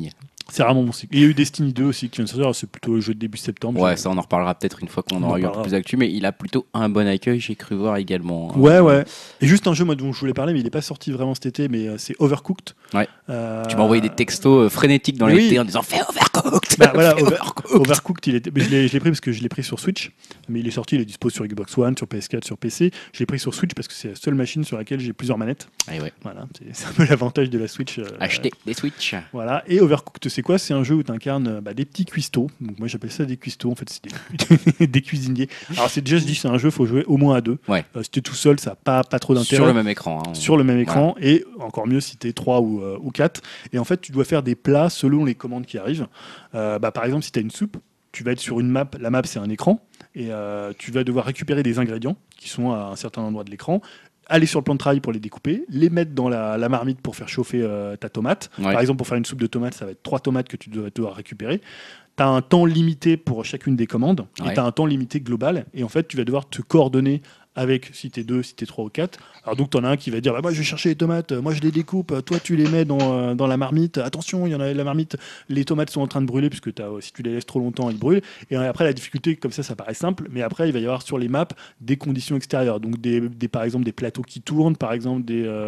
C'est vraiment bon cycle. Il y a eu Destiny 2 aussi qui vient de sortir, c'est plutôt le jeu de début septembre. Ouais, ça on en reparlera peut-être une fois qu'on aura eu un peu plus d'actu, mais il a plutôt un bon accueil, j'ai cru voir également. Ouais. Et juste un jeu moi, dont je voulais parler, mais il n'est pas sorti vraiment cet été, mais c'est Overcooked. Ouais. Tu m'as envoyé des textos frénétiques dans l'été en disant fais Overcooked. Bah, voilà, Overcooked, je l'ai pris parce que je l'ai pris sur Switch, mais il est sorti, il est dispo sur Xbox One, sur PS4, sur PC. Je l'ai pris sur Switch parce que c'est la seule machine sur laquelle j'ai plusieurs manettes. Et ouais. Voilà, c'est un peu l'avantage de la Switch. Acheter des Switch. Voilà. Et Overcooked, c'est quoi? C'est un jeu où tu incarnes des petits cuistots. Donc moi j'appelle ça des cuistots. En fait, c'est des cuisiniers. Alors c'est déjà, je dis, c'est un jeu, il faut jouer au moins à deux. Ouais. Si tu es tout seul, ça n'a pas trop d'intérêt. Sur le même écran. Sur le même écran. Voilà. Et encore mieux si tu es 3 ou 4. Et en fait, tu dois faire des plats selon les commandes qui arrivent. Par exemple, si tu as une soupe, tu vas être sur une map. La map, c'est un écran. Et tu vas devoir récupérer des ingrédients qui sont à un certain endroit de l'écran, aller sur le plan de travail pour les découper, les mettre dans la marmite pour faire chauffer ta tomate. Ouais. Par exemple, pour faire une soupe de tomates, ça va être 3 tomates que tu dois devoir récupérer. Tu as un temps limité pour chacune des commandes, et tu as un temps limité global. Et en fait, tu vas devoir te coordonner avec si t'es 2, si t'es 3 ou 4. Alors donc t'en as un qui va dire moi je vais chercher les tomates, moi je les découpe, toi tu les mets dans la marmite, attention il y en a la marmite, les tomates sont en train de brûler puisque si tu les laisses trop longtemps ils brûlent. Et après la difficulté comme ça paraît simple, mais après il va y avoir sur les maps des conditions extérieures, donc par exemple des plateaux qui tournent, par exemple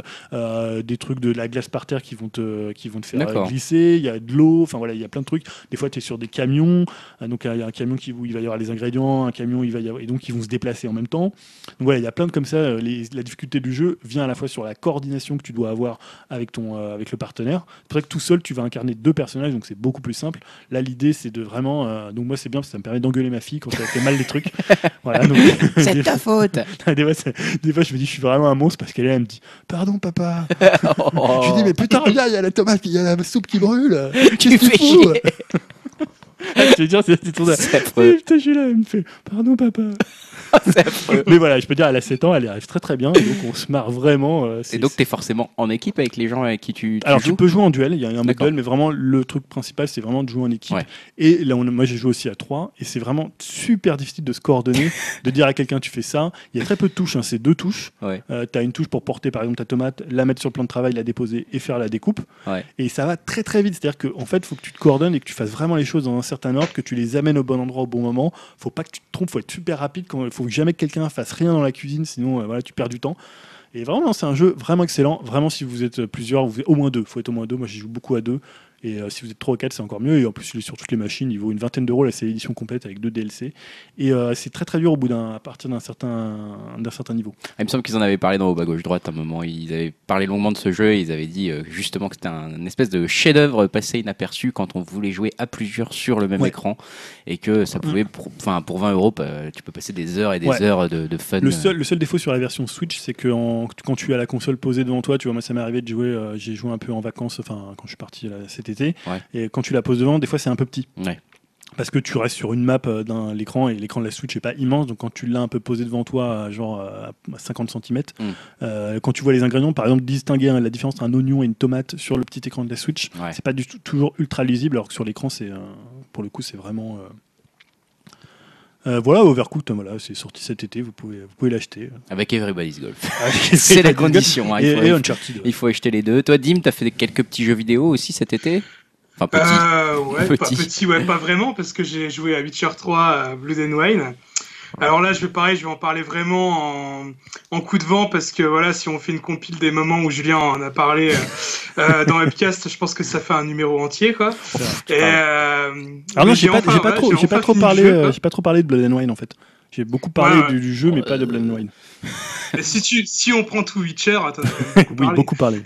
des trucs de la glace par terre qui vont te faire glisser, il y a de l'eau, enfin voilà il y a plein de trucs. Des fois tu es sur des camions, donc il y a un camion où il va y avoir les ingrédients, un camion et donc ils vont se déplacer en même temps. Donc voilà, il y a plein de comme ça. La difficulté du jeu vient à la fois sur la coordination que tu dois avoir avec le partenaire. C'est vrai que tout seul, tu vas incarner 2 personnages, donc c'est beaucoup plus simple. Là, l'idée, c'est de vraiment. Donc moi, c'est bien parce que ça me permet d'engueuler ma fille quand elle fait mal les trucs. Voilà, donc, c'est de ta faute. Des fois, je me dis, je suis vraiment un monstre parce qu'elle me dit, pardon, papa. Je lui dis, mais putain, regarde, il y a la tomate, il y a la soupe qui brûle. Tu fais chier. Je veux dire, c'est ton. Putain, je suis là, elle me fait, pardon, papa. Mais voilà, je peux dire, elle a 7 ans, elle y arrive très très bien, et donc on se marre vraiment. Et donc tu es forcément en équipe avec les gens avec qui tu Alors joues. tu peux jouer en duel, il y a un mode duel, mais vraiment le truc principal c'est vraiment de jouer en équipe. Ouais. Et là, moi j'ai joué aussi à 3, et c'est vraiment super difficile de se coordonner, de dire à quelqu'un tu fais ça. Il y a très peu de touches, c'est 2 touches. Ouais. Tu as une touche pour porter par exemple ta tomate, la mettre sur le plan de travail, la déposer et faire la découpe. Ouais. Et ça va très très vite, c'est-à-dire qu'en fait il faut que tu te coordonnes et que tu fasses vraiment les choses dans un certain ordre, que tu les amènes au bon endroit au bon moment. Faut pas que tu te trompes, faut être super rapide, il faut jamais que quelqu'un fasse rien dans la cuisine, sinon voilà, tu perds du temps. Et vraiment, c'est un jeu vraiment excellent. Vraiment, si vous êtes plusieurs, au moins 2. Il faut être au moins 2. Moi, j'y joue beaucoup à 2. Et si vous êtes 3 ou 4, c'est encore mieux. Et en plus, il est sur toutes les machines. Il vaut une vingtaine d'euros. Là, c'est l'édition complète avec 2 DLC. Et c'est très très dur à partir d'un certain niveau. Il me semble qu'ils en avaient parlé dans Au bas gauche droite à un moment. Ils avaient parlé longuement de ce jeu. Et ils avaient dit justement que c'était une espèce de chef-d'œuvre passé inaperçu quand on voulait jouer à plusieurs sur le même écran. Et que ça pouvait, pour 20 euros, tu peux passer des heures et des heures de fun. Le seul défaut sur la version Switch, c'est que quand tu as la console posée devant toi, tu vois, moi ça m'est arrivé de jouer, j'ai joué un peu en vacances, quand je suis parti là, cet été, et quand tu la poses devant, des fois c'est un peu petit. Ouais. Parce que tu restes sur une map d'un l'écran, et l'écran de la Switch n'est pas immense, donc quand tu l'as un peu posé devant toi, genre à 50 cm, quand tu vois les ingrédients, par exemple, distinguer la différence entre un oignon et une tomate sur le petit écran de la Switch, c'est pas du tout toujours ultra lisible, alors que sur l'écran, pour le coup, c'est vraiment. Voilà, Overcooked, voilà, c'est sorti cet été, vous pouvez l'acheter. Avec Everybody's Golf. C'est la condition. Hein, et Uncharted. Il faut acheter les deux. Toi, Dim, t'as fait quelques petits jeux vidéo aussi cet été? Enfin, petit. Pas vraiment, parce que j'ai joué à Witcher 3, à Blood and Wine. Alors là, je vais en parler vraiment en coup de vent, parce que voilà, si on fait une compile des moments où Julien en a parlé dans Webcast, je pense que ça fait un numéro entier, quoi. Non, j'ai pas trop parlé de Blood and Wine en fait. J'ai beaucoup parlé du jeu, mais pas de Blood and Wine. Et si on prend tout Witcher, attends, beaucoup parlé.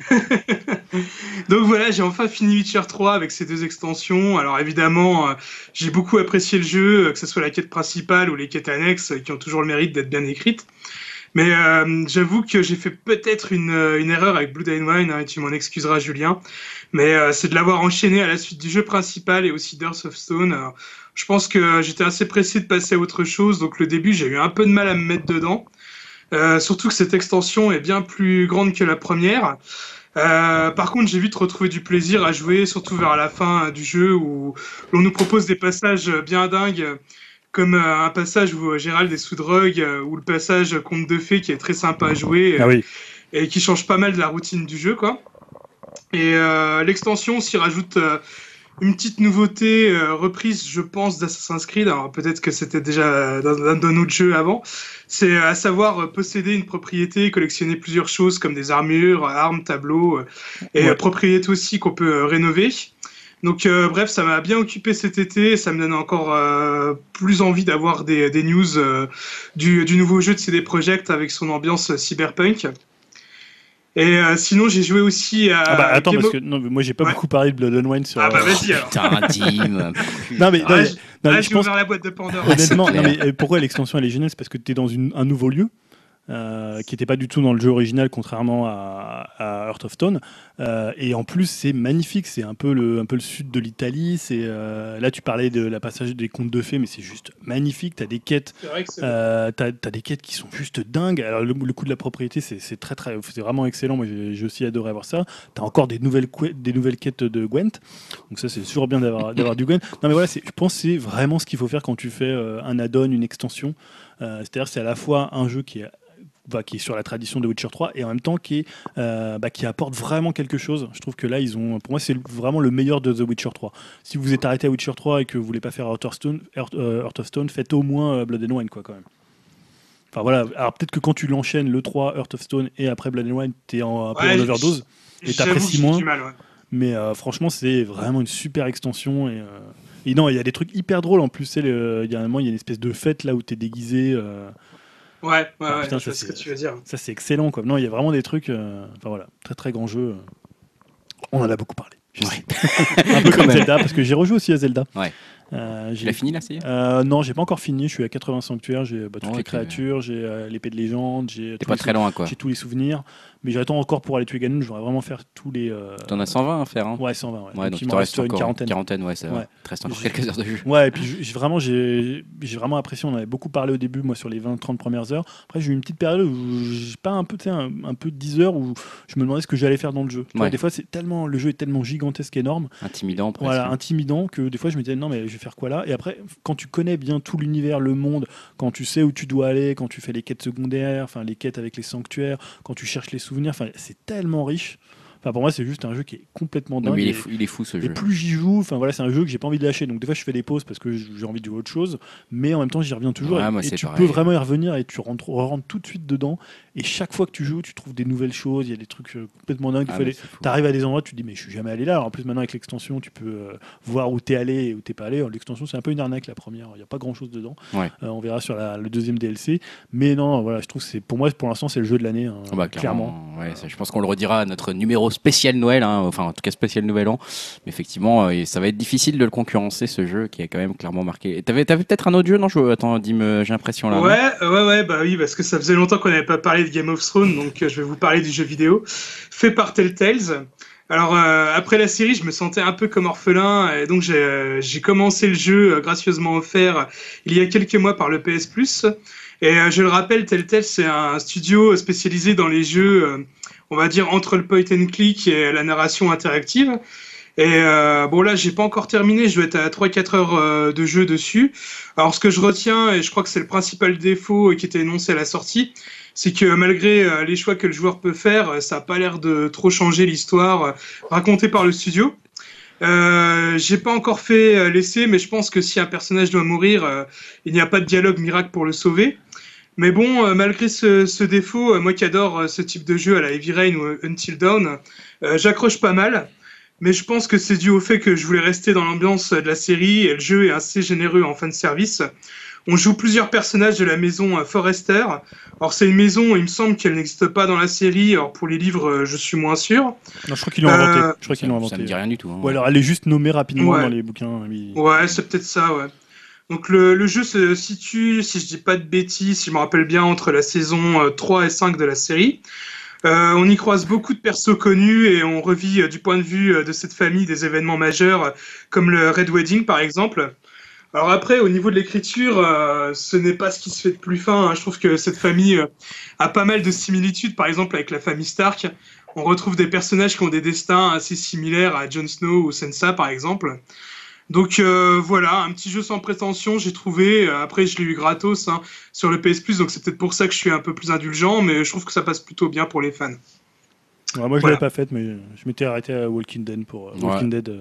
Donc voilà, j'ai enfin fini Witcher 3 avec ces 2 extensions. Alors évidemment, j'ai beaucoup apprécié le jeu, que ce soit la quête principale ou les quêtes annexes, qui ont toujours le mérite d'être bien écrites. Mais j'avoue que j'ai fait peut-être une erreur avec Blood and Wine, et tu m'en excuseras, Julien. Mais c'est de l'avoir enchaîné à la suite du jeu principal et aussi d'Earth of Stone. Alors, je pense que j'étais assez pressé de passer à autre chose, donc le début, j'ai eu un peu de mal à me mettre dedans. Surtout que cette extension est bien plus grande que la première. Par contre, j'ai vite retrouvé du plaisir à jouer, surtout vers la fin du jeu, où l'on nous propose des passages bien dingues, comme un passage où Gérald est sous drogue, ou le passage Conte de Fées qui est très sympa à jouer, et qui change pas mal de la routine du jeu, quoi. Et l'extension s'y rajoute une petite nouveauté reprise, je pense, d'Assassin's Creed. Alors peut-être que c'était déjà dans notre jeu avant. C'est à savoir posséder une propriété, collectionner plusieurs choses comme des armures, armes, tableaux, et propriété aussi qu'on peut rénover. Donc bref, ça m'a bien occupé cet été, ça me donne encore plus envie d'avoir des news du nouveau jeu de CD Projekt avec son ambiance cyberpunk. Et sinon, j'ai joué aussi à. Ah bah attends, parce que non, moi j'ai pas beaucoup parlé de Blood and Wine sur. Ah bah vas-y alors. Putain, Dim. Non mais j'ai ouvert la boîte de Pandore. Honnêtement, non mais pourquoi l'extension elle est géniale, c'est parce que tu es dans un nouveau lieu. Qui n'était pas du tout dans le jeu original, contrairement à Heart of Stone. Et en plus, c'est magnifique. C'est un peu le sud de l'Italie. Là, tu parlais de la passage des contes de fées, mais c'est juste magnifique. Tu as des quêtes. T'as des quêtes qui sont juste dingues. Alors, le coup de la propriété, c'est vraiment excellent. Moi, j'ai aussi adoré avoir ça. Tu as encore des nouvelles quêtes de Gwent. Donc ça, c'est toujours bien d'avoir du Gwent. Non, mais voilà, je pense que c'est vraiment ce qu'il faut faire quand tu fais un add-on, une extension. C'est-à-dire, c'est à la fois un jeu qui est sur la tradition de Witcher 3 et en même temps qui apporte vraiment quelque chose. Je trouve que là, pour moi, c'est vraiment le meilleur de The Witcher 3. Si vous êtes arrêté à Witcher 3 et que vous voulez pas faire Heart of Stone, faites au moins Blood and Wine, quoi, quand même. Enfin voilà, alors peut-être que quand tu l'enchaînes, le 3, Heart of Stone et après Blood and Wine, t'es un peu en overdose et t'apprécies moins. Mais franchement, c'est vraiment une super extension et non, il y a des trucs hyper drôles en plus. Il y a un moment, il y a une espèce de fête là où t'es déguisé. Ouais, putain, je sais ce que tu veux dire. Ça, c'est excellent, quoi. Non, il y a vraiment des trucs. Enfin voilà, très très grand jeu. On en a beaucoup parlé. Un peu comme Zelda, parce que j'ai rejoué aussi à Zelda. Ouais. Tu l'as fini là, c'est Non, j'ai pas encore fini. Je suis à 80 sanctuaires. J'ai toutes les créatures. J'ai l'épée de légende. T'es pas très loin, quoi. J'ai tous les souvenirs. Mais j'attends encore pour aller tuer Ganon. Je voudrais vraiment faire tous les. T'en as 120 à faire, hein. Ouais, 120. Ouais, donc il te reste encore une quarantaine. Ouais, ça va. Il te reste encore quelques heures de jeu. Ouais, et puis j'ai vraiment apprécié. On avait beaucoup parlé au début, moi, sur les 20-30 premières heures. Après, j'ai eu une petite période où j'ai pas un peu de 10 heures où je me demandais ce que j'allais faire dans le jeu. Des fois, le jeu est tellement gigantesque, énorme. Intimidant, presque. Voilà, intimidant que des fois, je me disais, non, mais je vais faire quoi là ? Et après, quand tu connais bien tout l'univers, le monde, quand tu sais où tu dois aller, quand tu fais les quêtes secondaires, enfin les quêtes avec les sanctuaires, quand tu cherches les souvenirs, enfin c'est tellement riche. Enfin, pour moi, c'est juste un jeu qui est complètement dingue. Non, mais il est fou ce jeu. Et plus j'y joue, enfin voilà, c'est un jeu que j'ai pas envie de lâcher. Donc des fois, je fais des pauses parce que j'ai envie de jouer autre chose, mais en même temps, j'y reviens toujours. Ouais, et tu peux vraiment y revenir et tu rentres tout de suite dedans. Et chaque fois que tu joues, tu trouves des nouvelles choses. Il y a des trucs complètement dingues. Tu arrives à des endroits, tu te dis mais je suis jamais allé là. Alors, en plus, maintenant avec l'extension, tu peux voir où t'es allé et où t'es pas allé. Alors, l'extension, c'est un peu une arnaque la première. Il y a pas grand chose dedans. Ouais. On verra sur le deuxième DLC. Mais non, voilà, je trouve que pour moi, pour l'instant, c'est le jeu de l'année, clairement. Ouais, je pense qu'on le redira à notre numéro spécial Noël. Enfin en tout cas spécial Nouvel An, mais effectivement ça va être difficile de le concurrencer, ce jeu qui a quand même clairement marqué. Et t'avais peut-être un autre jeu, non? Attends, dis-moi, j'ai l'impression là. Ouais, bah oui, parce que ça faisait longtemps qu'on n'avait pas parlé de Game of Thrones, donc je vais vous parler du jeu vidéo fait par Telltales. Alors après la série, je me sentais un peu comme orphelin, et donc j'ai commencé le jeu gracieusement offert il y a quelques mois par le PS Plus. Et je le rappelle, Telltale, c'est un studio spécialisé dans les jeux, on va dire, entre le point and click et la narration interactive. Et bon, là, j'ai pas encore terminé, je dois être à 3-4 heures de jeu dessus. Alors, ce que je retiens, et je crois que c'est le principal défaut qui était énoncé à la sortie, c'est que malgré les choix que le joueur peut faire, ça n'a pas l'air de trop changer l'histoire racontée par le studio. J'ai pas encore fait l'essai, mais je pense que si un personnage doit mourir, il n'y a pas de dialogue miracle pour le sauver. Mais bon, malgré ce défaut, moi qui adore ce type de jeu à la Heavy Rain ou Until Dawn, j'accroche pas mal. Mais je pense que c'est dû au fait que je voulais rester dans l'ambiance de la série et le jeu est assez généreux en fanservice. On joue plusieurs personnages de la maison Forrester. Alors c'est une maison, il me semble qu'elle n'existe pas dans la série. Alors pour les livres, je suis moins sûr. Non, je crois qu'ils l'ont inventé. Ça me dit rien du tout. Ou alors elle est juste nommée rapidement dans les bouquins. Ouais, c'est peut-être ça, ouais. Donc le jeu se situe, si je dis pas de bêtises, si je me rappelle bien, entre la saison 3 et 5 de la série. On y croise beaucoup de persos connus et on revit du point de vue de cette famille des événements majeurs comme le Red Wedding par exemple. Alors après, au niveau de l'écriture, ce n'est pas ce qui se fait de plus fin, hein. Je trouve que cette famille a pas mal de similitudes, par exemple avec la famille Stark. On retrouve des personnages qui ont des destins assez similaires à Jon Snow ou Sansa par exemple. Donc voilà, un petit jeu sans prétention, j'ai trouvé. Après, je l'ai eu gratos sur le PS Plus, donc c'est peut-être pour ça que je suis un peu plus indulgent, mais je trouve que ça passe plutôt bien pour les fans. Ouais, moi, je l'avais pas faite, mais je m'étais arrêté à Walking Dead pour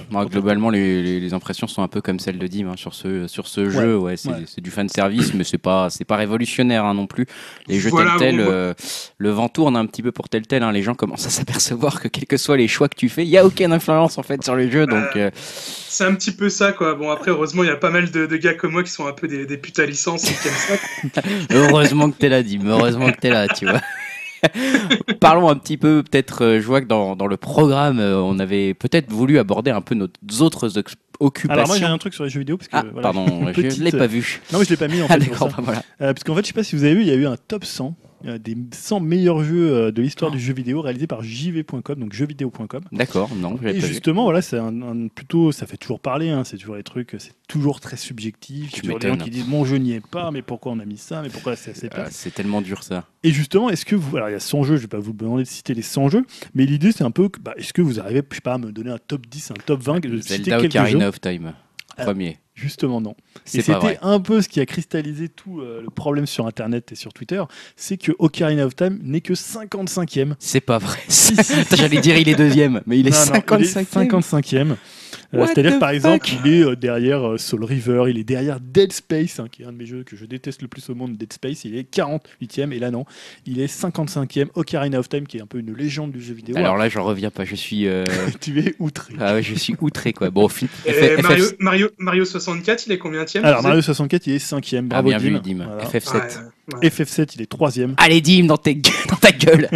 Globalement, les impressions sont un peu comme celles de Dim sur ce jeu. Ouais, c'est du fan service, mais c'est pas révolutionnaire non plus. Les jeux Telltale, le vent tourne un petit peu pour Telltale. Les gens commencent à s'apercevoir que quels que soient les choix que tu fais, il y a aucune influence en fait sur le jeu. Donc c'est un petit peu ça, quoi. Bon, après, heureusement, il y a pas mal de gars comme moi qui sont un peu des putes à licence et qui aiment ça. Heureusement que t'es là, Dim. Heureusement que t'es là, tu vois. Parlons un petit peu, peut-être, je vois que dans le programme, on avait peut-être voulu aborder un peu nos autres occupations. Alors moi j'ai un truc sur les jeux vidéo. Parce que, pardon, je ne l'ai pas vu. Non, mais je ne l'ai pas mis en fait. D'accord, voilà. Parce qu'en fait, je ne sais pas si vous avez vu, il y a eu un top 100 des 100 meilleurs jeux de l'histoire du jeu vidéo réalisés par jv.com, donc jeuxvideo.com. D'accord, non, et justement, voilà, c'est plutôt, ça fait toujours parler, c'est toujours les trucs, c'est toujours très subjectif. Il y a toujours des gens qui disent mon jeu n'y est pas, mais pourquoi on a mis ça, mais pourquoi c'est assez plat. C'est tellement dur ça. Et justement, est-ce que vous, alors il y a 100 jeux, je ne vais pas vous demander de citer les 100 jeux, mais l'idée c'est un peu, est-ce que vous arrivez, je sais pas, à me donner un top 10, un top 20, de citer Zelda Ocarina of Time, premier. Justement, non. Et c'était un peu ce qui a cristallisé tout le problème sur Internet et sur Twitter, c'est que Ocarina of Time n'est que 55e. C'est pas vrai. J'allais dire il est deuxième, mais il est 55e. C'est-à-dire, par exemple, il est derrière Soul River, il est derrière Dead Space, qui est un de mes jeux que je déteste le plus au monde, Dead Space, il est 48e, et là non, il est 55e. Ocarina of Time, qui est un peu une légende du jeu vidéo. Alors là, j'en reviens pas, je suis... Tu es outré. Ah ouais, je suis outré, quoi. Bon, Mario 64, il est combien-tième? Alors, Mario 64, il est 5e, bravo bien Dim. vu, Dim. Voilà. FF7. Ouais. FF7, il est 3e. Allez, Dim, dans ta gueule.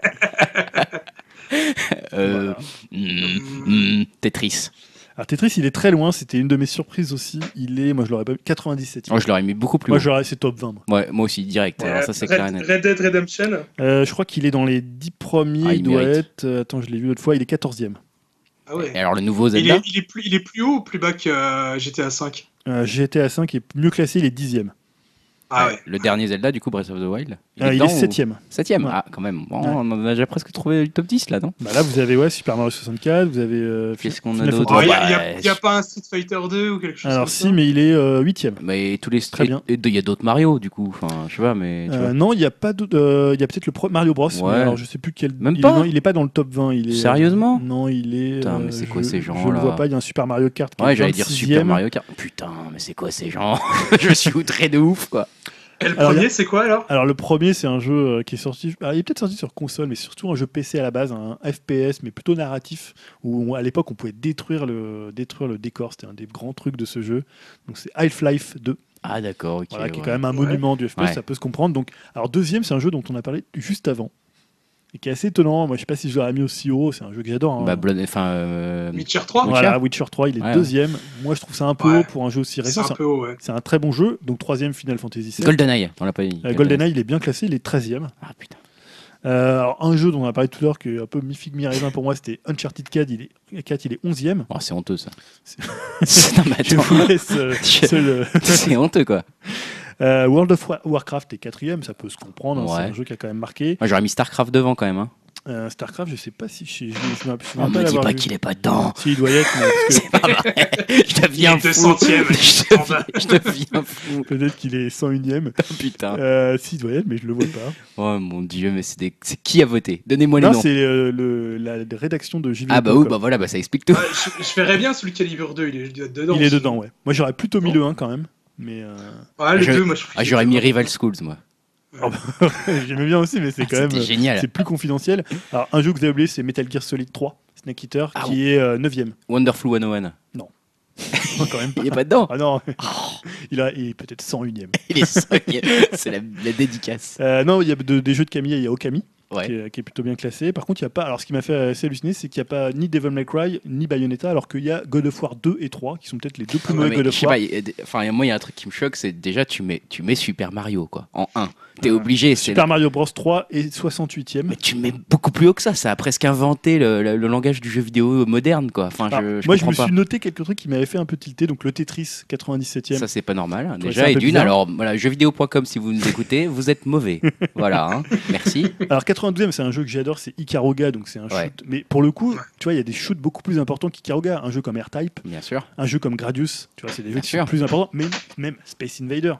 Tetris. Alors Tetris, il est très loin, c'était une de mes surprises aussi. Il est, moi je l'aurais pas mis, 97e. Moi je l'aurais mis beaucoup plus haut. Moi c'est top 20. Ouais, moi aussi, direct. Alors, ça, c'est clair et net. Red Dead Redemption je crois qu'il est dans les 10 premiers, il doit être... Attends, je l'ai vu l'autre fois, il est 14e. Ah ouais. Et alors le nouveau Zelda il est plus haut ou plus bas que GTA 5 GTA 5 est mieux classé, il est 10e. Ah ouais. Le dernier Zelda, du coup, Breath of the Wild. Il est 7e. 7e, ouais. Ah, quand même. Bon, on en a déjà presque trouvé le top 10 là, non? Là, vous avez Super Mario 64, vous avez. Qu'est-ce qu'on a d'autre? Il n'y a pas un Street Fighter 2 ou quelque chose alors, comme si, ça. mais il est 8e. Mais tous les Très bien. Il y a d'autres Mario, du coup. Enfin, je sais pas, mais. Non, il n'y a pas d'autres. Il y a peut-être le Mario Bros. Ouais. Mais alors, je sais plus quel. Même pas. Non, il est pas dans le top 20. Il est, Sérieusement? Non, il est. Putain, mais c'est quoi ces gens-là? Je le vois pas, il y a un Super Mario Kart. Ouais, j'allais dire Super Mario Kart. Putain, mais c'est quoi ces gens? Je suis outré de ouf, quoi. Et le premier, c'est quoi alors? Alors le premier, c'est un jeu qui est sorti. Alors, il est peut-être sorti sur console, mais surtout un jeu PC à la base, un FPS, mais plutôt narratif, où à l'époque on pouvait détruire le décor. C'était un des grands trucs de ce jeu. Donc c'est Half-Life 2. Ah d'accord, ok. Voilà, qui est quand même un monument du FPS, ça peut se comprendre. Donc, alors deuxième, c'est un jeu dont on a parlé juste avant. Et qui est assez étonnant. Moi, je sais pas si je l'aurais mis aussi haut. C'est un jeu que j'adore. Witcher 3. Voilà, Witcher 3, il est deuxième. Moi, je trouve ça un peu haut pour un jeu aussi récent. C'est un peu haut, C'est un très bon jeu. Donc, troisième, Final Fantasy VII. GoldenEye, on l'a pas dit. GoldenEye, il est bien classé. Il est 13e. Ah putain. Alors, un jeu dont on a parlé tout à l'heure, qui est un peu mi-figue, mi-raisin pour moi, c'était Uncharted 4. Il est 11e. Oh, c'est honteux, ça. Je vous laisse c'est honteux, quoi. World of Warcraft est 4e, ça peut se comprendre, c'est un jeu qui a quand même marqué. Moi, j'aurais mis Starcraft devant quand même. Starcraft, je sais pas si je on me dit pas qu'il est pas dedans. Si, il doit y être. C'est pas vrai. Je deviens fou. Je deviens fou. Peut-être qu'il est 101e. Putain. Si, il doit y être, mais je le vois pas. Oh mon dieu, mais c'est qui a voté? Donnez-moi les noms. C'est la rédaction de JV. Ah bah oui, bah voilà, ça explique tout. Je verrais bien celui Calibre 2, il est dedans. Il est dedans, ouais. Moi, j'aurais plutôt mis le 1 quand même. Mais les deux, moi je trouve. J'aurais mis Rival Schools, moi. J'aimais bien aussi, mais c'est quand même génial. C'est plus confidentiel. Alors, un jeu que vous avez oublié, c'est Metal Gear Solid 3, Snake Eater, qui est 9e. Wonderful 101. Non. Quand même pas. Il est pas dedans. Ah non. Il est peut-être 101e. Il est 101e. C'est la dédicace. Non, il y a des jeux de Camilla, il y a Okami. Ouais. Qui est plutôt bien classé. Par contre, il y a pas. Alors, ce qui m'a fait assez halluciner, c'est qu'il n'y a pas ni Devil May Cry ni Bayonetta, alors qu'il y a God of War 2 et 3, qui sont peut-être les deux plus mauvais God of War. Enfin, moi, il y a un truc qui me choque, c'est déjà tu mets Super Mario quoi en 1. T'es obligé. Super Mario Bros 3 est 68e. Mais tu mets beaucoup plus haut que ça. Ça a presque inventé le langage du jeu vidéo moderne, quoi. Enfin, moi, je me suis noté quelques trucs qui m'avaient fait un peu tilter. Donc, le Tetris, 97e. Ça, c'est pas normal. Déjà, et d'une, alors, voilà, jeuxvideo.com, si vous nous écoutez, vous êtes mauvais. Voilà, merci. Alors, 92e, c'est un jeu que j'adore, c'est Ikaruga. Donc, c'est un shoot. Mais pour le coup, tu vois, il y a des shoots beaucoup plus importants qu'Ikaruga. Un jeu comme R-Type. Bien sûr. Un jeu comme Gradius. Tu vois, c'est des jeux qui sont plus importants. Mais même Space Invader.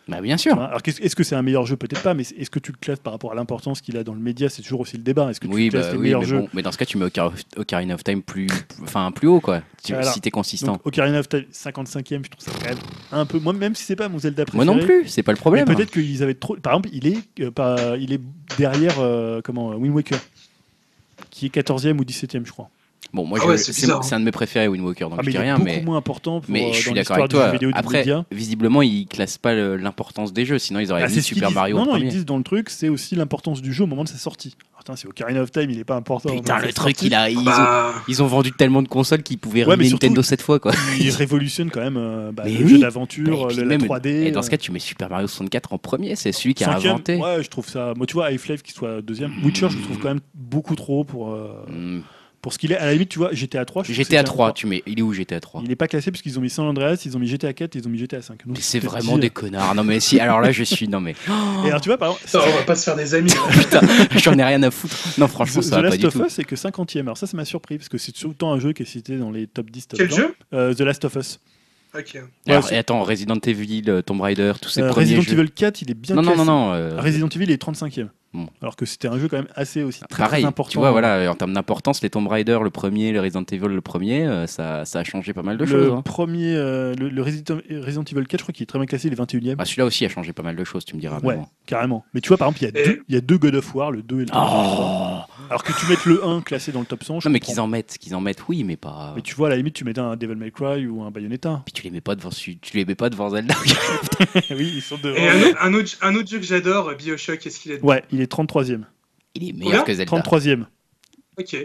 Bah bien sûr. Alors est-ce que c'est un meilleur jeu? Peut-être pas, mais est-ce que tu le classes par rapport à l'importance qu'il a dans le média? C'est toujours aussi le débat. Est-ce que tu classes les meilleurs jeux? Mais dans ce cas, tu mets Ocarina of Time plus haut, quoi. Si t'es consistant. Donc, Ocarina of Time 55e, je trouve ça quand même un peu. Moi, même si c'est pas mon Zelda préféré. Moi non plus, c'est pas le problème. Mais peut-être qu'ils avaient trop. Par exemple, il est derrière Wind Waker, qui est 14e ou 17e, je crois. Bon, moi, c'est bizarre, un de mes préférés, Wind Walker, donc je dis rien. Mais il est beaucoup moins important mais je suis dans d'accord l'histoire avec du jeu toi. vidéo du Après, média. visiblement, ils classent pas l'importance des jeux, sinon ils auraient mis Super Mario en Non, premier. ils disent dans le truc, c'est aussi l'importance du jeu au moment de sa sortie. Alors, putain, c'est Ocarina of Time, il est pas important. Putain, le truc, sorti. ils ont vendu tellement de consoles qu'ils pouvaient ruiner Nintendo cette fois, quoi. Il révolutionne quand même le oui. jeu d'aventure, la même, 3D. Et dans ce cas, tu mets Super Mario 64 en premier, c'est celui qui a 5e, inventé. Ouais, je trouve ça. Moi, tu vois, Half-Life qui soit deuxième. Witcher, je le trouve quand même beaucoup trop pour ce qu'il est. À la limite, tu vois, GTA 3. GTA 3, il est où GTA 3? Il est pas classé parce qu'ils ont mis San Andreas, ils ont mis GTA 4, ils ont mis GTA 5. Donc, mais c'est vraiment des connards. Non mais si, alors là je suis non mais. Et alors tu vois par exemple, Ça, on va pas se faire des amis. Putain, j'en ai rien à foutre. Non franchement ça va pas du tout. The Last of Us c'est que 50e. Alors ça m'a surpris parce que c'est tout le temps un jeu qui est cité dans les top 10 top Quel jeu The Last of Us. Ok. Alors, et attends, Resident Evil, Tomb Raider, tous ces premiers jeux. Resident Evil 4, il est bien classé. Non. Resident Evil il est 35e. Bon. Alors que c'était un jeu quand même assez aussi très, pareil, très important. tu vois, voilà, en termes d'importance, les Tomb Raider le premier, le Resident Evil le premier, ça a changé pas mal de choses. Le premier, le Resident Evil 4, je crois qu'il est très bien classé, il est 21e. Ah, celui-là aussi a changé pas mal de choses, tu me diras. Ouais, carrément. Mais tu vois, par exemple, il y a deux God of War, le 2 et le 3. Alors que tu mettes le 1 classé dans le top 100. Non, mais qu'ils en mettent, oui, mais pas. Mais tu vois, à la limite, tu mettais un Devil May Cry ou un Bayonetta. Puis tu les mets pas devant Zelda. Oui, ils sont devant. Et un autre jeu que j'adore, BioShock, est-ce qu'il est dedans? Ouais, il est 33e. Il est meilleur que Zelda. 33e. Ok.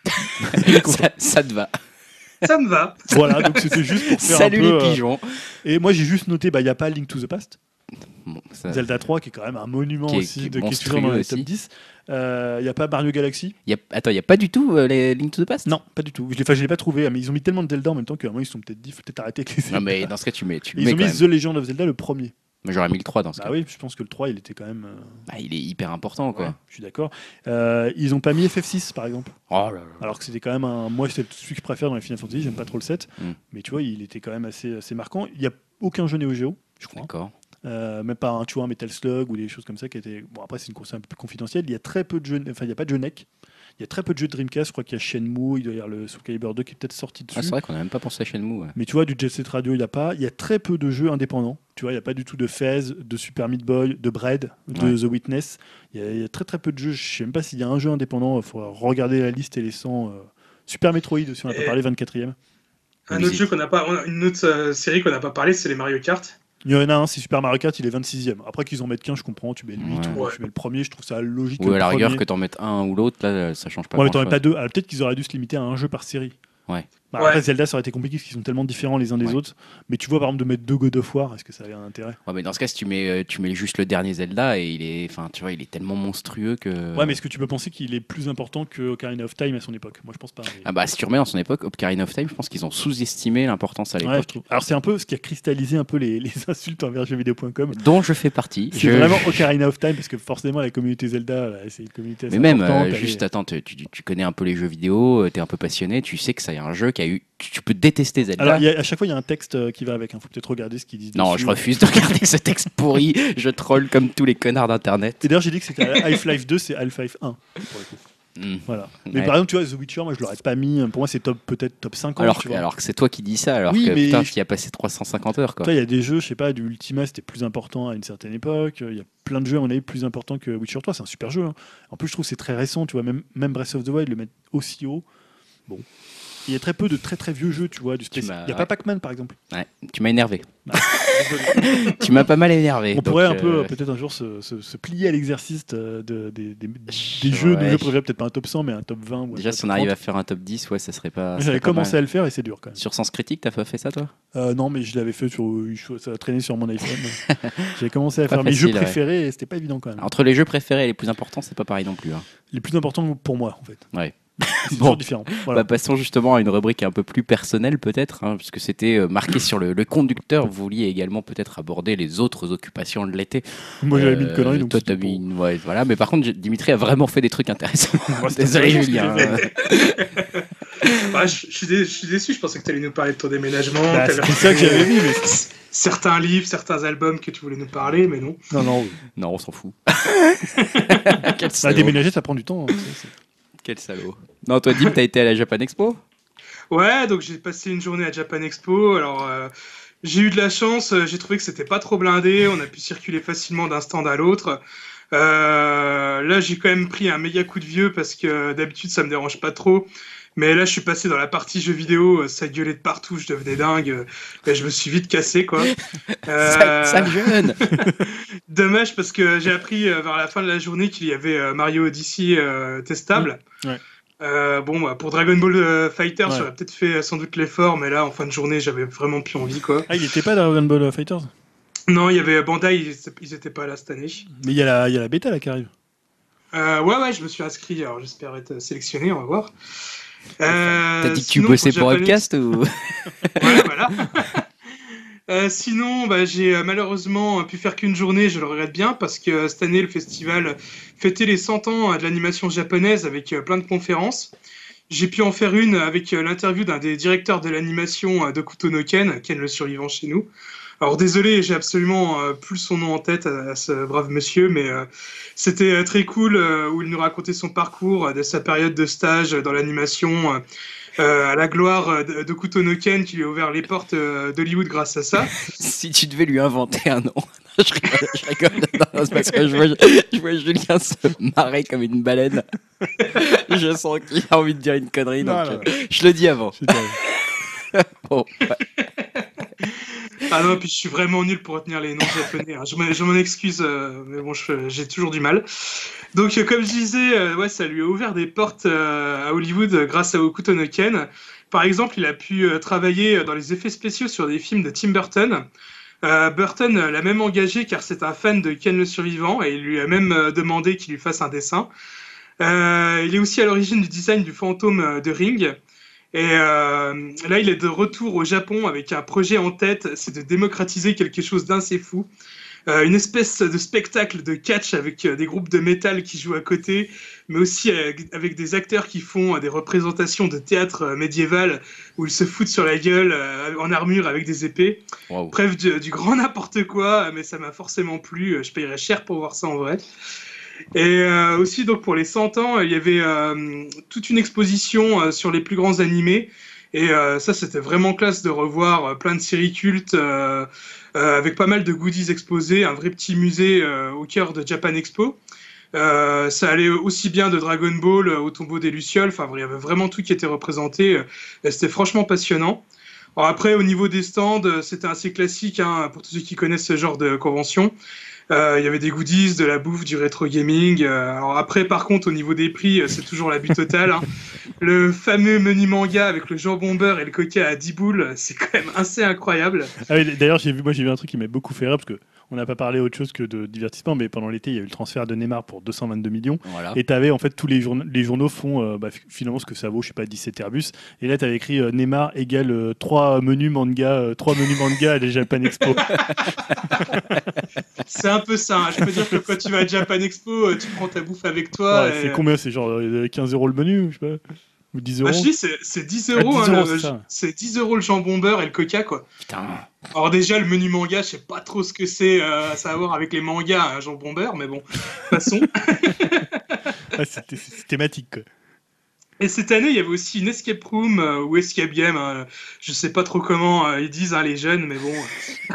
ça te va. Ça me va. Voilà, donc c'était juste pour faire Salut un peu, les pigeons. Et moi, j'ai juste noté, il n'y a pas Link to the Past. Bon, Zelda 3, qui est quand même un monument qui aussi, est qui est toujours dans les top 10. Il n'y a pas Mario Galaxy. Attends, il n'y a pas du tout les Link to the Past? Non, pas du tout. Je ne l'ai pas trouvé, mais ils ont mis tellement de Zelda en même temps qu'à un moment, ils se sont peut-être dit, il faut peut-être arrêter avec les Zelda. Non, mais dans ce cas, tu mets. Ils ont mis The Legend of Zelda le premier. Mais j'aurais mis le 3 dans ce cas. Ah oui, je pense que le 3, il était quand même. Il est hyper important, quoi. Ouais, je suis d'accord. Ils n'ont pas mis FF6, par exemple. Oh là là. Alors que c'était quand même moi, c'est celui que je préfère dans les Final Fantasy, j'aime pas trop le 7. Mais tu vois, il était quand même assez marquant. Il n'y a aucun jeu Neo Geo, je crois. D'accord. Même pas un Metal Slug ou des choses comme ça qui étaient. Bon, après, c'est une console un peu plus confidentielle. Il y a très peu de jeux. Enfin, il n'y a pas de jeu NEC. Il y a très peu de jeux de Dreamcast. Je crois qu'il y a Shenmue, il doit y avoir le Soul Calibur 2 qui est peut-être sorti dessus. Ah, c'est vrai qu'on n'a même pas pensé à Shenmue. Ouais. Mais tu vois, du Jet Set Radio, il n'y a pas. Il y a très peu de jeux indépendants. Tu vois, il n'y a pas du tout de Fez, de Super Meat Boy, de Bread, de The Witness. Il y a très très peu de jeux. Je ne sais même pas s'il y a un jeu indépendant. Il faudra regarder la liste et les 100. Super Metroid aussi, on n'a pas parlé, 24e. Un autre jeu qu'on n'a pas. Une autre série qu'on n'a pas parlé, c'est les Mario Kart. Il y en a un, c'est Super Mario Kart, il est 26e. Après qu'ils en mettent qu'un, je comprends. Tu mets le 8 ou tu mets le premier, je trouve ça logique. Ou à la rigueur, que t'en mettes un ou l'autre, là, ça change pas. Ouais, mais t'en mets pas deux. Alors, peut-être qu'ils auraient dû se limiter à un jeu par série. Ouais. Après, Zelda, ça aurait été compliqué parce qu'ils sont tellement différents les uns des autres. Mais tu vois, par exemple, de mettre deux God of War, est-ce que ça avait un intérêt? Ouais, mais dans ce cas, si tu mets juste le dernier Zelda, et il est tellement monstrueux que. Ouais, mais est-ce que tu peux penser qu'il est plus important que Ocarina of Time à son époque? Moi, je pense pas. Mais... Ah bah, si tu remets dans son époque, Ocarina of Time, je pense qu'ils ont sous-estimé l'importance à l'époque. Ouais, alors, c'est un peu ce qui a cristallisé un peu les insultes envers jeuxvideo.com. Dont je fais partie. C'est vraiment Ocarina of Time parce que forcément, la communauté Zelda, là, c'est une communauté assez mais importante. même, juste, attends, tu connais un peu les jeux vidéo, t'es un peu passionné, tu sais que ça y a un jeu qui a eu. Tu peux détester Zelda. Alors, à chaque fois, il y a un texte qui va avec. Faut peut-être regarder ce qu'ils disent. Non, dessus. je refuse de regarder ce texte pourri. Je troll comme tous les connards d'internet. Et d'ailleurs, j'ai dit que c'était Half-Life 2, c'est Half-Life 1. Pour le coup. Voilà. Mais par exemple, tu vois, The Witcher, moi, je l'aurais pas mis. Pour moi, c'est peut-être top 50. Alors que c'est toi qui dis ça, alors oui, que mais putain, qui a passé 350 heures. Il y a des jeux, je sais pas, du Ultima, c'était plus important à une certaine époque. Il y a plein de jeux, à mon avis, plus importants que Witcher 3. C'est un super jeu. Hein. En plus, je trouve que c'est très récent. Tu vois, même Breath of the Wild, le mettre aussi haut. Bon. Il y a très peu de très très vieux jeux, tu vois, du space. Il n'y a pas Pac-Man, par exemple. Ouais, tu m'as énervé. Tu m'as pas mal énervé. On pourrait un peu, peut-être un jour, se plier à l'exercice des jeux de jeux préférés, peut-être pas un top 100, mais un top 20. Ou déjà, si on arrive à faire un top 10, ouais, ça serait pas. J'avais commencé à le faire et c'est dur quand même. Sur Sens Critique, t'as pas fait ça, toi? Non, mais je l'avais fait ça a traîné sur mon iPhone. J'avais commencé à faire mes jeux préférés et c'était pas évident quand même. Entre les jeux préférés et les plus importants, c'est pas pareil non plus. Hein. Les plus importants pour moi, en fait. Ouais. C'est toujours différent. Voilà. Bah, passons justement à une rubrique un peu plus personnelle peut-être, hein, puisque c'était marqué sur le conducteur. Vous vouliez également peut-être aborder les autres occupations de l'été. Moi j'avais mis une connerie. Donc toi t'as mis ouais, voilà. Mais par contre Dimitri a vraiment fait des trucs intéressants. Désolé Julien. Je suis déçu, je pensais que tu allais nous parler de ton déménagement. C'est ça que j'avais mis. Mais... certains livres, certains albums que tu voulais nous parler, mais non. Non, on s'en fout. Déménager, ça prend du temps. Quel salaud. Non, toi, Dim, t'as été à la Japan Expo ? Ouais, donc j'ai passé une journée à Japan Expo. Alors, j'ai eu de la chance, j'ai trouvé que c'était pas trop blindé, on a pu circuler facilement d'un stand à l'autre. Là, j'ai quand même pris un méga coup de vieux parce que d'habitude, ça me dérange pas trop. Mais là, je suis passé dans la partie jeux vidéo, ça gueulait de partout, je devenais dingue. Et je me suis vite cassé, quoi. Sale jeune. Dommage parce que j'ai appris vers la fin de la journée qu'il y avait Mario Odyssey testable. Ouais. Pour Dragon Ball Fighter, Ouais. j'aurais peut-être fait sans doute l'effort, mais là, en fin de journée, j'avais vraiment plus envie, quoi. Ah, il était pas dans Dragon Ball Fighters ? Non, il y avait Bandai, ils étaient pas là cette année. Mais il y a la bêta là qui arrive. Ouais, je me suis inscrit, alors j'espère être sélectionné, on va voir. T'as dit que tu bossais pour Upcast ou... Ouais, voilà. Sinon, j'ai malheureusement pu faire qu'une journée, je le regrette bien, parce que cette année, le festival fêtait les 100 ans de l'animation japonaise avec plein de conférences. J'ai pu en faire une avec l'interview d'un des directeurs de l'animation d'Hokuto no Ken, Ken le survivant chez nous. Alors désolé, j'ai absolument plus son nom en tête à ce brave monsieur, mais c'était très cool où il nous racontait son parcours, de sa période de stage dans l'animation, à la gloire d'Hokuto no Ken qui lui a ouvert les portes d'Hollywood grâce à ça. Si tu devais lui inventer un nom. Je rigole. Non, c'est parce que je vois Julien se marrer comme une baleine. Je sens qu'il a envie de dire une connerie, donc je le dis avant. Bon, ouais. Ah non, puis je suis vraiment nul pour retenir les noms japonais. Hein. Je m'en excuse, mais bon, j'ai toujours du mal. Donc, comme je disais, ouais, ça lui a ouvert des portes à Hollywood grâce à Hokuto no Ken. Par exemple, il a pu travailler dans les effets spéciaux sur des films de Tim Burton. Burton l'a même engagé car c'est un fan de Ken le survivant et il lui a même demandé qu'il lui fasse un dessin. Il est aussi à l'origine du design du fantôme de Ring. Et là, il est de retour au Japon avec un projet en tête, c'est de démocratiser quelque chose d'assez fou. Une espèce de spectacle de catch avec des groupes de métal qui jouent à côté, mais aussi avec des acteurs qui font des représentations de théâtre médiéval où ils se foutent sur la gueule en armure avec des épées. Wow. Bref, du grand n'importe quoi, mais ça m'a forcément plu. Je payerais cher pour voir ça en vrai. Et aussi, donc, pour les 100 ans, il y avait toute une exposition sur les plus grands animés. Et ça, c'était vraiment classe de revoir plein de séries cultes avec pas mal de goodies exposés, un vrai petit musée au cœur de Japan Expo. Ça allait aussi bien de Dragon Ball au tombeau des Lucioles. Enfin, il y avait vraiment tout qui était représenté. Et c'était franchement passionnant. Alors après, au niveau des stands, c'était assez classique hein, pour tous ceux qui connaissent ce genre de convention. Il y avait des goodies, de la bouffe, du rétro gaming. Alors après, par contre, au niveau des prix, c'est toujours l'abus total. Hein. Le fameux menu manga avec le jambon beurre et le coca à 10 boules, c'est quand même assez incroyable. Ah oui, d'ailleurs, j'ai vu un truc qui m'a beaucoup fait rire parce que on n'a pas parlé autre chose que de divertissement, mais pendant l'été, il y a eu le transfert de Neymar pour 222 millions. Voilà. Et tu avais en fait tous les journaux font finalement ce que ça vaut, je sais pas, 17 Airbus. Et là, tu avais écrit Neymar égale 3 menus manga à la Japan Expo. C'est un peu ça. Hein. Je peux dire que quand tu vas à Japan Expo, tu prends ta bouffe avec toi. Ouais, c'est combien ? C'est genre 15 € le menu, je sais pas. Ou 10 €. Je dis, c'est 10 euros. Ah, 10 hein, €, c'est ça. c'est 10 euros le jambon beurre et le coca, quoi. Putain. Alors déjà, le menu manga, je sais pas trop ce que c'est à savoir avec les mangas, jambon beurre, mais bon, passons. Ouais, c'est thématique, quoi. Et cette année, il y avait aussi une escape room ou escape game. Hein, je sais pas trop comment ils disent hein, les jeunes, mais bon.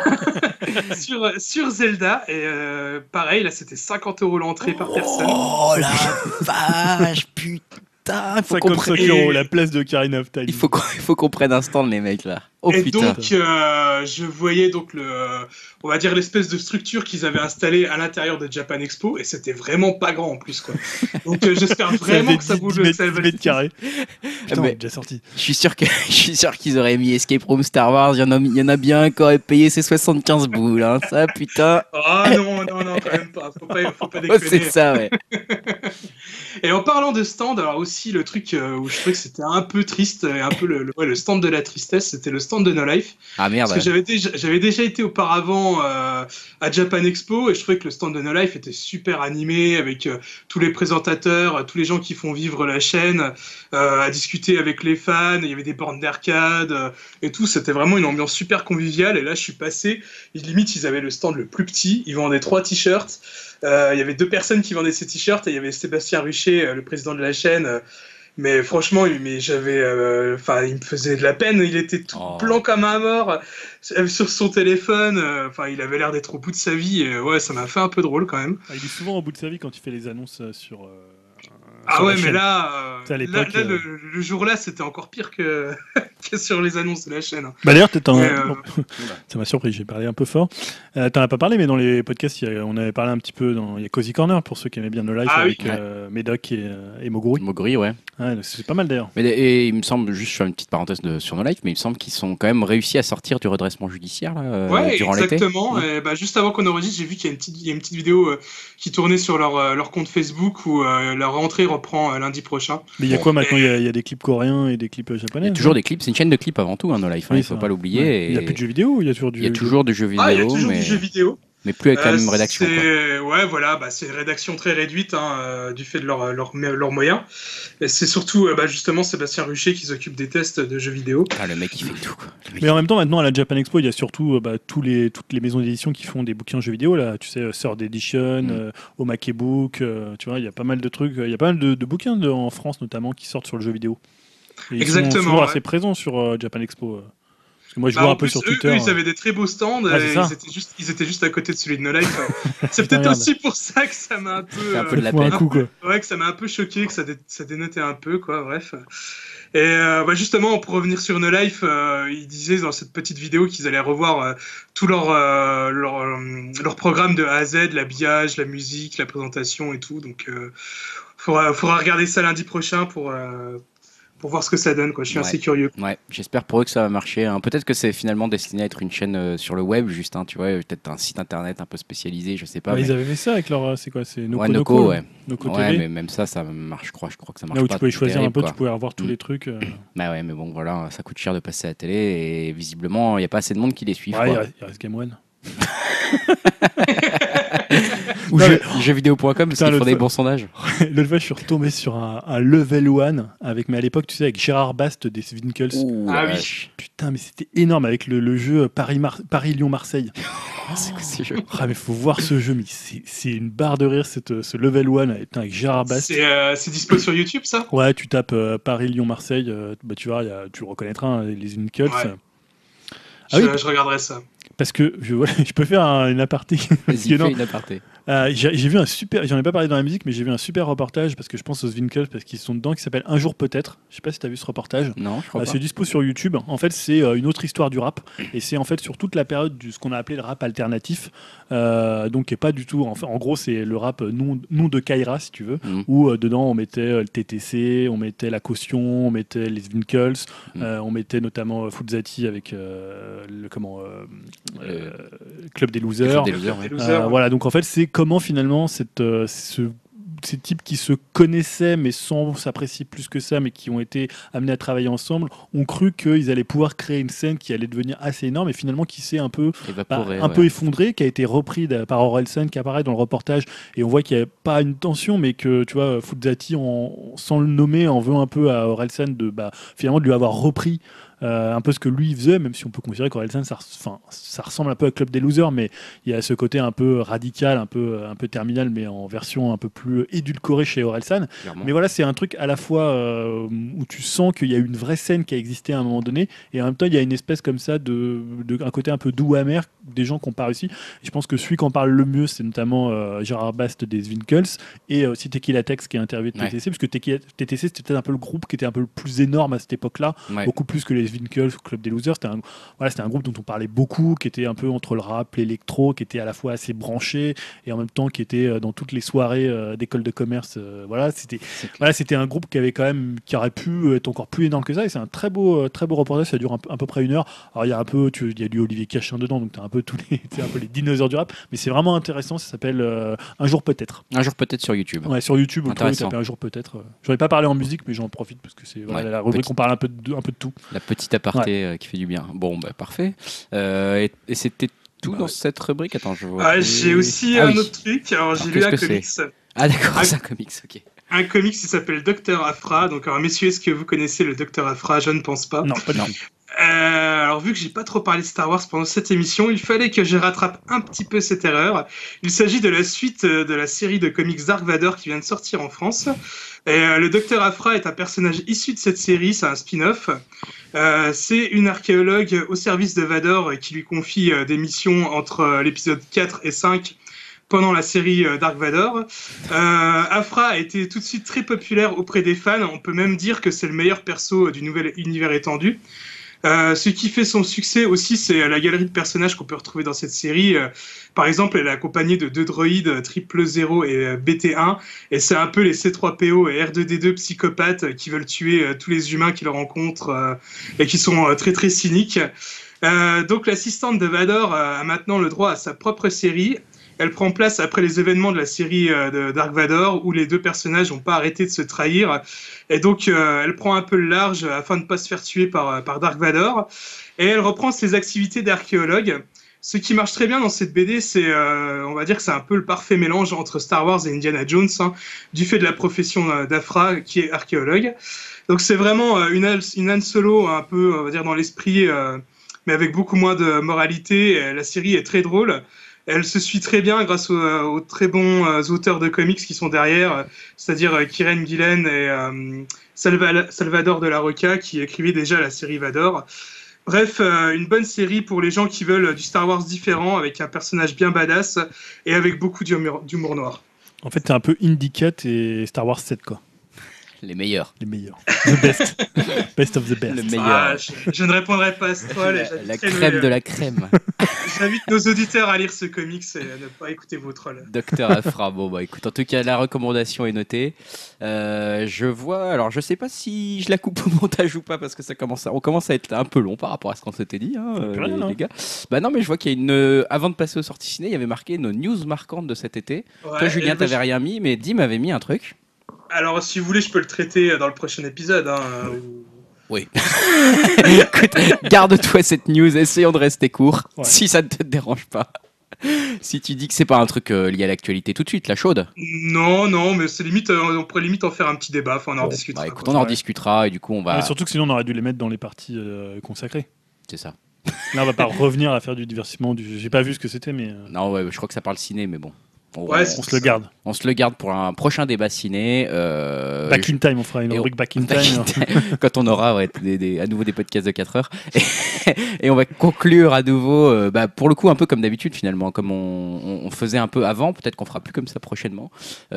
sur Zelda. Et pareil, là, c'était 50 € l'entrée par personne. Oh la vache, putain. 55 € la place de Karina of Time. Il faut qu'on prenne un stand, les mecs, là. Oh et putain. donc, je voyais donc on va dire l'espèce de structure qu'ils avaient installée à l'intérieur de Japan Expo, et c'était vraiment pas grand en plus, quoi. Donc, j'espère vraiment que ça vaut le 10 mètres carrés. Putain, mais on est déjà sorti. Je suis sûr qu'ils auraient mis Escape Room Star Wars. Il y en a bien un qui aurait payé ses 75 boules. Hein. Ça, putain. Ah non, quand même pas. Faut pas déconner. Oh, c'est ça, ouais. Et en parlant de stand, alors aussi le truc où je trouvais que c'était un peu triste, et un peu le stand de la tristesse, c'était le stand de No Life. Ah merde. Parce que j'avais déjà été auparavant à Japan Expo et je trouvais que le stand de No Life était super animé avec tous les présentateurs, tous les gens qui font vivre la chaîne, à discuter avec les fans. Il y avait des bornes d'arcade et tout. C'était vraiment une ambiance super conviviale. Et là, je suis passé. Limite, ils avaient le stand le plus petit. Ils vendaient 3 t-shirts. Il y avait 2 personnes qui vendaient ces t-shirts et il y avait Sébastien Rucher, le président de la chaîne. Mais franchement, il me faisait de la peine. Il était tout blanc comme un mort sur son téléphone. Il avait l'air d'être au bout de sa vie. Et, ouais, ça m'a fait un peu drôle quand même. Il est souvent au bout de sa vie quand il fait les annonces sur. Ah sur ouais, la mais chaîne. là, À l'époque, le jour-là, c'était encore pire que sur les annonces de la chaîne. Bah d'ailleurs, ça m'a surpris, j'ai parlé un peu fort. T'en as pas parlé, mais dans les podcasts, on avait parlé un petit peu. Il y a Cozy Corner pour ceux qui aimaient bien No Life avec Médoc et Moguri. Moguri, ouais. C'est pas mal d'ailleurs. Et il me semble, juste sur une petite parenthèse sur No Life, mais il me semble qu'ils sont quand même réussi à sortir du redressement judiciaire là, durant l'été. Exactement. Et juste avant qu'on enregistre, j'ai vu qu'il y a une petite vidéo qui tournait sur leur compte Facebook où leur rentrée reprend lundi prochain. Mais il y a quoi maintenant? Il y a des clips coréens et des clips japonais. Il y a toujours des clips, c'est une chaîne de clips avant tout, No Life, il ne faut pas l'oublier. Ouais. Il n'y a plus de jeux vidéo ou il y a toujours du... Il y a toujours du jeu vidéo. Il y a toujours du jeu vidéo. Mais plus avec la même rédaction. Ouais, voilà, c'est une rédaction très réduite du fait de leurs moyens. Et c'est surtout justement Sébastien Rucher qui s'occupe des tests de jeux vidéo. Ah, le mec il fait tout, quoi. Mais en même temps, maintenant à la Japan Expo, il y a surtout toutes les maisons d'édition qui font des bouquins jeux vidéo. Là, tu sais, Third Edition, Omake Book, tu vois, il y a pas mal de trucs. Il y a pas mal de bouquins en France notamment qui sortent sur le jeu vidéo. Et exactement. Ils sont toujours assez présents sur Japan Expo. Parce que moi, je vois un peu sur Twitter. Eux, ils avaient des très beaux stands. Ils étaient juste à côté de celui de No Life. C'est peut-être aussi pour ça que ça m'a un peu. C'est un peu de la peine. Ouais, que ça m'a un peu choqué, que ça dénotait un peu, quoi. Bref. Et justement, pour revenir sur No Life, ils disaient dans cette petite vidéo qu'ils allaient revoir tout leur programme de A à Z, l'habillage, la musique, la présentation et tout. Donc, faudra regarder ça lundi prochain pour voir ce que ça donne, quoi. Je suis assez curieux. Ouais, j'espère pour eux que ça va marcher. Hein. Peut-être que c'est finalement destiné à être une chaîne sur le web, juste, hein, tu vois, peut-être un site internet un peu spécialisé, je sais pas. Ils avaient fait ça avec leur, c'est quoi, c'est Noco, ouais. Noco ouais, TV. mais même ça marche, je crois que ça marche là où pas. Tu pouvais choisir terrible, un peu, quoi. Tu pouvais revoir tous les trucs. Bah ouais, mais bon, voilà, ça coûte cher de passer à la télé et visiblement, il n'y a pas assez de monde qui les suit. Ouais, il reste Game One. Ou jeuxvideo.com parce qu'ils font des bons sondages. L'autre fois, je suis retombé sur un level 1 mais à l'époque, tu sais, avec Gérard Bast des Winkles. Ah oui. Putain, mais c'était énorme avec le jeu Paris-Lyon-Marseille. C'est quoi ce jeu? Mais faut voir ce jeu, mais c'est une barre de rire, ce level 1 avec Gérard Bast. C'est dispo sur YouTube, ça? Ouais, tu tapes Paris-Lyon-Marseille, tu vois, tu le reconnaîtras, hein, les Winkles. Ouais. Je regarderai ça. Parce que je peux faire une aparté. Vas-y, fais une aparté. J'ai vu un super, j'en ai pas parlé dans la musique, mais j'ai vu un super reportage parce que je pense aux Winkles parce qu'ils sont dedans, qui s'appelle Un jour peut-être. Je sais pas si tu as vu ce reportage. Non, je crois pas. C'est dispo sur YouTube. En fait, c'est une autre histoire du rap et c'est en fait sur toute la période de ce qu'on a appelé le rap alternatif. Donc, qui est pas du tout. En gros, c'est le rap non de Kaira, si tu veux, où dedans on mettait le TTC, on mettait la caution, on mettait les Winkles, on mettait notamment Fouzati avec Club des Losers. Voilà, donc en fait, c'est comment finalement ces types qui se connaissaient mais sans s'apprécier plus que ça, mais qui ont été amenés à travailler ensemble, ont cru qu'ils allaient pouvoir créer une scène qui allait devenir assez énorme et finalement qui s'est un peu effondrée, qui a été repris par Orelsan, qui apparaît dans le reportage, et on voit qu'il n'y avait pas une tension, mais que tu vois, Fouzati, sans le nommer, en veut un peu à Orelsan finalement de lui avoir repris un peu ce que lui faisait, même si on peut considérer qu'Orelsan ça ressemble un peu à Club des Losers, mais il y a ce côté un peu radical, un peu terminal, mais en version un peu plus édulcorée chez Orelsan. Clairement. Mais voilà, c'est un truc à la fois où tu sens qu'il y a une vraie scène qui a existé à un moment donné, et en même temps il y a une espèce comme ça un côté un peu doux amer des gens qui ont pas réussi. Et je pense que celui qui en parle le mieux, c'est notamment Gérard Bast des Winkles et aussi Tequila Tex qui a interviewé de TTC, parce que TTC c'était peut-être un peu le groupe qui était un peu le plus énorme à cette époque-là, beaucoup plus que les Les Winkles, Club des Losers, c'était un groupe dont on parlait beaucoup, qui était un peu entre le rap, l'électro, qui était à la fois assez branché et en même temps qui était dans toutes les soirées d'école de commerce. C'était un groupe qui aurait pu être encore plus énorme que ça. Et c'est un très beau reportage. Ça dure à peu près 1 heure. Alors il y a il y a du Olivier Cachin dedans, donc t'as un peu c'est un peu les dinosaures du rap. Mais c'est vraiment intéressant. Ça s'appelle Un jour peut-être. Un jour peut-être sur YouTube. Ouais, sur YouTube. Vous pouvez taper Un jour peut-être. J'aurais pas parlé en musique, mais j'en profite parce que c'est la rubrique. On parle un peu de tout. La petite aparté qui fait du bien. Bon, parfait. Et c'était tout dans cette rubrique. Attends, je vois. J'ai aussi un autre truc. Alors j'ai lu un comics. Ah d'accord, c'est un comics, ok. Un comics qui s'appelle Dr Aphra. Donc, alors, messieurs, est-ce que vous connaissez le Dr Aphra? Je ne pense pas. Non, pas du tout. Alors, vu que j'ai pas trop parlé de Star Wars pendant cette émission, il fallait que je rattrape un petit peu cette erreur. Il s'agit de la suite de la série de comics Dark Vador qui vient de sortir en France. Et, le Dr Aphra est un personnage issu de cette série, c'est un spin-off. C'est une archéologue au service de Vador qui lui confie des missions entre l'épisode 4 et 5 pendant la série Dark Vador. Aphra a été tout de suite très populaire auprès des fans. On peut même dire que c'est le meilleur perso du nouvel univers étendu. Ce qui fait son succès aussi, c'est la galerie de personnages qu'on peut retrouver dans cette série. Par exemple, elle est accompagnée de 2 droïdes, 000 et BT1, et c'est un peu les C3PO et R2D2 psychopathes qui veulent tuer tous les humains qu'ils rencontrent et qui sont très très cyniques. Donc l'assistante de Vador a maintenant le droit à sa propre série. Elle prend place après les événements de la série de Dark Vador où les 2 personnages n'ont pas arrêté de se trahir. Et donc, elle prend un peu le large afin de ne pas se faire tuer par Dark Vador. Et elle reprend ses activités d'archéologue. Ce qui marche très bien dans cette BD, c'est, on va dire que c'est un peu le parfait mélange entre Star Wars et Indiana Jones, du fait de la profession d'Aphra qui est archéologue. Donc, c'est vraiment une Han Solo un peu, on va dire, dans l'esprit, mais avec beaucoup moins de moralité. La série est très drôle. Elle se suit très bien grâce aux très bons auteurs de comics qui sont derrière, c'est-à-dire Kieran Gillen et Salvador de la Roca qui écrivaient déjà la série Vador. Bref, une bonne série pour les gens qui veulent du Star Wars différent, avec un personnage bien badass et avec beaucoup d'humour noir. En fait, c'est un peu Indy 4 et Star Wars 7, quoi. Les meilleurs. The best. Best of the best. Le meilleur. Je ne répondrai pas à ce troll. La crème de la crème. J'invite nos auditeurs à lire ce comics et à ne pas écouter vos trolls. Docteur Aphra. Bon, écoute, en tout cas, la recommandation est notée. Je vois, alors je sais pas si je la coupe au montage ou pas parce que on commence à être un peu long par rapport à ce qu'on s'était dit, les gars. Bah non, mais je vois qu'il y a une. Avant de passer aux sorties ciné, il y avait marqué nos news marquantes de cet été. Ouais, toi, Julien, t'avais rien mis, mais Dim avait mis un truc. Alors, si vous voulez, je peux le traiter dans le prochain épisode. Oui. Écoute, garde-toi cette news, essayons de rester court, si ça ne te dérange pas. Si tu dis que c'est pas un truc lié à l'actualité tout de suite, la chaude. Non, mais c'est limite, on pourrait limite en faire un petit débat, on en rediscutera. Bah, écoute, on en rediscutera et du coup on va... Mais surtout que sinon on aurait dû les mettre dans les parties consacrées. C'est ça. Là on va pas revenir à faire du divertissement, j'ai pas vu ce que c'était mais... Non, ouais, je crois que ça parle ciné, mais bon. On se le garde. On se le garde pour un prochain débat ciné. Back in time, on fera une rubrique Back in time. Quand on aura à nouveau des podcasts de 4 heures. Et on va conclure à nouveau, pour le coup, un peu comme d'habitude finalement, comme on faisait un peu avant. Peut-être qu'on fera plus comme ça prochainement.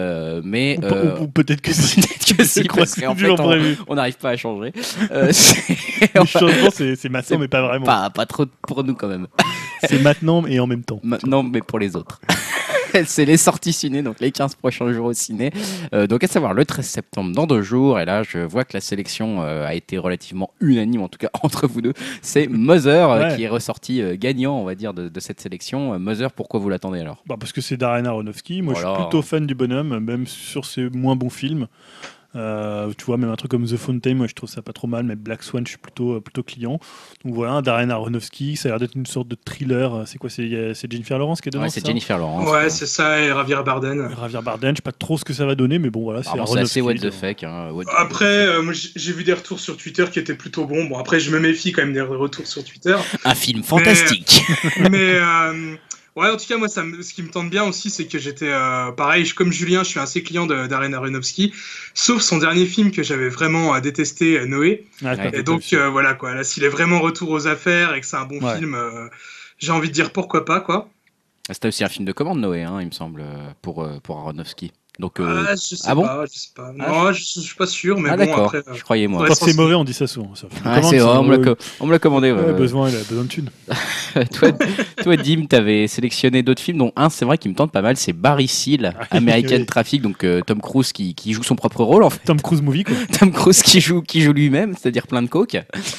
Ou peut-être que si. Peut-être que si, parce qu'en fait, on n'arrive pas à changer. Le changement, c'est maintenant, mais pas vraiment. Pas trop pour nous quand même. C'est maintenant et en même temps. Maintenant, mais pour les autres. C'est les sorties ciné, donc les 15 prochains jours au ciné. Donc à savoir le 13 septembre dans 2 jours. Et là, je vois que la sélection a été relativement unanime, en tout cas entre vous deux. C'est Mother qui est ressorti gagnant, on va dire, de cette sélection. Mother, pourquoi vous l'attendez alors ? Parce que c'est Darren Aronofsky. Moi, je suis plutôt fan du bonhomme, même sur ses moins bons films. Tu vois, même un truc comme The Fountain, moi je trouve ça pas trop mal, mais Black Swan, je suis plutôt client. Donc voilà, Darren Aronofsky, ça a l'air d'être une sorte de thriller. C'est quoi, c'est Jennifer Lawrence qui est dedans? Ouais, c'est Jennifer Lawrence. Ouais, c'est ça, et Javier Bardem. Je sais pas trop ce que ça va donner, mais bon voilà, c'est Aronofsky. C'est assez what the fuck. Après, moi j'ai vu des retours sur Twitter qui étaient plutôt bons. Bon, après, je me méfie quand même des retours sur Twitter. Un film fantastique. Mais ouais, en tout cas, moi, ce qui me tente bien aussi, c'est que j'étais pareil, comme Julien, je suis assez client de Darren Aronofsky, sauf son dernier film que j'avais vraiment détesté, Noé. Et donc, voilà, quoi. Là, s'il est vraiment retour aux affaires et que c'est un bon film, j'ai envie de dire pourquoi pas, quoi. C'était aussi un film de commande, Noé, il me semble, pour Aronofsky. Donc, Je sais bon pas, je sais pas. Non, je suis pas sûr, mais bon, d'accord. après. Je croyais moi. Quand c'est mauvais, on dit ça souvent. Ça. C'est vrai, on me l'a commandé. Il a besoin de thunes. Toi, Dim, t'avais sélectionné d'autres films, dont un, c'est vrai, qui me tente pas mal, c'est Barry Seal, American Traffic, donc Tom Cruise qui joue son propre rôle en fait. Tom Cruise movie quoi. Tom Cruise qui joue lui-même, c'est-à-dire plein de coke.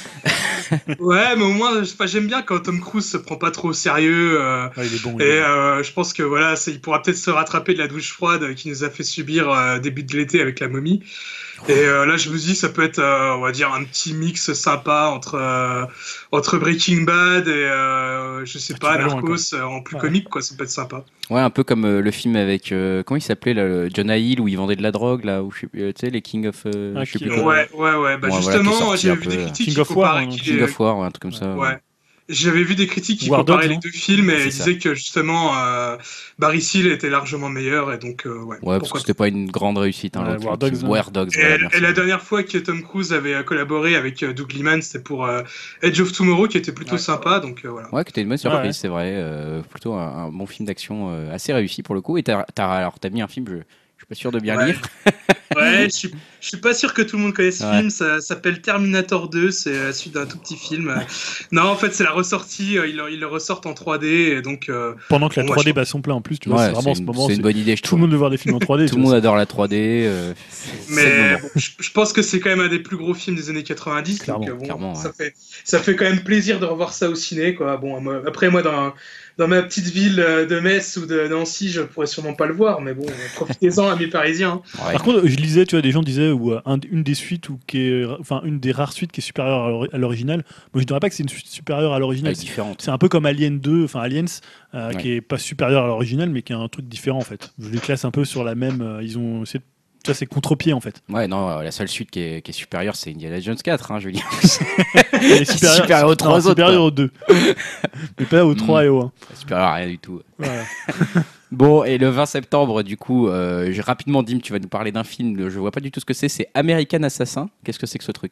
Ouais, mais au moins, j'aime bien quand Tom Cruise se prend pas trop au sérieux. Il est bon. Je pense que voilà, il pourra peut-être se rattraper de la douche froide qu'il nous a fait subir début de l'été avec La Momie. Et là, je me dis, ça peut être, on va dire, un petit mix sympa entre Breaking Bad et, je sais pas, Narcos en plus comique, quoi. Ça peut être sympa. Ouais, un peu comme le film avec, comment il s'appelait, là, le Jonah Hill, où il vendait de la drogue, là, où tu sais, les King of. Je sais plus quoi. Ouais. Bah, justement, j'avais vu des critiques King of War, King of War, un truc comme ça. Ouais. J'avais vu des critiques qui comparaient les deux films et ils disaient que justement Barry Seal était largement meilleur et donc ouais, parce que c'était pas une grande réussite. Hein, War Dogs. War Dogs. Et la dernière fois que Tom Cruise avait collaboré avec Doug Liman, c'était pour Edge of Tomorrow qui était plutôt sympa. Donc voilà. Ouais, qui était une bonne surprise, c'est vrai. Plutôt un bon film d'action assez réussi pour le coup. Et t'as mis un film, je suis pas sûr de bien lire. Ouais, je suis pas sûr que tout le monde connaisse ce film. Ça s'appelle Terminator 2. C'est la suite d'un tout petit film. Non, en fait, c'est la ressortie. Ils le ressortent en 3D. Et donc, pendant que la 3D bat son plein en plus, tu vois, c'est vraiment ce moment. C'est une bonne idée, je trouve. Tout le monde veut voir des films en 3D. Tout le monde adore la 3D. Mais bon, je pense que c'est quand même un des plus gros films des années 90. Clairement, donc, clairement, ça fait quand même plaisir de revoir ça au ciné, quoi. Bon, après, moi, dans ma petite ville de Metz ou de Nancy, je pourrais sûrement pas le voir, mais bon, profitez-en, amis parisiens. Ouais. Par contre, je lisais, tu vois, des gens disaient une des suites une des rares suites qui est supérieure à l'original. Moi, je dirais pas que c'est une suite supérieure à l'original. C'est un peu comme Alien 2, enfin Aliens, qui est pas supérieur à l'original, mais qui a un truc différent en fait. Je les classe un peu sur la même. Ils ont essayé de. Ça, c'est contre-pied en fait. Ouais, non, la seule suite qui est supérieure, c'est Indiana Jones 4, hein, je veux dire. Elle est supérieure aux 3 autres. Supérieure aux 2. Mais pas aux 3 et aux 1. Supérieure à rien du tout. Voilà. Bon, et le 20 septembre, du coup, rapidement, Dim, tu vas nous parler d'un film, je vois pas du tout ce que c'est American Assassin. Qu'est-ce que c'est que ce truc ?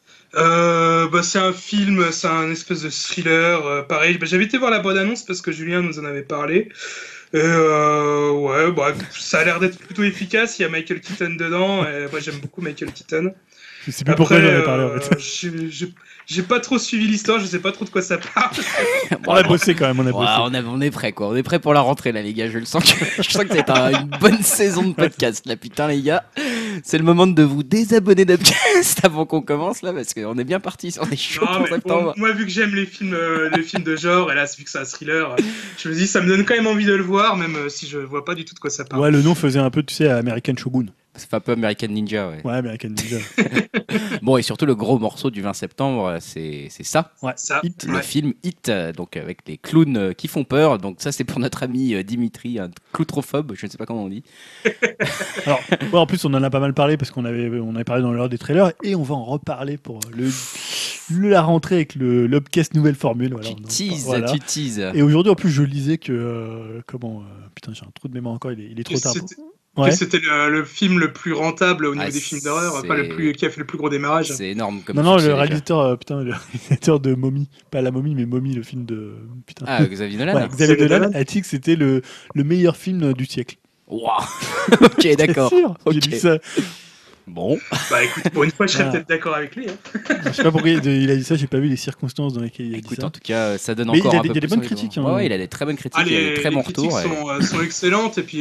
C'est un film, c'est un espèce de thriller, pareil. J'avais été voir la bande-annonce parce que Julien nous en avait parlé. Ça a l'air d'être plutôt efficace. Il y a Michael Keaton dedans. Et moi, j'aime beaucoup Michael Keaton. Je sais plus pourquoi j'en ai parlé en fait. J'ai pas trop suivi l'histoire, je sais pas trop de quoi ça parle. On a bossé quand même, on est prêt quoi. On est prêt pour la rentrée là les gars, je sens que c'est une bonne saison de podcast là, putain les gars. C'est le moment de vous désabonner d'Upcast avant qu'on commence là parce qu'on est bien parti sur des shows pour septembre. Moi vu que j'aime les films de genre et là vu que c'est un thriller, je me dis ça me donne quand même envie de le voir même si je vois pas du tout de quoi ça parle. Ouais, le nom faisait un peu tu sais American Shogun. Ça fait un peu American Ninja, ouais. Ouais, American Ninja. Bon, et surtout, le gros morceau du 20 septembre, c'est ça. Ouais, ça. Hit, le film Hit, donc avec les clowns qui font peur. Donc ça, c'est pour notre ami Dimitri, un cloutrophobe, je ne sais pas comment on dit. Alors, en plus, on en a pas mal parlé parce qu'on avait parlé dans l'heure des trailers et on va en reparler pour la rentrée avec l'Upcast nouvelle formule. Voilà, tu teases. Et aujourd'hui, en plus, je lisais que... putain, j'ai un trou de mémoire encore, il est trop tard. Ouais. C'était le film le plus rentable au niveau des films d'horreur, pas qui a fait le plus gros démarrage. C'est énorme comme Non, le réalisateur de Mommy, pas La Momie, mais Mommy, le film de. Putain. Ah, Xavier Dolan. Ouais, Xavier Dolan a dit que c'était le meilleur film du siècle. Waouh. Ok, d'accord. C'est sûr. J'ai dit ça. Bon. Bah écoute, pour une fois, je serais peut-être d'accord avec lui. Hein. Je sais pas pourquoi il a dit ça, j'ai pas vu les circonstances dans lesquelles il a dit ça. En tout cas, ça donne encore un peu plus. Il y a des bonnes critiques. Ouais, il a des très bonnes critiques, il y a des très bons retours. Les critiques sont excellentes et puis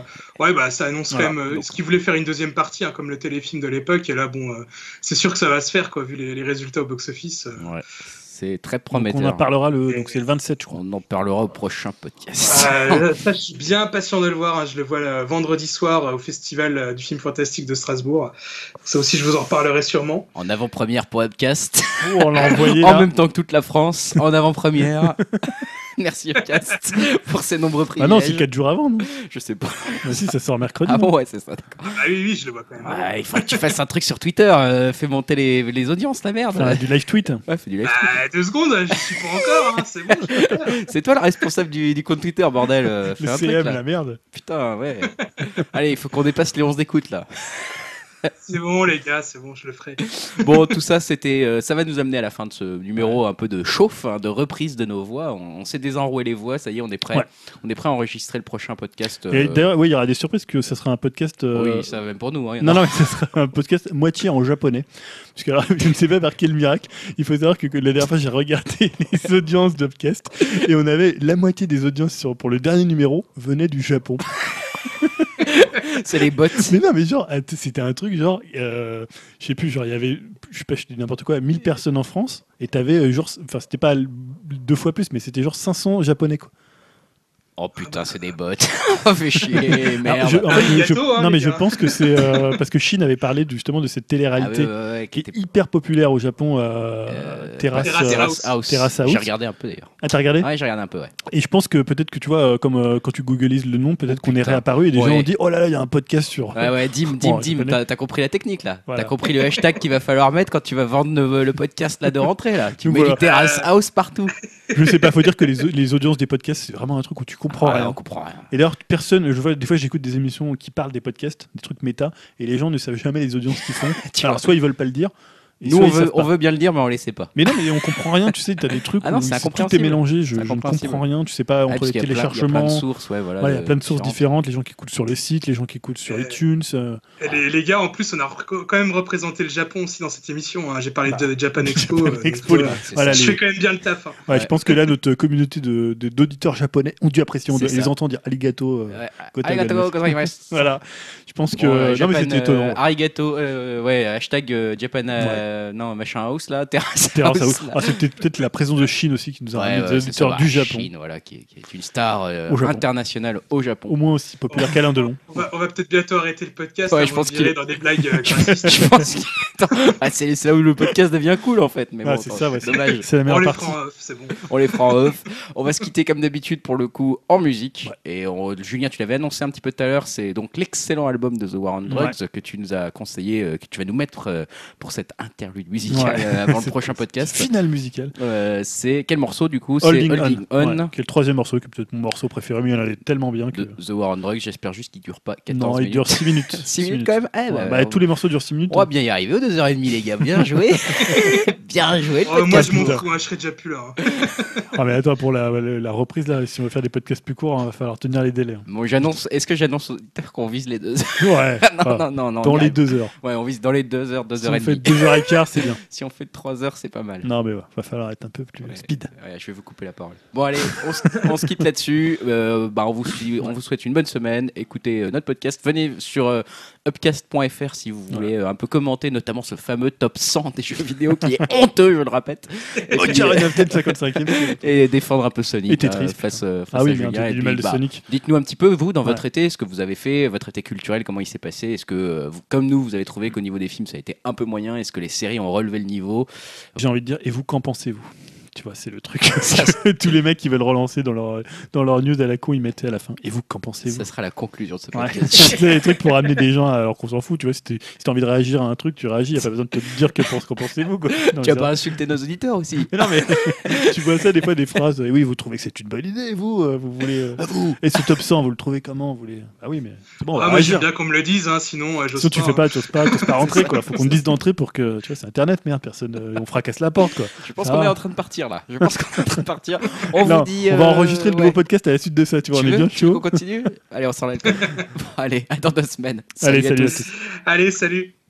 ça annonce quand même ce qu'il voulait faire une deuxième partie, comme le téléfilm de l'époque. Et là, c'est sûr que ça va se faire, quoi, vu les résultats au box-office. Ouais. C'est très prometteur. Donc on en parlera donc c'est le 27, je crois. On en parlera au prochain podcast. Ça, je suis bien impatient de le voir. Hein. Je le vois vendredi soir au festival du film fantastique de Strasbourg. Ça aussi, je vous en reparlerai sûrement. En avant-première pour Upcast. On l'a envoyé en même temps que toute la France, en avant-première. Merci Upcast pour ces nombreux privilèges. Ah non, c'est 4 jours avant, non ? Je sais pas. Si, ça sort mercredi. Ah bon, ouais, c'est ça, d'accord. Ah oui, je le vois quand même. Ouais, il faut que tu fasses un truc sur Twitter. Fais monter les audiences, la merde. Enfin, du live tweet. Ouais, fais du live tweet. 2 secondes, je suis pas encore, hein, c'est bon. C'est toi le responsable du compte Twitter, bordel. Fais le un CM, truc, là. La merde. Putain, ouais. Allez, il faut qu'on dépasse les 11 d'écoute, là. C'est bon, les gars, c'est bon, je le ferai. Bon, tout ça, ça va nous amener à la fin de ce numéro un peu de chauffe, de reprise de nos voix. On s'est désenroué les voix, ça y est, on est prêt. Ouais. On est prêt à enregistrer le prochain podcast. Et d'ailleurs, oui, il y aura des surprises que ça sera un podcast. Oui, ça même pour nous. Hein, non, mais ça sera un podcast moitié en japonais. Parce que alors, je ne sais pas par quel miracle. Il faut savoir que la dernière fois, j'ai regardé les audiences d'Upcast et on avait la moitié des audiences pour le dernier numéro venaient du Japon. C'est les bots. Mais non, mais genre, c'était un truc genre, je sais plus, genre, il y avait, je sais pas, je dis n'importe quoi, 1000 personnes en France et t'avais genre, enfin, c'était pas 2 fois plus, mais c'était genre 500 japonais, quoi. Oh putain, c'est des bots. Oh, fait chier, merde. Non, mais je pense que c'est parce que Chine avait parlé justement de cette télé-réalité qui est hyper populaire au Japon, Terrace House. J'ai regardé un peu d'ailleurs. Ah, t'as regardé ? Ouais, j'ai regardé un peu, ouais. Et je pense que peut-être que tu vois, comme quand tu googlises le nom, peut-être qu'on est réapparu et des gens ont dit oh là là, il y a un podcast sur. Ouais, Dim, t'as compris la technique là. Voilà. T'as compris le hashtag qu'il va falloir mettre quand tu vas vendre le podcast là de rentrée là. Tu mets du Terrace House partout. Je sais pas, faut dire que les audiences des podcasts, c'est vraiment un truc où tu comprends rien. On comprend rien. Et d'ailleurs, personne, je vois, des fois j'écoute des émissions qui parlent des podcasts, des trucs méta, et les gens ne savent jamais les audiences qu'ils font. Alors, soit ils veulent pas le dire. Nous, on veut bien le dire, mais on les sait pas. Mais non, mais on comprend rien, tu sais, t'as des trucs où tout est mélangé, je ne comprends rien, tu sais pas, entre les téléchargements. Il y a plein de sources, il y a plein de sources différentes, les gens qui écoutent sur le site, les gens qui écoutent sur iTunes. Les gars, en plus, on a quand même représenté le Japon aussi dans cette émission. Hein. J'ai parlé de Japan Expo. Voilà, je fais quand même bien le taf. Hein. Ouais, je pense que là, notre communauté d'auditeurs japonais ont dû apprécier, on les entend dire arigato. Arigato, voilà. Je pense que. Non, mais c'était étonnant. Arigato, hashtag Japan, non, machin house là, Terrace House. C'était peut-être la présence de Chine aussi qui nous a ramené des auditeurs du Japon. Chine, voilà, qui est une star internationale au Japon. Au moins aussi populaire qu'Alain Delon. On va peut-être bientôt arrêter le podcast. Ouais, je pense qu'il est dans des blagues. Je pense c'est là où le podcast devient cool en fait. Mais bon, c'est ça, c'est dommage. C'est la meilleure partie. On les prend en off. On va se quitter comme d'habitude pour le coup en musique. Et Julien, tu l'avais annoncé un petit peu tout à l'heure, c'est donc l'excellent album de The War on Drugs que tu nous as conseillé, que tu vas nous mettre pour cette interlude musicale avant le prochain podcast. Finale musicale. C'est quel morceau du coup? C'est Holding On. Qui est le troisième morceau, qui est peut-être mon morceau préféré, mais il y en a tellement bien que. The War on Drugs, j'espère juste qu'il dure pas 14 minutes. Non, il dure 6 minutes. 6 minutes quand même. Tous les morceaux durent 6 minutes. On va bien y arriver aux 2h30 les gars, bien joué. Bien joué. Moi je m'en fous, je serai déjà plus là. Ah mais attends, pour la reprise là, si on veut faire des podcasts plus courts, il va falloir tenir les délais. Bon, est-ce que j'annonce qu'on vise les 2 heures? Ouais. Non. Dans les 2 heures. Ouais, on vise dans les 2 heures, 2h30. Si on fait 2h15, c'est bien. Si on fait 3 heures, c'est pas mal. Non, mais va falloir être un peu plus speed. Ouais, je vais vous couper la parole. Bon, allez, on se quitte là-dessus. On vous souhaite une bonne semaine. Écoutez notre podcast. Venez sur upcast.fr si vous voulez un peu commenter, notamment ce fameux top 100 des jeux vidéo qui est honteux, je le répète. Et défendre un peu Sonic face à Julien. Et puis, Sonic. Dites-nous un petit peu, vous, dans votre été, ce que vous avez fait, votre été culturel, comment il s'est passé. Est-ce que, comme nous, vous avez trouvé qu'au niveau des films, ça a été un peu moyen? Est-ce que les séries ont relevé le niveau? J'ai envie de dire, et vous, qu'en pensez-vous? Tu vois, c'est le truc. Tous les mecs qui veulent relancer dans leur news à la con, ils mettaient à la fin. Et vous, qu'en pensez-vous? Ça sera la conclusion de ce podcast. C'est des trucs pour amener des gens alors qu'on s'en fout. Tu vois, si t'as envie de réagir à un truc, tu réagis. Il n'y a pas besoin de te dire qu'en pensez-vous. Quoi. Non, tu vas pas insulter nos auditeurs aussi. Mais non, mais tu vois ça des fois, des phrases. Oui, vous trouvez que c'est une bonne idée, vous voulez. Et ce top 100, vous le trouvez comment? Vous voulez... Ah oui, mais c'est bon. Moi, j'aime bien qu'on me le dise, sinon j'ose pas. Tu fais pas, t'oses pas rentrer. Quoi. Faut qu'on te dise d'entrer pour que. Tu vois, c'est Internet, merde. Personne. On fracasse la porte. Quoi. Je pense qu'on est en train de partir là. En train de partir. On vous dit. On va enregistrer le nouveau podcast à la suite de ça. Tu vois, on est bien chaud. On continue. Allez, on s'en va. Bon, allez, à dans 2 semaines. Allez, salut à tous. Allez, salut.